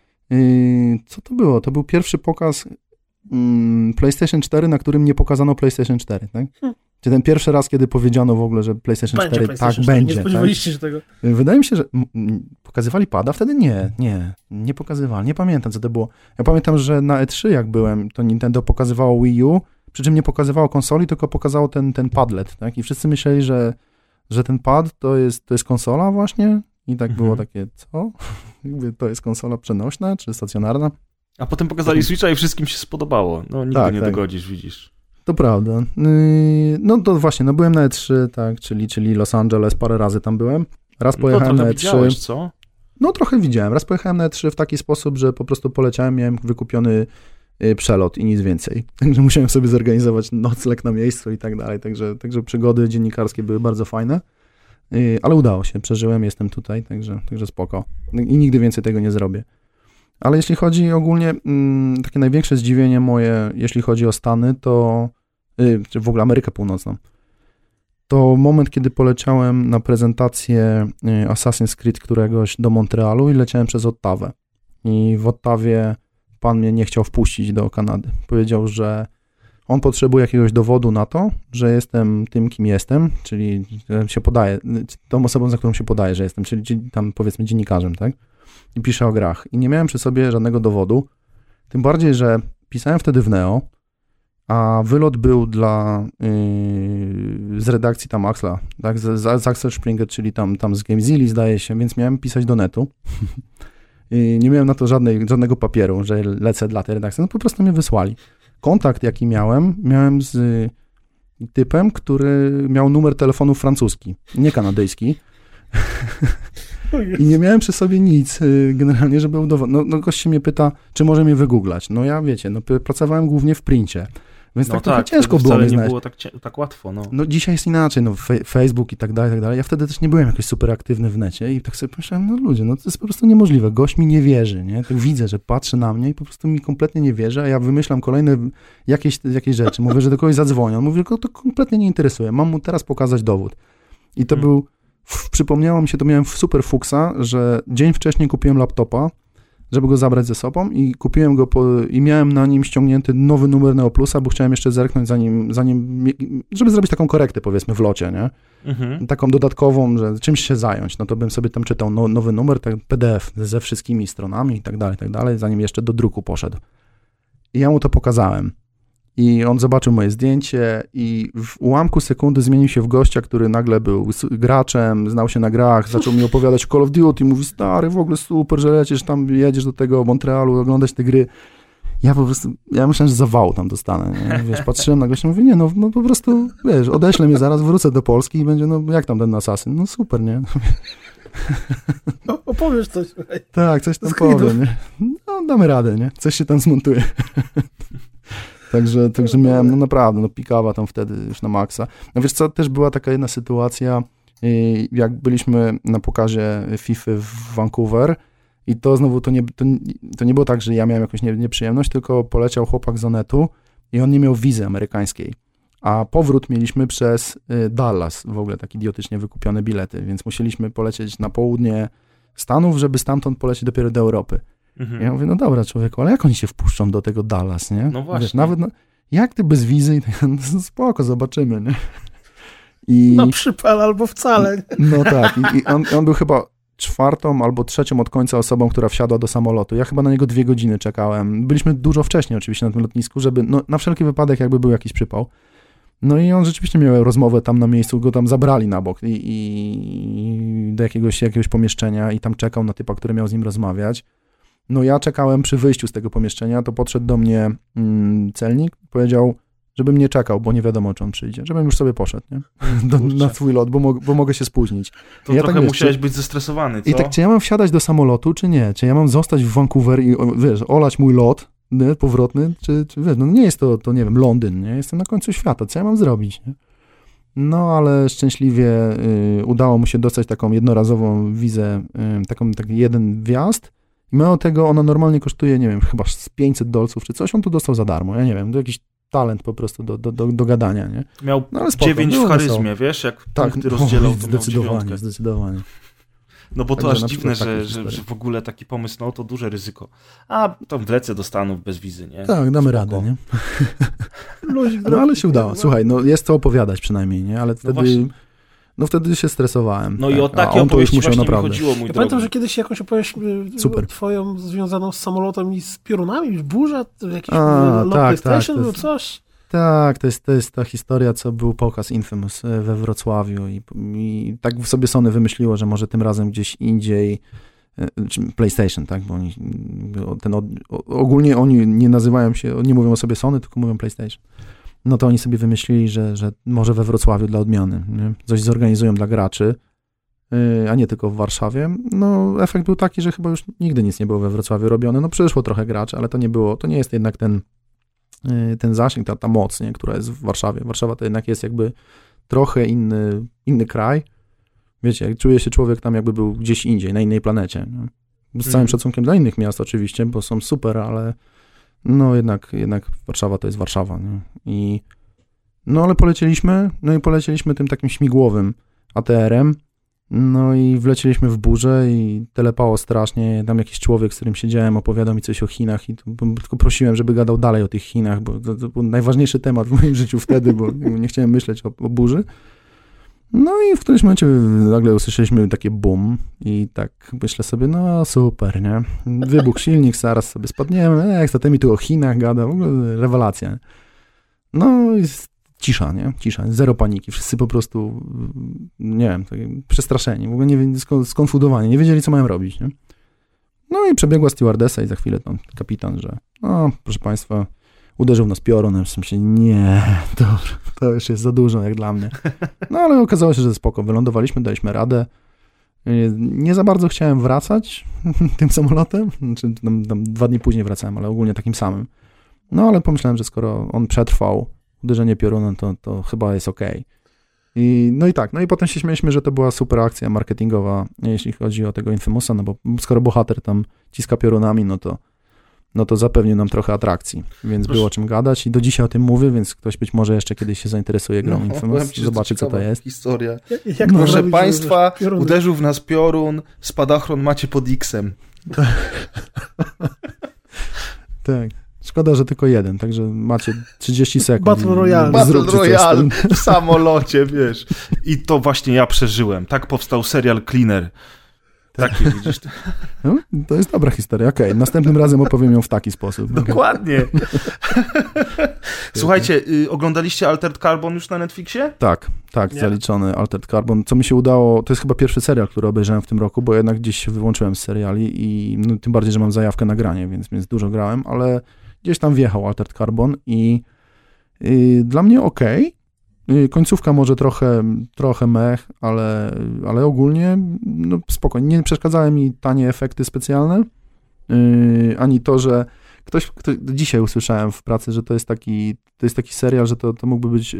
Speaker 3: co to było? To był pierwszy pokaz PlayStation 4, na którym nie pokazano PlayStation 4, tak? Czy ten pierwszy raz, kiedy powiedziano w ogóle, że PlayStation 4 PlayStation 4.
Speaker 1: Nie spodziewaliście się tego?
Speaker 3: Wydaje mi się, że pokazywali pada, wtedy nie pokazywali, nie pamiętam, co to było. Ja pamiętam, że na E3 jak byłem, to Nintendo pokazywało Wii U, przy czym nie pokazywało konsoli, tylko pokazało ten padlet, tak? I wszyscy myśleli, że ten pad to jest konsola właśnie i tak było takie, co? To jest konsola przenośna czy stacjonarna?
Speaker 2: A potem pokazali Switcha i wszystkim się spodobało. No nigdy nie dogodzisz, widzisz.
Speaker 3: To prawda. No to właśnie, byłem na E3, tak, czyli Los Angeles, parę razy tam byłem. Raz pojechałem na E3.
Speaker 2: Widziałeś, co?
Speaker 3: No trochę widziałem. Raz pojechałem na E3 w taki sposób, że po prostu poleciałem, miałem wykupiony przelot i nic więcej. Także musiałem sobie zorganizować nocleg na miejscu i tak dalej. Także przygody dziennikarskie były bardzo fajne. Ale udało się, przeżyłem, jestem tutaj, także spoko. I nigdy więcej tego nie zrobię. Ale jeśli chodzi ogólnie, takie największe zdziwienie moje, jeśli chodzi o Stany, to czy w ogóle Amerykę Północną, to moment, kiedy poleciałem na prezentację Assassin's Creed któregoś do Montrealu i leciałem przez Ottawę. I w Ottawie pan mnie nie chciał wpuścić do Kanady. Powiedział, że on potrzebuje jakiegoś dowodu na to, że jestem tym, kim jestem, czyli że się podaję, tą osobą, za którą się podaję, że jestem, czyli tam powiedzmy dziennikarzem, tak? I piszę o grach. I nie miałem przy sobie żadnego dowodu, tym bardziej, że pisałem wtedy w Neo, a wylot był z redakcji tam Axla, tak, z Axel Springer, czyli tam z GameZilli zdaje się, więc miałem pisać do netu. I nie miałem na to żadnego papieru, że lecę dla tej redakcji, no po prostu mnie wysłali. Kontakt, jaki miałem z typem, który miał numer telefonu francuski, nie kanadyjski. I nie miałem przy sobie nic generalnie, żeby udowodnić. No gość się mnie pyta, czy może mnie wygooglać. No ja wiecie, pracowałem głównie w princie, więc tak ciężko było mnie znaleźć.
Speaker 2: Nie było tak łatwo.
Speaker 3: No dzisiaj jest inaczej, Facebook i tak dalej. Ja wtedy też nie byłem jakoś super aktywny w necie i tak sobie pomyślałem, no ludzie, to jest po prostu niemożliwe. Gość mi nie wierzy, nie? Tak widzę, że patrzy na mnie i po prostu mi kompletnie nie wierzy, a ja wymyślam kolejne jakieś rzeczy. Mówię, że do kogoś zadzwonię. On mówi, że to kompletnie nie interesuje. Mam mu teraz pokazać dowód. I to był... Przypomniało mi się, to miałem super fuksa, że dzień wcześniej kupiłem laptopa, żeby go zabrać ze sobą i kupiłem go i miałem na nim ściągnięty nowy numer Neo Plusa, bo chciałem jeszcze zerknąć zanim żeby zrobić taką korektę, powiedzmy, w locie, nie? Taką dodatkową, że czymś się zająć, no to bym sobie tam czytał nowy numer, tak PDF ze wszystkimi stronami i tak dalej, zanim jeszcze do druku poszedł. I ja mu to pokazałem. I on zobaczył moje zdjęcie i w ułamku sekundy zmienił się w gościa, który nagle był graczem, znał się na grach, zaczął mi opowiadać Call of Duty, mówi, stary, w ogóle super, że jedziesz do tego Montrealu, oglądać te gry. Ja myślałem, że zawału tam dostanę, nie? Wiesz, patrzyłem na gościa, mówię, nie, no po prostu, wiesz, odeślę mnie zaraz, wrócę do Polski i będzie, jak tam ten asasyn? No super, nie?
Speaker 1: Opowiesz coś.
Speaker 3: Tak, coś tam powiem, nie? No damy radę, nie? Coś się tam zmontuje. Także miałem, no naprawdę, pikawa tam wtedy już na maksa. No wiesz co, też była taka jedna sytuacja, jak byliśmy na pokazie FIFA w Vancouver i to znowu to nie było tak, że ja miałem jakąś nieprzyjemność, tylko poleciał chłopak z Onetu i on nie miał wizy amerykańskiej. A powrót mieliśmy przez Dallas, w ogóle tak idiotycznie wykupione bilety, więc musieliśmy polecieć na południe Stanów, żeby stamtąd polecieć dopiero do Europy. Ja mówię, no dobra człowieku, ale jak oni się wpuszczą do tego Dallas, nie?
Speaker 2: No właśnie.
Speaker 3: Wiesz, nawet jak ty bez wizy? Spoko, zobaczymy, nie? I...
Speaker 1: Na przypal albo wcale.
Speaker 3: No tak, i on był chyba 4. albo 3. od końca osobą, która wsiadła do samolotu. Ja chyba na niego 2 godziny czekałem. Byliśmy dużo wcześniej oczywiście na tym lotnisku, żeby, no na wszelki wypadek jakby był jakiś przypał. No i on rzeczywiście miał rozmowę tam na miejscu, go tam zabrali na bok i do jakiegoś pomieszczenia i tam czekał na typa, który miał z nim rozmawiać. No ja czekałem przy wyjściu z tego pomieszczenia, to podszedł do mnie celnik, powiedział, żebym nie czekał, bo nie wiadomo, czy on przyjdzie, żebym już sobie poszedł, nie? Na swój lot, bo mogę się spóźnić.
Speaker 2: To ja trochę tak, musiałeś być zestresowany, co?
Speaker 3: I tak, czy ja mam wsiadać do samolotu, czy nie? Czy ja mam zostać w Vancouver i, wiesz, olać mój lot, nie, powrotny, czy wiesz, no nie jest to, nie wiem, Londyn, nie? Jestem na końcu świata, co ja mam zrobić, nie? No, ale szczęśliwie udało mu się dostać taką jednorazową wizę, taki jeden wjazd. I mało tego, ona normalnie kosztuje, nie wiem, chyba z $500 czy coś, on tu dostał za darmo, ja nie wiem, to jakiś talent po prostu do gadania, nie?
Speaker 2: Miał 9 w charyzmie, wiesz, jak
Speaker 3: tak,
Speaker 2: ty rozdzielał, to
Speaker 3: zdecydowanie.
Speaker 2: No bo to aż dziwne, że w ogóle taki pomysł, no to duże ryzyko. A to wlecę do Stanów bez wizy, nie?
Speaker 3: Tak, damy radę, nie? No ale się udało. Słuchaj, no jest co opowiadać przynajmniej, nie? Ale wtedy... No wtedy się stresowałem.
Speaker 2: No tak. I o takie opowieści właśnie mi chodziło, mój
Speaker 1: pamiętam, że kiedyś jakąś opowieść twoją związaną z samolotem i z piorunami, burza, jakiś PlayStation lub coś.
Speaker 3: Tak, to jest ta historia, co był pokaz Infamous we Wrocławiu i tak sobie Sony wymyśliło, że może tym razem gdzieś indziej PlayStation, tak, bo ogólnie oni nie nazywają się, nie mówią o sobie Sony, tylko mówią PlayStation. No to oni sobie wymyślili, że może we Wrocławiu dla odmiany, nie? Coś zorganizują dla graczy, a nie tylko w Warszawie. No efekt był taki, że chyba już nigdy nic nie było we Wrocławiu robione. No przyszło trochę graczy, ale to nie jest jednak ten zasięg, ta moc, nie? Która jest w Warszawie. Warszawa to jednak jest jakby trochę inny kraj. Wiecie, czuje się człowiek tam jakby był gdzieś indziej, na innej planecie. Nie? Z całym szacunkiem dla innych miast oczywiście, bo są super, ale no jednak Warszawa to jest Warszawa, nie? Ale polecieliśmy tym takim śmigłowym ATR-em, no i wlecieliśmy w burzę i telepało strasznie, tam jakiś człowiek, z którym siedziałem, opowiadał mi coś o Chinach i tylko prosiłem, żeby gadał dalej o tych Chinach, bo to był najważniejszy temat w moim życiu wtedy, bo nie chciałem myśleć o burzy. No i w którymś momencie nagle usłyszeliśmy takie boom i tak myślę sobie, no super, nie? Wybuch silnik, zaraz sobie spadniemy, jak za tymi tu o Chinach gada, w ogóle rewelacja. No i cisza, nie? Cisza, zero paniki, wszyscy po prostu, nie wiem, przestraszeni, w ogóle skonfudowani, nie wiedzieli, co mają robić, nie? No i przebiegła stewardessa i za chwilę tam kapitan, że proszę państwa, uderzył nas piorun, w sensie nie, to już jest za dużo jak dla mnie. No ale okazało się, że spoko, wylądowaliśmy, daliśmy radę. Nie za bardzo chciałem wracać tym samolotem, znaczy tam 2 dni później wracałem, ale ogólnie takim samym. No ale pomyślałem, że skoro on przetrwał uderzenie piorunem, to chyba jest okej. No i potem się śmieliśmy, że to była super akcja marketingowa, jeśli chodzi o tego Infamousa, no bo skoro bohater tam ciska piorunami, no to zapewnił nam trochę atrakcji, więc było o czym gadać i do dzisiaj o tym mówię, więc ktoś być może jeszcze kiedyś się zainteresuje grą Infamous, zobaczy co to jest.
Speaker 2: Historia. Proszę państwa, uderzył w nas piorun, spadochron macie pod X-em.
Speaker 3: Tak. Szkoda, że tylko jeden, także macie 30 sekund.
Speaker 1: Battle
Speaker 2: Royale w samolocie, wiesz. I to właśnie ja przeżyłem. Tak powstał serial Cleaner. Takie, widzisz?
Speaker 3: No, to jest dobra historia. Okej, następnym razem opowiem ją w taki sposób.
Speaker 2: Dokładnie. Słuchajcie, oglądaliście Altered Carbon już na Netflixie?
Speaker 3: Tak, zaliczony Altered Carbon. Co mi się udało, to jest chyba pierwszy serial, który obejrzałem w tym roku, bo jednak gdzieś się wyłączyłem z seriali i tym bardziej, że mam zajawkę na granie, więc dużo grałem, ale gdzieś tam wjechał Altered Carbon i dla mnie okej. Końcówka może trochę mech, ale ogólnie no spokojnie. Nie przeszkadzały mi tanie efekty specjalne, ani to, że Ktoś dzisiaj usłyszałem w pracy, że to jest taki serial, że to mógłby być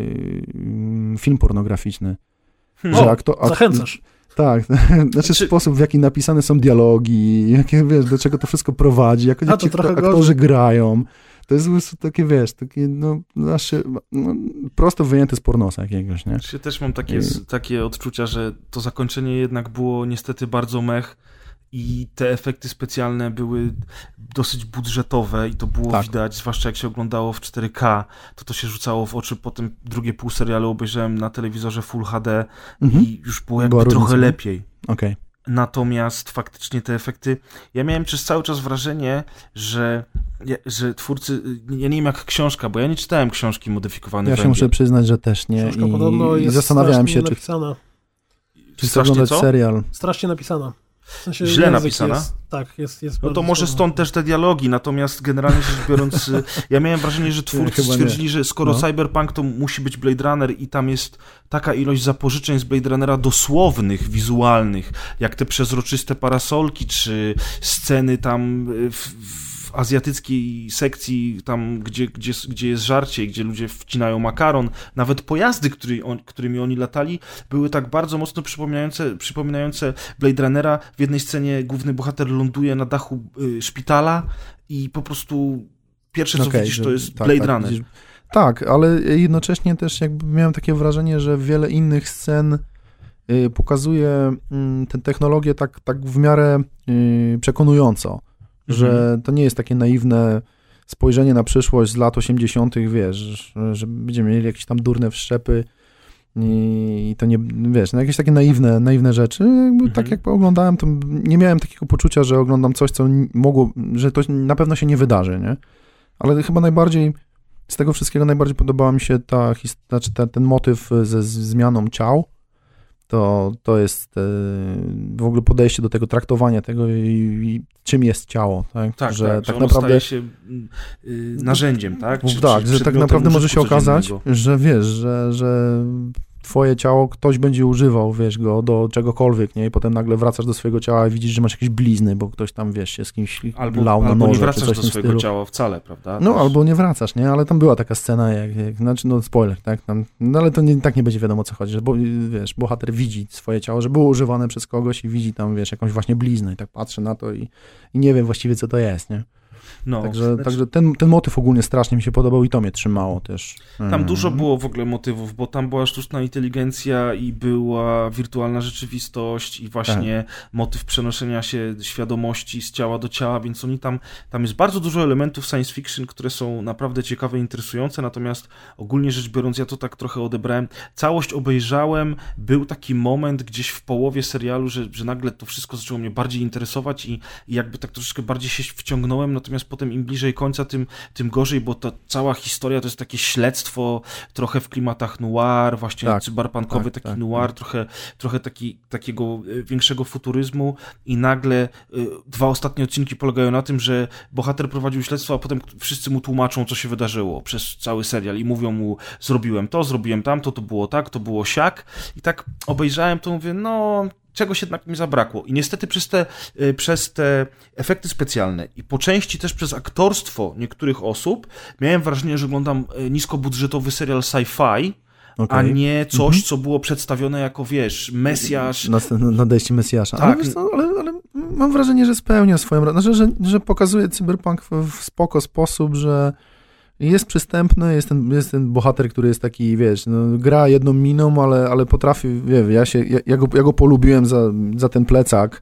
Speaker 3: film pornograficzny.
Speaker 1: Zachęcasz.
Speaker 3: Tak, znaczy sposób, w jaki napisane są dialogi, wiesz, do czego to wszystko prowadzi, jak aktorzy grają. To jest po prostu takie, wiesz, takie, prosto wyjęte z pornosa jakiegoś, nie?
Speaker 2: Ja też mam takie odczucia, że to zakończenie jednak było niestety bardzo mech i te efekty specjalne były dosyć budżetowe i to było widać, zwłaszcza jak się oglądało w 4K, to się rzucało w oczy. Potem drugie pół serialu obejrzałem na telewizorze Full HD i już było jakby trochę lepiej.
Speaker 3: Okay.
Speaker 2: Natomiast faktycznie te efekty... Ja miałem przez cały czas wrażenie, że twórcy... Ja nie wiem jak książka, bo ja nie czytałem książki Modyfikowany Węgiel.
Speaker 3: Ja się muszę przyznać, że też nie.
Speaker 1: Książka podobno jest
Speaker 3: zastanawiałem się,
Speaker 1: czy
Speaker 3: chcę oglądać serial.
Speaker 1: Strasznie napisana. W sensie
Speaker 2: źle napisana?
Speaker 1: Jest
Speaker 2: no to może stąd też te dialogi, natomiast generalnie rzecz biorąc, ja miałem wrażenie, że twórcy stwierdzili, że skoro Cyberpunk to musi być Blade Runner i tam jest taka ilość zapożyczeń z Blade Runnera dosłownych, wizualnych, jak te przezroczyste parasolki, czy sceny tam w azjatyckiej sekcji, tam gdzie jest żarcie, gdzie ludzie wcinają makaron, nawet pojazdy, którymi oni latali, były tak bardzo mocno przypominające Blade Runnera. W jednej scenie główny bohater ląduje na dachu szpitala i po prostu pierwsze co widzisz to jest Blade Runner. Widzisz.
Speaker 3: Tak, ale jednocześnie też jakby miałem takie wrażenie, że wiele innych scen pokazuje tę technologię tak w miarę przekonująco. Że to nie jest takie naiwne spojrzenie na przyszłość z lat 80., wiesz, że będziemy mieli jakieś tam durne wszczepy i to nie, wiesz, jakieś takie naiwne rzeczy. Tak jak oglądałem, to nie miałem takiego poczucia, że oglądam coś, co że to na pewno się nie wydarzy, nie? Ale chyba z tego wszystkiego najbardziej podobała mi się ten motyw ze zmianą ciał. To jest w ogóle podejście do tego, traktowanie tego i czym jest ciało. Tak,
Speaker 2: że tak naprawdę staje się narzędziem, tak?
Speaker 3: Że tak naprawdę może się okazać, że wiesz, że twoje ciało ktoś będzie używał, wiesz, go do czegokolwiek, nie? I potem nagle wracasz do swojego ciała i widzisz, że masz jakieś blizny, bo ktoś tam, wiesz, się z kimś lał na noże.
Speaker 2: Albo nie wracasz do swojego ciała wcale, prawda?
Speaker 3: No, albo nie wracasz, nie? Ale tam była taka scena, znaczy, spoiler, tak? Ale to tak nie będzie wiadomo, o co chodzi, że wiesz, bohater widzi swoje ciało, że było używane przez kogoś i widzi tam, wiesz, jakąś właśnie bliznę i tak patrzy na to i nie wiem właściwie, co to jest, nie? Także ten motyw ogólnie strasznie mi się podobał i to mnie trzymało też.
Speaker 2: Tam dużo było w ogóle motywów, bo tam była sztuczna inteligencja i była wirtualna rzeczywistość i właśnie motyw przenoszenia się świadomości z ciała do ciała, więc tam jest bardzo dużo elementów science fiction, które są naprawdę ciekawe i interesujące, natomiast ogólnie rzecz biorąc ja to tak trochę odebrałem. Całość obejrzałem, był taki moment gdzieś w połowie serialu, że nagle to wszystko zaczęło mnie bardziej interesować i jakby tak troszeczkę bardziej się wciągnąłem, natomiast potem im bliżej końca, tym gorzej, bo ta cała historia to jest takie śledztwo trochę w klimatach noir, właśnie cyberpunkowy taki noir, trochę takiego większego futuryzmu i nagle 2 ostatnie odcinki polegają na tym, że bohater prowadził śledztwo, a potem wszyscy mu tłumaczą, co się wydarzyło przez cały serial i mówią mu, zrobiłem to, zrobiłem tamto, to było tak, to było siak i tak obejrzałem to, mówię, czegoś jednak mi zabrakło. I niestety przez te efekty specjalne i po części też przez aktorstwo niektórych osób miałem wrażenie, że oglądam niskobudżetowy serial sci-fi, a nie coś, co było przedstawione jako, wiesz, Mesjasz.
Speaker 3: Nadejście Mesjasza.
Speaker 2: Tak.
Speaker 3: Ale mam wrażenie, że spełnia swoją rolę. Że pokazuje cyberpunk w spoko sposób, że jest przystępny, jest ten bohater, który jest taki, wiesz, gra jedną miną, ale potrafi, ja go polubiłem za ten plecak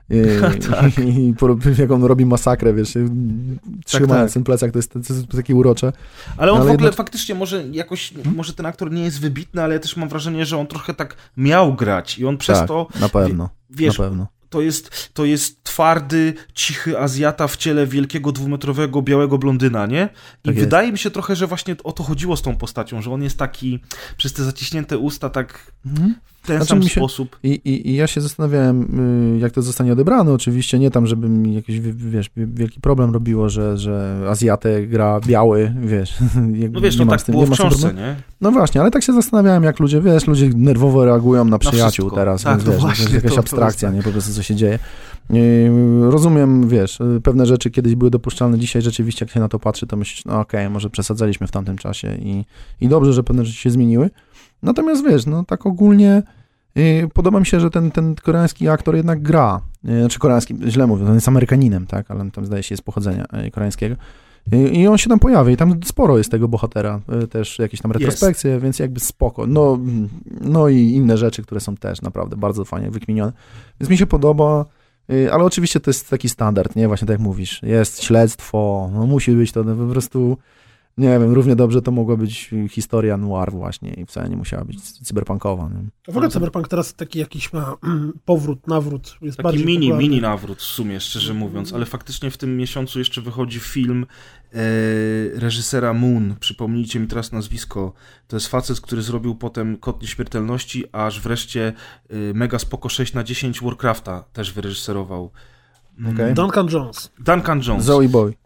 Speaker 3: i jak on robi masakrę, wiesz, trzymając ten plecak, to jest takie urocze.
Speaker 2: Ale on w ogóle faktycznie może ten aktor nie jest wybitny, ale ja też mam wrażenie, że on trochę tak miał grać i on przez to...
Speaker 3: na pewno,
Speaker 2: wiesz,
Speaker 3: na pewno.
Speaker 2: To jest twardy, cichy Azjata w ciele wielkiego, 2-metrowego, białego blondyna, nie? I tak wydaje mi się trochę, że właśnie o to chodziło z tą postacią, że on jest taki, przez te zaciśnięte usta tak ten sam sposób.
Speaker 3: I ja się zastanawiałem, jak to zostanie odebrane. Oczywiście nie tam, żeby mi jakiś, wiesz, wielki problem robiło, że Azjatę gra biały, wiesz.
Speaker 2: No wiesz, no tak było w książce, nie?
Speaker 3: No właśnie, ale tak się zastanawiałem, jak ludzie nerwowo reagują na przyjaciół teraz,
Speaker 2: tak,
Speaker 3: więc wiesz, to jest jakaś abstrakcja, nie, po prostu co się dzieje. Rozumiem, wiesz, pewne rzeczy kiedyś były dopuszczalne, dzisiaj rzeczywiście jak się na to patrzy, to myślisz, no okej, może przesadzaliśmy w tamtym czasie i dobrze, że pewne rzeczy się zmieniły. Natomiast wiesz, no tak ogólnie podoba mi się, że ten koreański aktor jednak gra. Znaczy koreański, źle mówię, on jest Amerykaninem, tak, ale tam zdaje się jest pochodzenia koreańskiego. I on się tam pojawia i tam sporo jest tego bohatera, też jakieś tam retrospekcje, więc jakby spoko. No i inne rzeczy, które są też naprawdę bardzo fajnie wykminione. Więc mi się podoba, ale oczywiście to jest taki standard, nie? Właśnie tak jak mówisz, jest śledztwo, no musi być to po prostu, nie wiem, równie dobrze to mogła być historia noir właśnie i wcale nie musiała być cyberpunkowa. Nie?
Speaker 1: To w ogóle cyberpunk teraz taki jakiś ma nawrót. Jest
Speaker 2: taki
Speaker 1: bardziej
Speaker 2: mini nawrót w sumie, szczerze mówiąc, ale faktycznie w tym miesiącu jeszcze wychodzi film reżysera Moon, przypomnijcie mi teraz nazwisko, to jest facet, który zrobił potem Kod Nieśmiertelności, aż wreszcie mega spoko 6/10 Warcrafta też wyreżyserował.
Speaker 3: Okay.
Speaker 1: Duncan Jones.
Speaker 3: Zoe Boy.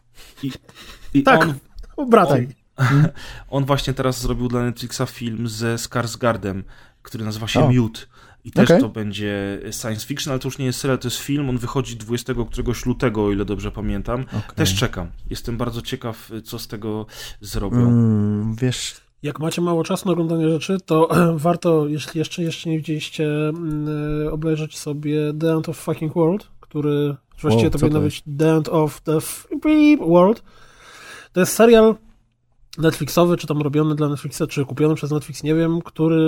Speaker 1: I tak, bratek.
Speaker 2: On właśnie teraz zrobił dla Netflixa film ze Skarsgårdem, który nazywa się Mute. I też to będzie science fiction, ale to już nie jest serial, to jest film. On wychodzi 20 któregoś lutego, o ile dobrze pamiętam. Okay. Też czekam. Jestem bardzo ciekaw, co z tego zrobią.
Speaker 3: Wiesz...
Speaker 1: Jak macie mało czasu na oglądanie rzeczy, to warto, jeśli jeszcze nie widzieliście, obejrzeć sobie The End of Fucking World, który właściwie to powinno być The End of the World. To jest serial Netflixowy, czy tam robiony dla Netflixa, czy kupiony przez Netflix, nie wiem, który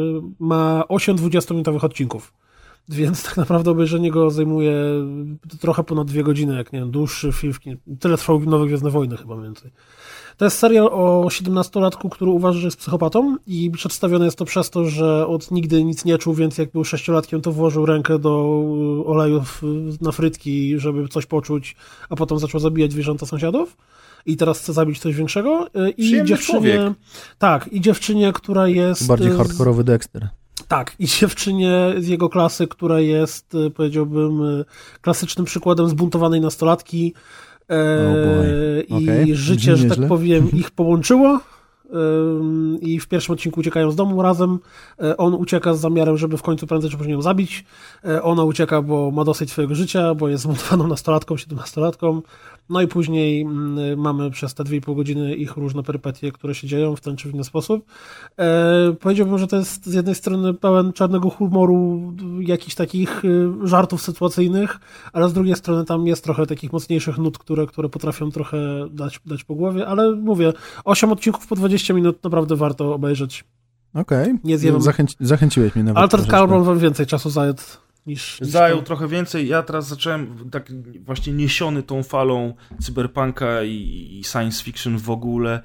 Speaker 1: ma 8 20-minutowych odcinków. Więc tak naprawdę obejrzenie go zajmuje trochę ponad 2 godziny, jak nie wiem, dłuższy film. Tyle trwał Nowe Gwiezdne Wojny chyba mniej więcej. To jest serial o 17-latku, który uważa, że jest psychopatą i przedstawione jest to przez to, że od nigdy nic nie czuł, więc jak był 6-latkiem, to włożył rękę do olejów na frytki, żeby coś poczuć, a potem zaczął zabijać zwierzęta sąsiadów. I teraz chce zabić coś większego. I dziewczynie. Tak, i dziewczynie, która jest.
Speaker 3: Bardziej hardkorowy Dexter.
Speaker 1: Tak, i dziewczynie z jego klasy, która jest, powiedziałbym, klasycznym przykładem zbuntowanej nastolatki. I życie, że tak powiem, ich połączyło. I w pierwszym odcinku uciekają z domu razem. On ucieka z zamiarem, żeby w końcu prędzej czy później ją zabić. Ona ucieka, bo ma dosyć swojego życia, bo jest zmontowaną nastolatką, 17-latką. No i później mamy przez te 2,5 godziny ich różne perypetie, które się dzieją w ten czy w inny sposób. Powiedziałbym, że to jest z jednej strony pełen czarnego humoru, jakichś takich żartów sytuacyjnych, ale z drugiej strony tam jest trochę takich mocniejszych nut, które potrafią trochę dać po głowie, ale mówię, 8 odcinków po 20 minut naprawdę warto obejrzeć.
Speaker 3: Okej, zachęciłeś mnie nawet.
Speaker 1: Altered Carbon wam więcej czasu zajął
Speaker 2: Zajął trochę więcej. Ja teraz zacząłem tak właśnie niesiony tą falą cyberpunka i science fiction w ogóle.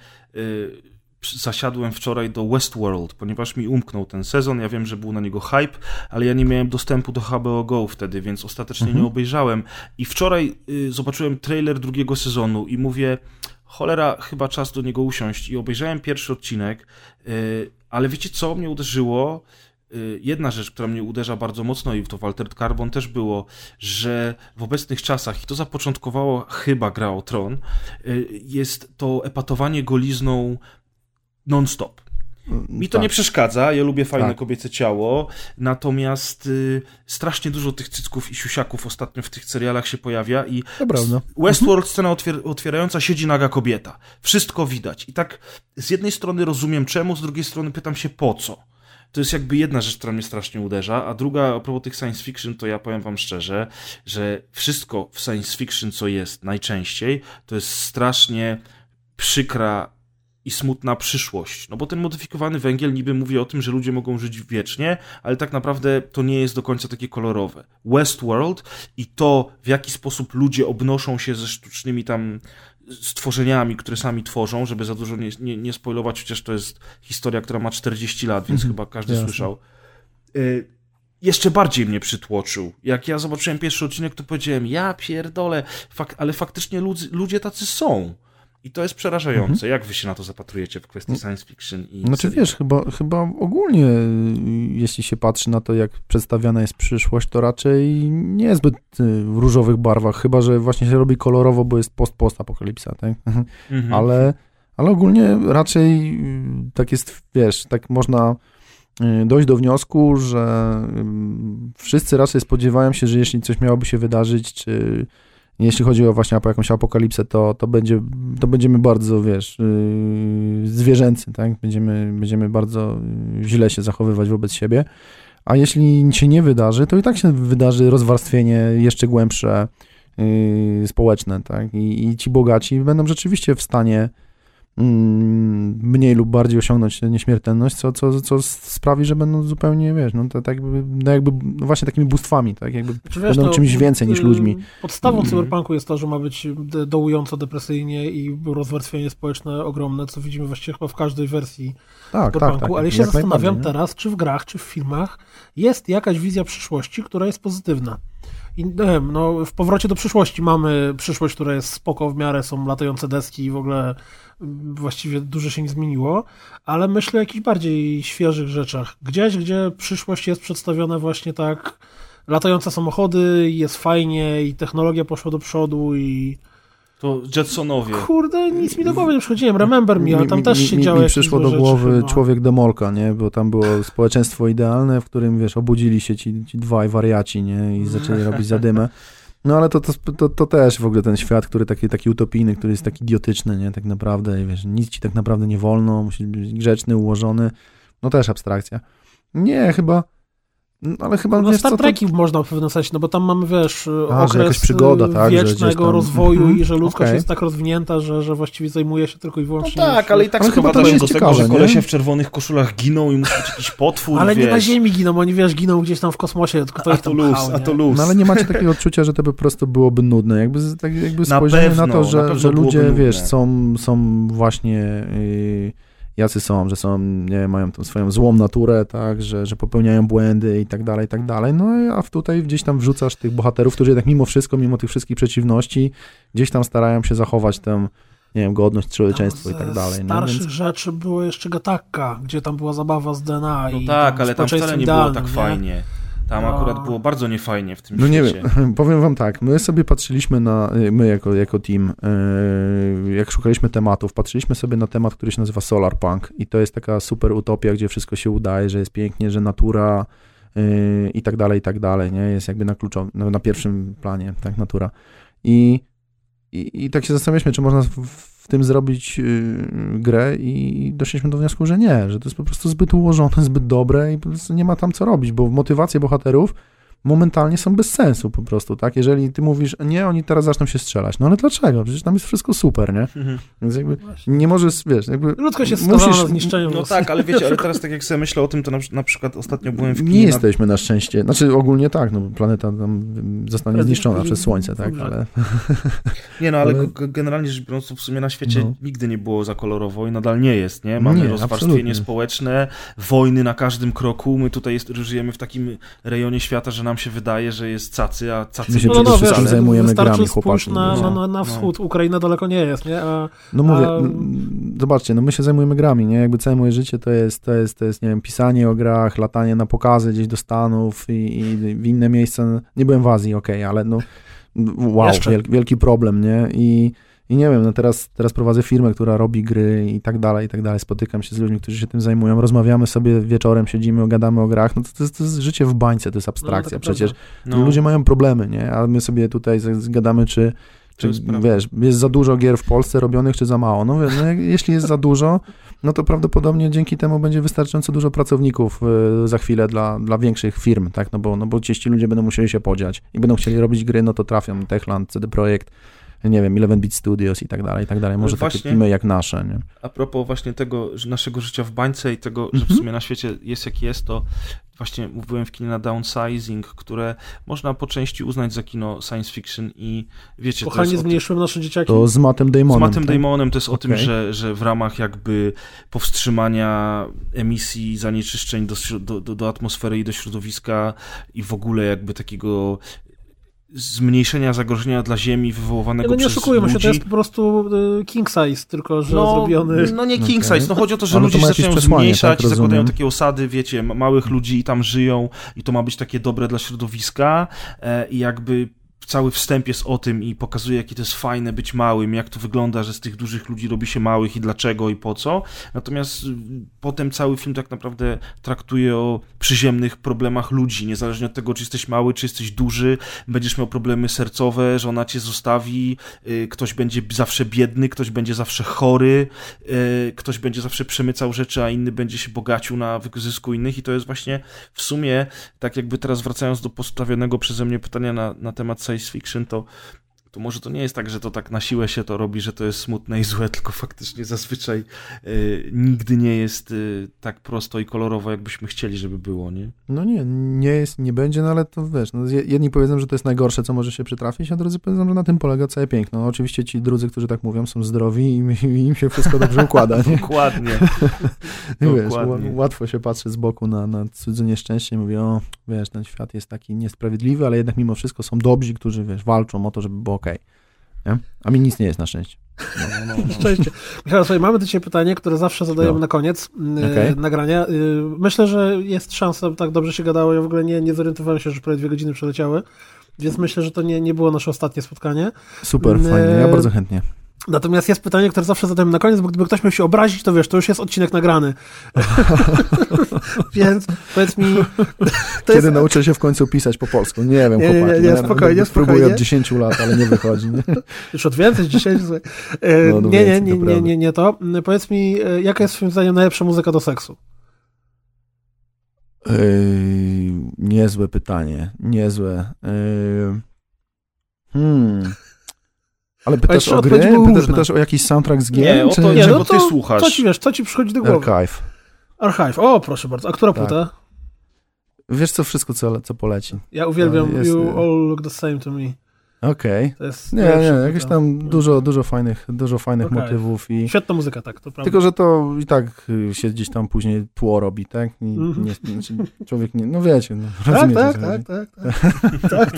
Speaker 2: Zasiadłem wczoraj do Westworld, ponieważ mi umknął ten sezon. Ja wiem, że był na niego hype, ale ja nie miałem dostępu do HBO Go wtedy, więc ostatecznie nie obejrzałem. I wczoraj zobaczyłem trailer 2. sezonu i mówię, cholera, chyba czas do niego usiąść. I obejrzałem pierwszy odcinek, ale wiecie co mnie uderzyło? Jedna rzecz, która mnie uderza bardzo mocno i to w Altered Carbon też było, że w obecnych czasach, i to zapoczątkowało chyba Gra o Tron, jest to epatowanie golizną non-stop. Mi to nie przeszkadza, ja lubię fajne kobiece ciało, natomiast strasznie dużo tych cycków i siusiaków ostatnio w tych serialach się pojawia i Westworld, scena otwierająca, siedzi naga kobieta. Wszystko widać. I tak z jednej strony rozumiem czemu, z drugiej strony pytam się po co. To jest jakby jedna rzecz, która mnie strasznie uderza, a druga, a propos tych science fiction, to ja powiem wam szczerze, że wszystko w science fiction, co jest najczęściej, to jest strasznie przykra i smutna przyszłość. No bo ten modyfikowany węgiel niby mówi o tym, że ludzie mogą żyć wiecznie, ale tak naprawdę to nie jest do końca takie kolorowe. Westworld i to, w jaki sposób ludzie obnoszą się ze sztucznymi tam stworzeniami, które sami tworzą, żeby za dużo nie spoilować, chociaż to jest historia, która ma 40 lat, więc chyba każdy słyszał. Jeszcze bardziej mnie przytłoczył. Jak ja zobaczyłem pierwszy odcinek, to powiedziałem, ja pierdolę, ale faktycznie ludzie tacy są. I to jest przerażające. Jak wy się na to zapatrujecie w kwestii science fiction?
Speaker 3: Znaczy wiesz, chyba ogólnie, jeśli się patrzy na to, jak przedstawiana jest przyszłość, to raczej nie jest zbyt w różowych barwach, chyba że właśnie się robi kolorowo, bo jest post-apokalipsa, tak? Ale ogólnie raczej tak jest, wiesz, tak można dojść do wniosku, że wszyscy raczej spodziewają się, że jeśli coś miałoby się wydarzyć, czy jeśli chodzi o właśnie o jakąś apokalipsę, to będziemy bardzo, wiesz, zwierzęcy, tak? Będziemy bardzo źle się zachowywać wobec siebie, a jeśli się nie wydarzy, to i tak się wydarzy rozwarstwienie jeszcze głębsze społeczne, tak? I ci bogaci będą rzeczywiście w stanie mniej lub bardziej osiągnąć nieśmiertelność, co sprawi, że będą zupełnie, wiesz, jakby właśnie takimi bóstwami, tak, jakby będą czymś więcej niż ludźmi.
Speaker 1: Podstawą cyberpunku jest to, że ma być dołująco depresyjnie i rozwarstwienie społeczne ogromne, co widzimy właściwie chyba w każdej wersji cyberpunku, ale się zastanawiam teraz, czy w grach, czy w filmach jest jakaś wizja przyszłości, która jest pozytywna. I w Powrocie do przyszłości mamy przyszłość, która jest spoko w miarę, są latające deski i w ogóle właściwie dużo się nie zmieniło, ale myślę o jakichś bardziej świeżych rzeczach. Gdzieś, gdzie przyszłość jest przedstawiona właśnie tak, latające samochody, jest fajnie i technologia poszła do przodu i...
Speaker 2: To Jetsonowie.
Speaker 1: Kurde, nic mi do głowy nie przychodziłem, Remember Me, ale tam też się działo
Speaker 3: mi przyszło do głowy Człowiek Demolka, nie? Bo tam było społeczeństwo idealne, w którym, wiesz, obudzili się ci dwaj wariaci, nie? I zaczęli robić zadymę. No ale to też w ogóle ten świat, który taki utopijny, który jest taki idiotyczny, nie? Tak naprawdę, wiesz, nic ci tak naprawdę nie wolno, musisz być grzeczny, ułożony. No też abstrakcja. Nie, chyba... Ale chyba,
Speaker 1: wiesz, Star Treki można w pewnym sensie, no bo tam mamy, wiesz, okres
Speaker 3: przygoda, tak,
Speaker 1: wiecznego
Speaker 3: tam...
Speaker 1: rozwoju i że ludzkość jest tak rozwinięta, że właściwie zajmuje się tylko i wyłącznie...
Speaker 2: No tak, ale i tak sprowadzają do tego, że kolesie w czerwonych koszulach giną i musi być jakiś potwór,
Speaker 1: ale
Speaker 2: wiesz.
Speaker 1: nie na Ziemi giną, oni, wiesz, giną gdzieś tam w kosmosie, tylko to
Speaker 2: to luz.
Speaker 3: No ale nie macie takiego odczucia, że to po prostu byłoby nudne, jakby spojrzenie na to, że ludzie, wiesz, są właśnie... jacy są, że są, nie mają tą swoją złą naturę, tak, że popełniają błędy i tak dalej, no a tutaj gdzieś tam wrzucasz tych bohaterów, którzy jednak mimo wszystko, mimo tych wszystkich przeciwności, gdzieś tam starają się zachować tę, nie wiem, godność, człowieczeństwo i tak dalej.
Speaker 1: Starszych rzeczy było jeszcze Gattaca, gdzie tam była zabawa z DNA i
Speaker 2: tak, ale tam wcale nie było tak fajnie. Tam akurat było bardzo niefajnie w tym świecie.
Speaker 3: Nie wiem, powiem wam tak, my sobie patrzyliśmy my jako team, jak szukaliśmy tematów, patrzyliśmy sobie na temat, który się nazywa Solarpunk i to jest taka super utopia, gdzie wszystko się udaje, że jest pięknie, że natura i tak dalej, nie? Jest jakby na pierwszym planie, tak, natura. I tak się zastanawialiśmy, czy można w tym zrobić grę i doszliśmy do wniosku, że nie, że to jest po prostu zbyt ułożone, zbyt dobre i po prostu nie ma tam co robić, bo motywacje bohaterów momentalnie są bez sensu po prostu, tak? Jeżeli ty mówisz, nie, oni teraz zaczną się strzelać, no ale dlaczego? Przecież tam jest wszystko super, nie? Więc jakby nie możesz, wiesz, jakby...
Speaker 1: Ludzkość jest skazana na zniszczenie.
Speaker 2: No tak, ale wiecie, ale teraz tak jak sobie myślę o tym, to na przykład ostatnio byłem w kinie...
Speaker 3: Nie jesteśmy na szczęście, znaczy ogólnie tak, no planeta tam zostanie zniszczona przez Słońce, tak, ale...
Speaker 2: Nie no, ale generalnie rzecz biorąc, w sumie na świecie nigdy nie było za kolorowo i nadal nie jest, nie? Mamy rozwarstwienie społeczne, wojny na każdym kroku, my tutaj żyjemy w takim rejonie świata, że nam się wydaje, że jest cacy, a cacy...
Speaker 3: My się przede wszystkim zajmujemy grami, chłopaki.
Speaker 1: Na wschód, Ukraina daleko nie jest, nie?
Speaker 3: Zobaczcie, my się zajmujemy grami, nie? Jakby całe moje życie to jest, nie wiem, pisanie o grach, latanie na pokazy gdzieś do Stanów i w inne miejsca. Nie byłem w Azji, ale wow, wielki problem, nie? I nie wiem, teraz prowadzę firmę, która robi gry i tak dalej, spotykam się z ludźmi, którzy się tym zajmują, rozmawiamy sobie wieczorem, siedzimy, gadamy o grach, no to jest życie w bańce, to jest abstrakcja, przecież ludzie mają problemy, nie? A my sobie tutaj gadamy, czy wiesz, jest za dużo gier w Polsce robionych, czy za mało. No jeśli jest za dużo, no to prawdopodobnie dzięki temu będzie wystarczająco dużo pracowników za chwilę dla większych firm, tak? No bo ci ludzie będą musieli się podziać i będą chcieli robić gry, no to trafią Techland, CD Projekt, nie wiem, 11-bit Studios i tak dalej. Może takie teamy jak nasze, nie?
Speaker 2: A propos właśnie tego naszego życia w bańce i tego, że w sumie na świecie jest jak jest, to właśnie byłem w kinie na Downsizing, które można po części uznać za kino science fiction i wiecie...
Speaker 1: Kochanie, zmniejszyłem nasze dzieciaki.
Speaker 3: To z Mattem Damonem.
Speaker 2: Z Mattem Damonem to jest o tym, że w ramach jakby powstrzymania emisji zanieczyszczeń do atmosfery i do środowiska i w ogóle jakby takiego zmniejszenia zagrożenia dla Ziemi wywoływanego przez ludzi.
Speaker 1: Nie oszukujmy się, to jest po prostu king size, tylko że zrobiony...
Speaker 2: No nie king size, chodzi o to, że ludzie się zaczynają zmniejszać i zakładają takie osady, wiecie, małych ludzi i tam żyją i to ma być takie dobre dla środowiska i jakby cały wstęp jest o tym i pokazuje, jakie to jest fajne być małym, jak to wygląda, że z tych dużych ludzi robi się małych i dlaczego i po co. Natomiast potem cały film tak naprawdę traktuje o przyziemnych problemach ludzi, niezależnie od tego, czy jesteś mały, czy jesteś duży, będziesz miał problemy sercowe, żona cię zostawi, ktoś będzie zawsze biedny, ktoś będzie zawsze chory, ktoś będzie zawsze przemycał rzeczy, a inny będzie się bogacił na wyzysku innych i to jest właśnie w sumie, tak jakby teraz wracając do postawionego przeze mnie pytania na temat science fiction, to może to nie jest tak, że to tak na siłę się to robi, że to jest smutne i złe, tylko faktycznie zazwyczaj nigdy nie jest tak prosto i kolorowo, jakbyśmy chcieli, żeby było, nie?
Speaker 3: No nie jest, nie będzie, no ale to wiesz, no jedni powiedzą, że to jest najgorsze, co może się przytrafić, a drudzy powiedzą, że na tym polega całe piękno. No, oczywiście ci drudzy, którzy tak mówią, są zdrowi i im się wszystko dobrze układa, nie?
Speaker 2: Dokładnie.
Speaker 3: Wiesz, łatwo się patrzy z boku na cudze nieszczęście i mówi, o, wiesz, ten świat jest taki niesprawiedliwy, ale jednak mimo wszystko są dobrzy, którzy, wiesz, walczą o to, żeby było okej. Nie? A mi nic nie jest na szczęście.
Speaker 1: No. Szczęście. Michał, słuchaj, mamy do ciebie pytanie, które zawsze zadajemy na koniec nagrania. Myślę, że jest szansa, tak dobrze się gadało, ja w ogóle nie zorientowałem się, że prawie 2 godziny przeleciały, więc myślę, że to nie było nasze ostatnie spotkanie.
Speaker 3: Super, fajnie, ja bardzo chętnie.
Speaker 1: Natomiast jest pytanie, które zawsze zadajemy na koniec, bo gdyby ktoś miał się obrazić, to wiesz, to już jest odcinek nagrany. Więc powiedz mi...
Speaker 3: Kiedy nauczę się w końcu pisać po polsku? Nie wiem, chłopaki.
Speaker 1: Nie, spokojnie.
Speaker 3: Próbuję od 10 lat, ale nie wychodzi. Nie?
Speaker 1: Już od więcej, 10. Nie to. Powiedz mi, jaka jest twoim zdaniem najlepsza muzyka do seksu?
Speaker 3: Niezłe pytanie. Niezłe. Ale pytasz o gry? Pytasz o jakiś soundtrack z gier?
Speaker 2: Nie, o to, czego ty słuchasz.
Speaker 1: Co ci przychodzi do głowy? Archive. O, proszę bardzo. A która płyta?
Speaker 3: Wiesz co, wszystko, co poleci.
Speaker 1: Ja uwielbiam You All Look The Same To Me.
Speaker 3: Okej. Nie, jakieś tam dużo fajnych motywów. I...
Speaker 1: Świetna muzyka, tak, to prawda.
Speaker 3: Tylko, że to i tak się gdzieś tam później tło robi, tak? Człowiek nie, no wiecie. No,
Speaker 1: tak.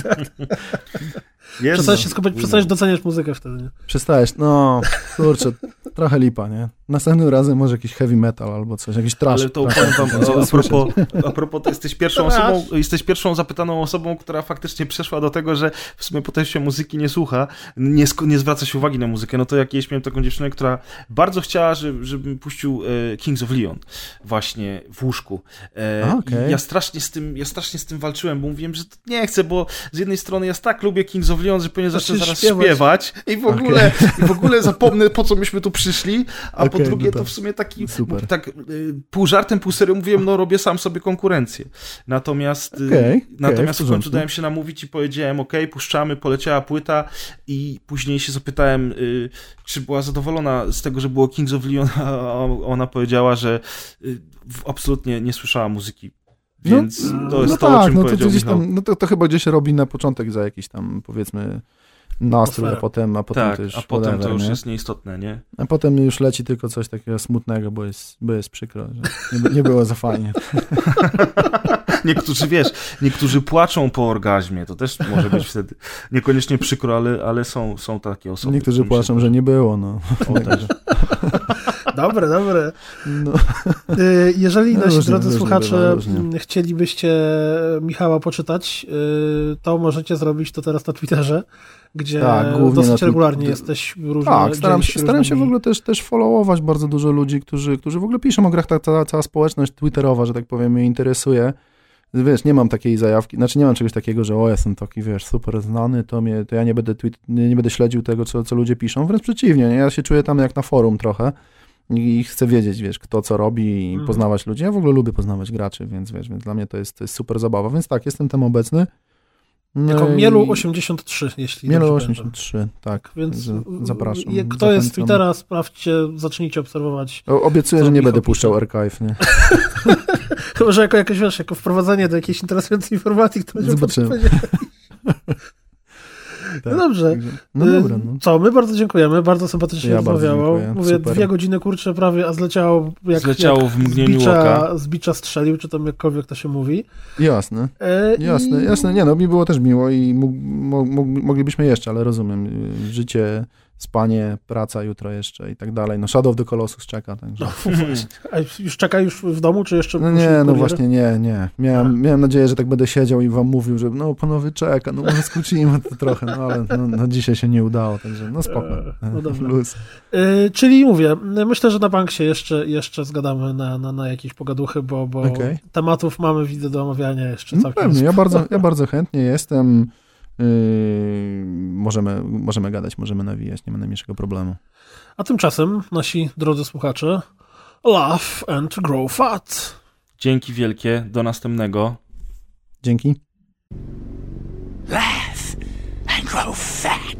Speaker 1: Przestajesz doceniać muzykę wtedy, nie?
Speaker 3: Przestajesz, no, kurczę, trochę lipa, nie? Następnym razem może jakiś heavy metal albo coś, jakiś trash.
Speaker 2: Ale to a propos, to jesteś pierwszą zapytaną osobą, która faktycznie przeszła do tego, że w sumie potem się muzyki nie słucha, nie zwraca się uwagi na muzykę. No to jak kiedyś miałem taką dziewczynę, która bardzo chciała, żebym puścił Kings of Leon właśnie w łóżku. Ja strasznie z tym walczyłem, bo mówiłem, że nie chcę, bo z jednej strony ja tak lubię Kings of Leon, że pewnie zacznę zaraz śpiewać i w ogóle zapomnę, po co myśmy tu przyszli, a po drugie to w sumie taki tak pół żartem, pół serio mówiłem, no robię sam sobie konkurencję. Natomiast w końcu dałem się namówić i powiedziałem, puszczamy, poleciała płyta i później się zapytałem, czy była zadowolona z tego, że było Kings of Leon, a ona powiedziała, że absolutnie nie słyszała muzyki. Więc to jest o czym powiedział Michał.
Speaker 3: To chyba gdzieś robi na początek za jakiś tam, powiedzmy, nastrój, a potem
Speaker 2: to już jest nieistotne, nie?
Speaker 3: A potem już leci tylko coś takiego smutnego, bo jest przykro, że nie było za fajnie.
Speaker 2: Niektórzy płaczą po orgazmie, to też może być wtedy niekoniecznie przykro, ale są takie osoby.
Speaker 3: Niektórzy płaczą, że nie było, no.
Speaker 1: Dobre. No. Jeżeli nasi drodzy słuchacze chcielibyście Michała poczytać, to możecie zrobić to teraz na Twitterze, gdzie dosyć regularnie jesteś różnie.
Speaker 3: Tak, staram się w ogóle też followować bardzo dużo ludzi, którzy w ogóle piszą o grach, cała społeczność twitterowa, że tak powiem, mnie interesuje. Wiesz, nie mam takiej zajawki, nie mam czegoś takiego, że jestem taki, wiesz, super znany, to ja nie będę śledził tego, co ludzie piszą, wręcz przeciwnie, nie? Ja się czuję tam jak na forum trochę i chcę wiedzieć, wiesz, kto co robi i poznawać ludzi. Ja w ogóle lubię poznawać graczy, więc dla mnie to jest super zabawa, więc tak, jestem tam obecny.
Speaker 1: Jako Mielu83, jeśli
Speaker 3: Mielu83, tak, więc zapraszam.
Speaker 1: Kto jest z Twittera, sprawdźcie, zacznijcie obserwować.
Speaker 3: Obiecuję, że nie będę puszczał archive, nie?
Speaker 1: Chyba, że jako wprowadzenie do jakiejś interesującej informacji, która
Speaker 3: zobaczymy.
Speaker 1: No dobrze.
Speaker 3: No dobra. No.
Speaker 1: Co, my bardzo dziękujemy, bardzo sympatycznie rozmawiało. Mówię,
Speaker 3: super.
Speaker 1: 2 godziny kurczę prawie, a zleciało jak
Speaker 2: w mgnieniu oka.
Speaker 1: Z bicza strzelił, czy tam jakkolwiek to się mówi.
Speaker 3: Jasne. Jasne. Nie, no mi było też miło i moglibyśmy jeszcze, ale rozumiem. Życie, spanie, praca jutro jeszcze i tak dalej. No Shadow of the Colossus czeka, także.
Speaker 1: A już czeka już w domu, czy jeszcze?
Speaker 3: No nie, no właśnie nie. Miałem nadzieję, że tak będę siedział i wam mówił, że no panowie czeka, no może skrócimy to trochę, no ale no dzisiaj się nie udało, także no spoko.
Speaker 1: No dobra.
Speaker 3: Luz.
Speaker 1: Czyli mówię, myślę, że na Banksie jeszcze zgadamy na jakieś pogaduchy, bo
Speaker 3: okay.
Speaker 1: Tematów mamy, widzę, do omawiania jeszcze
Speaker 3: no
Speaker 1: całkiem.
Speaker 3: Pewnie, ja bardzo chętnie jestem. Możemy gadać, możemy nawijać, nie ma najmniejszego problemu.
Speaker 1: A tymczasem, nasi drodzy słuchacze, laugh and grow fat.
Speaker 2: Dzięki wielkie, do następnego.
Speaker 3: Dzięki.
Speaker 4: Laugh and grow fat.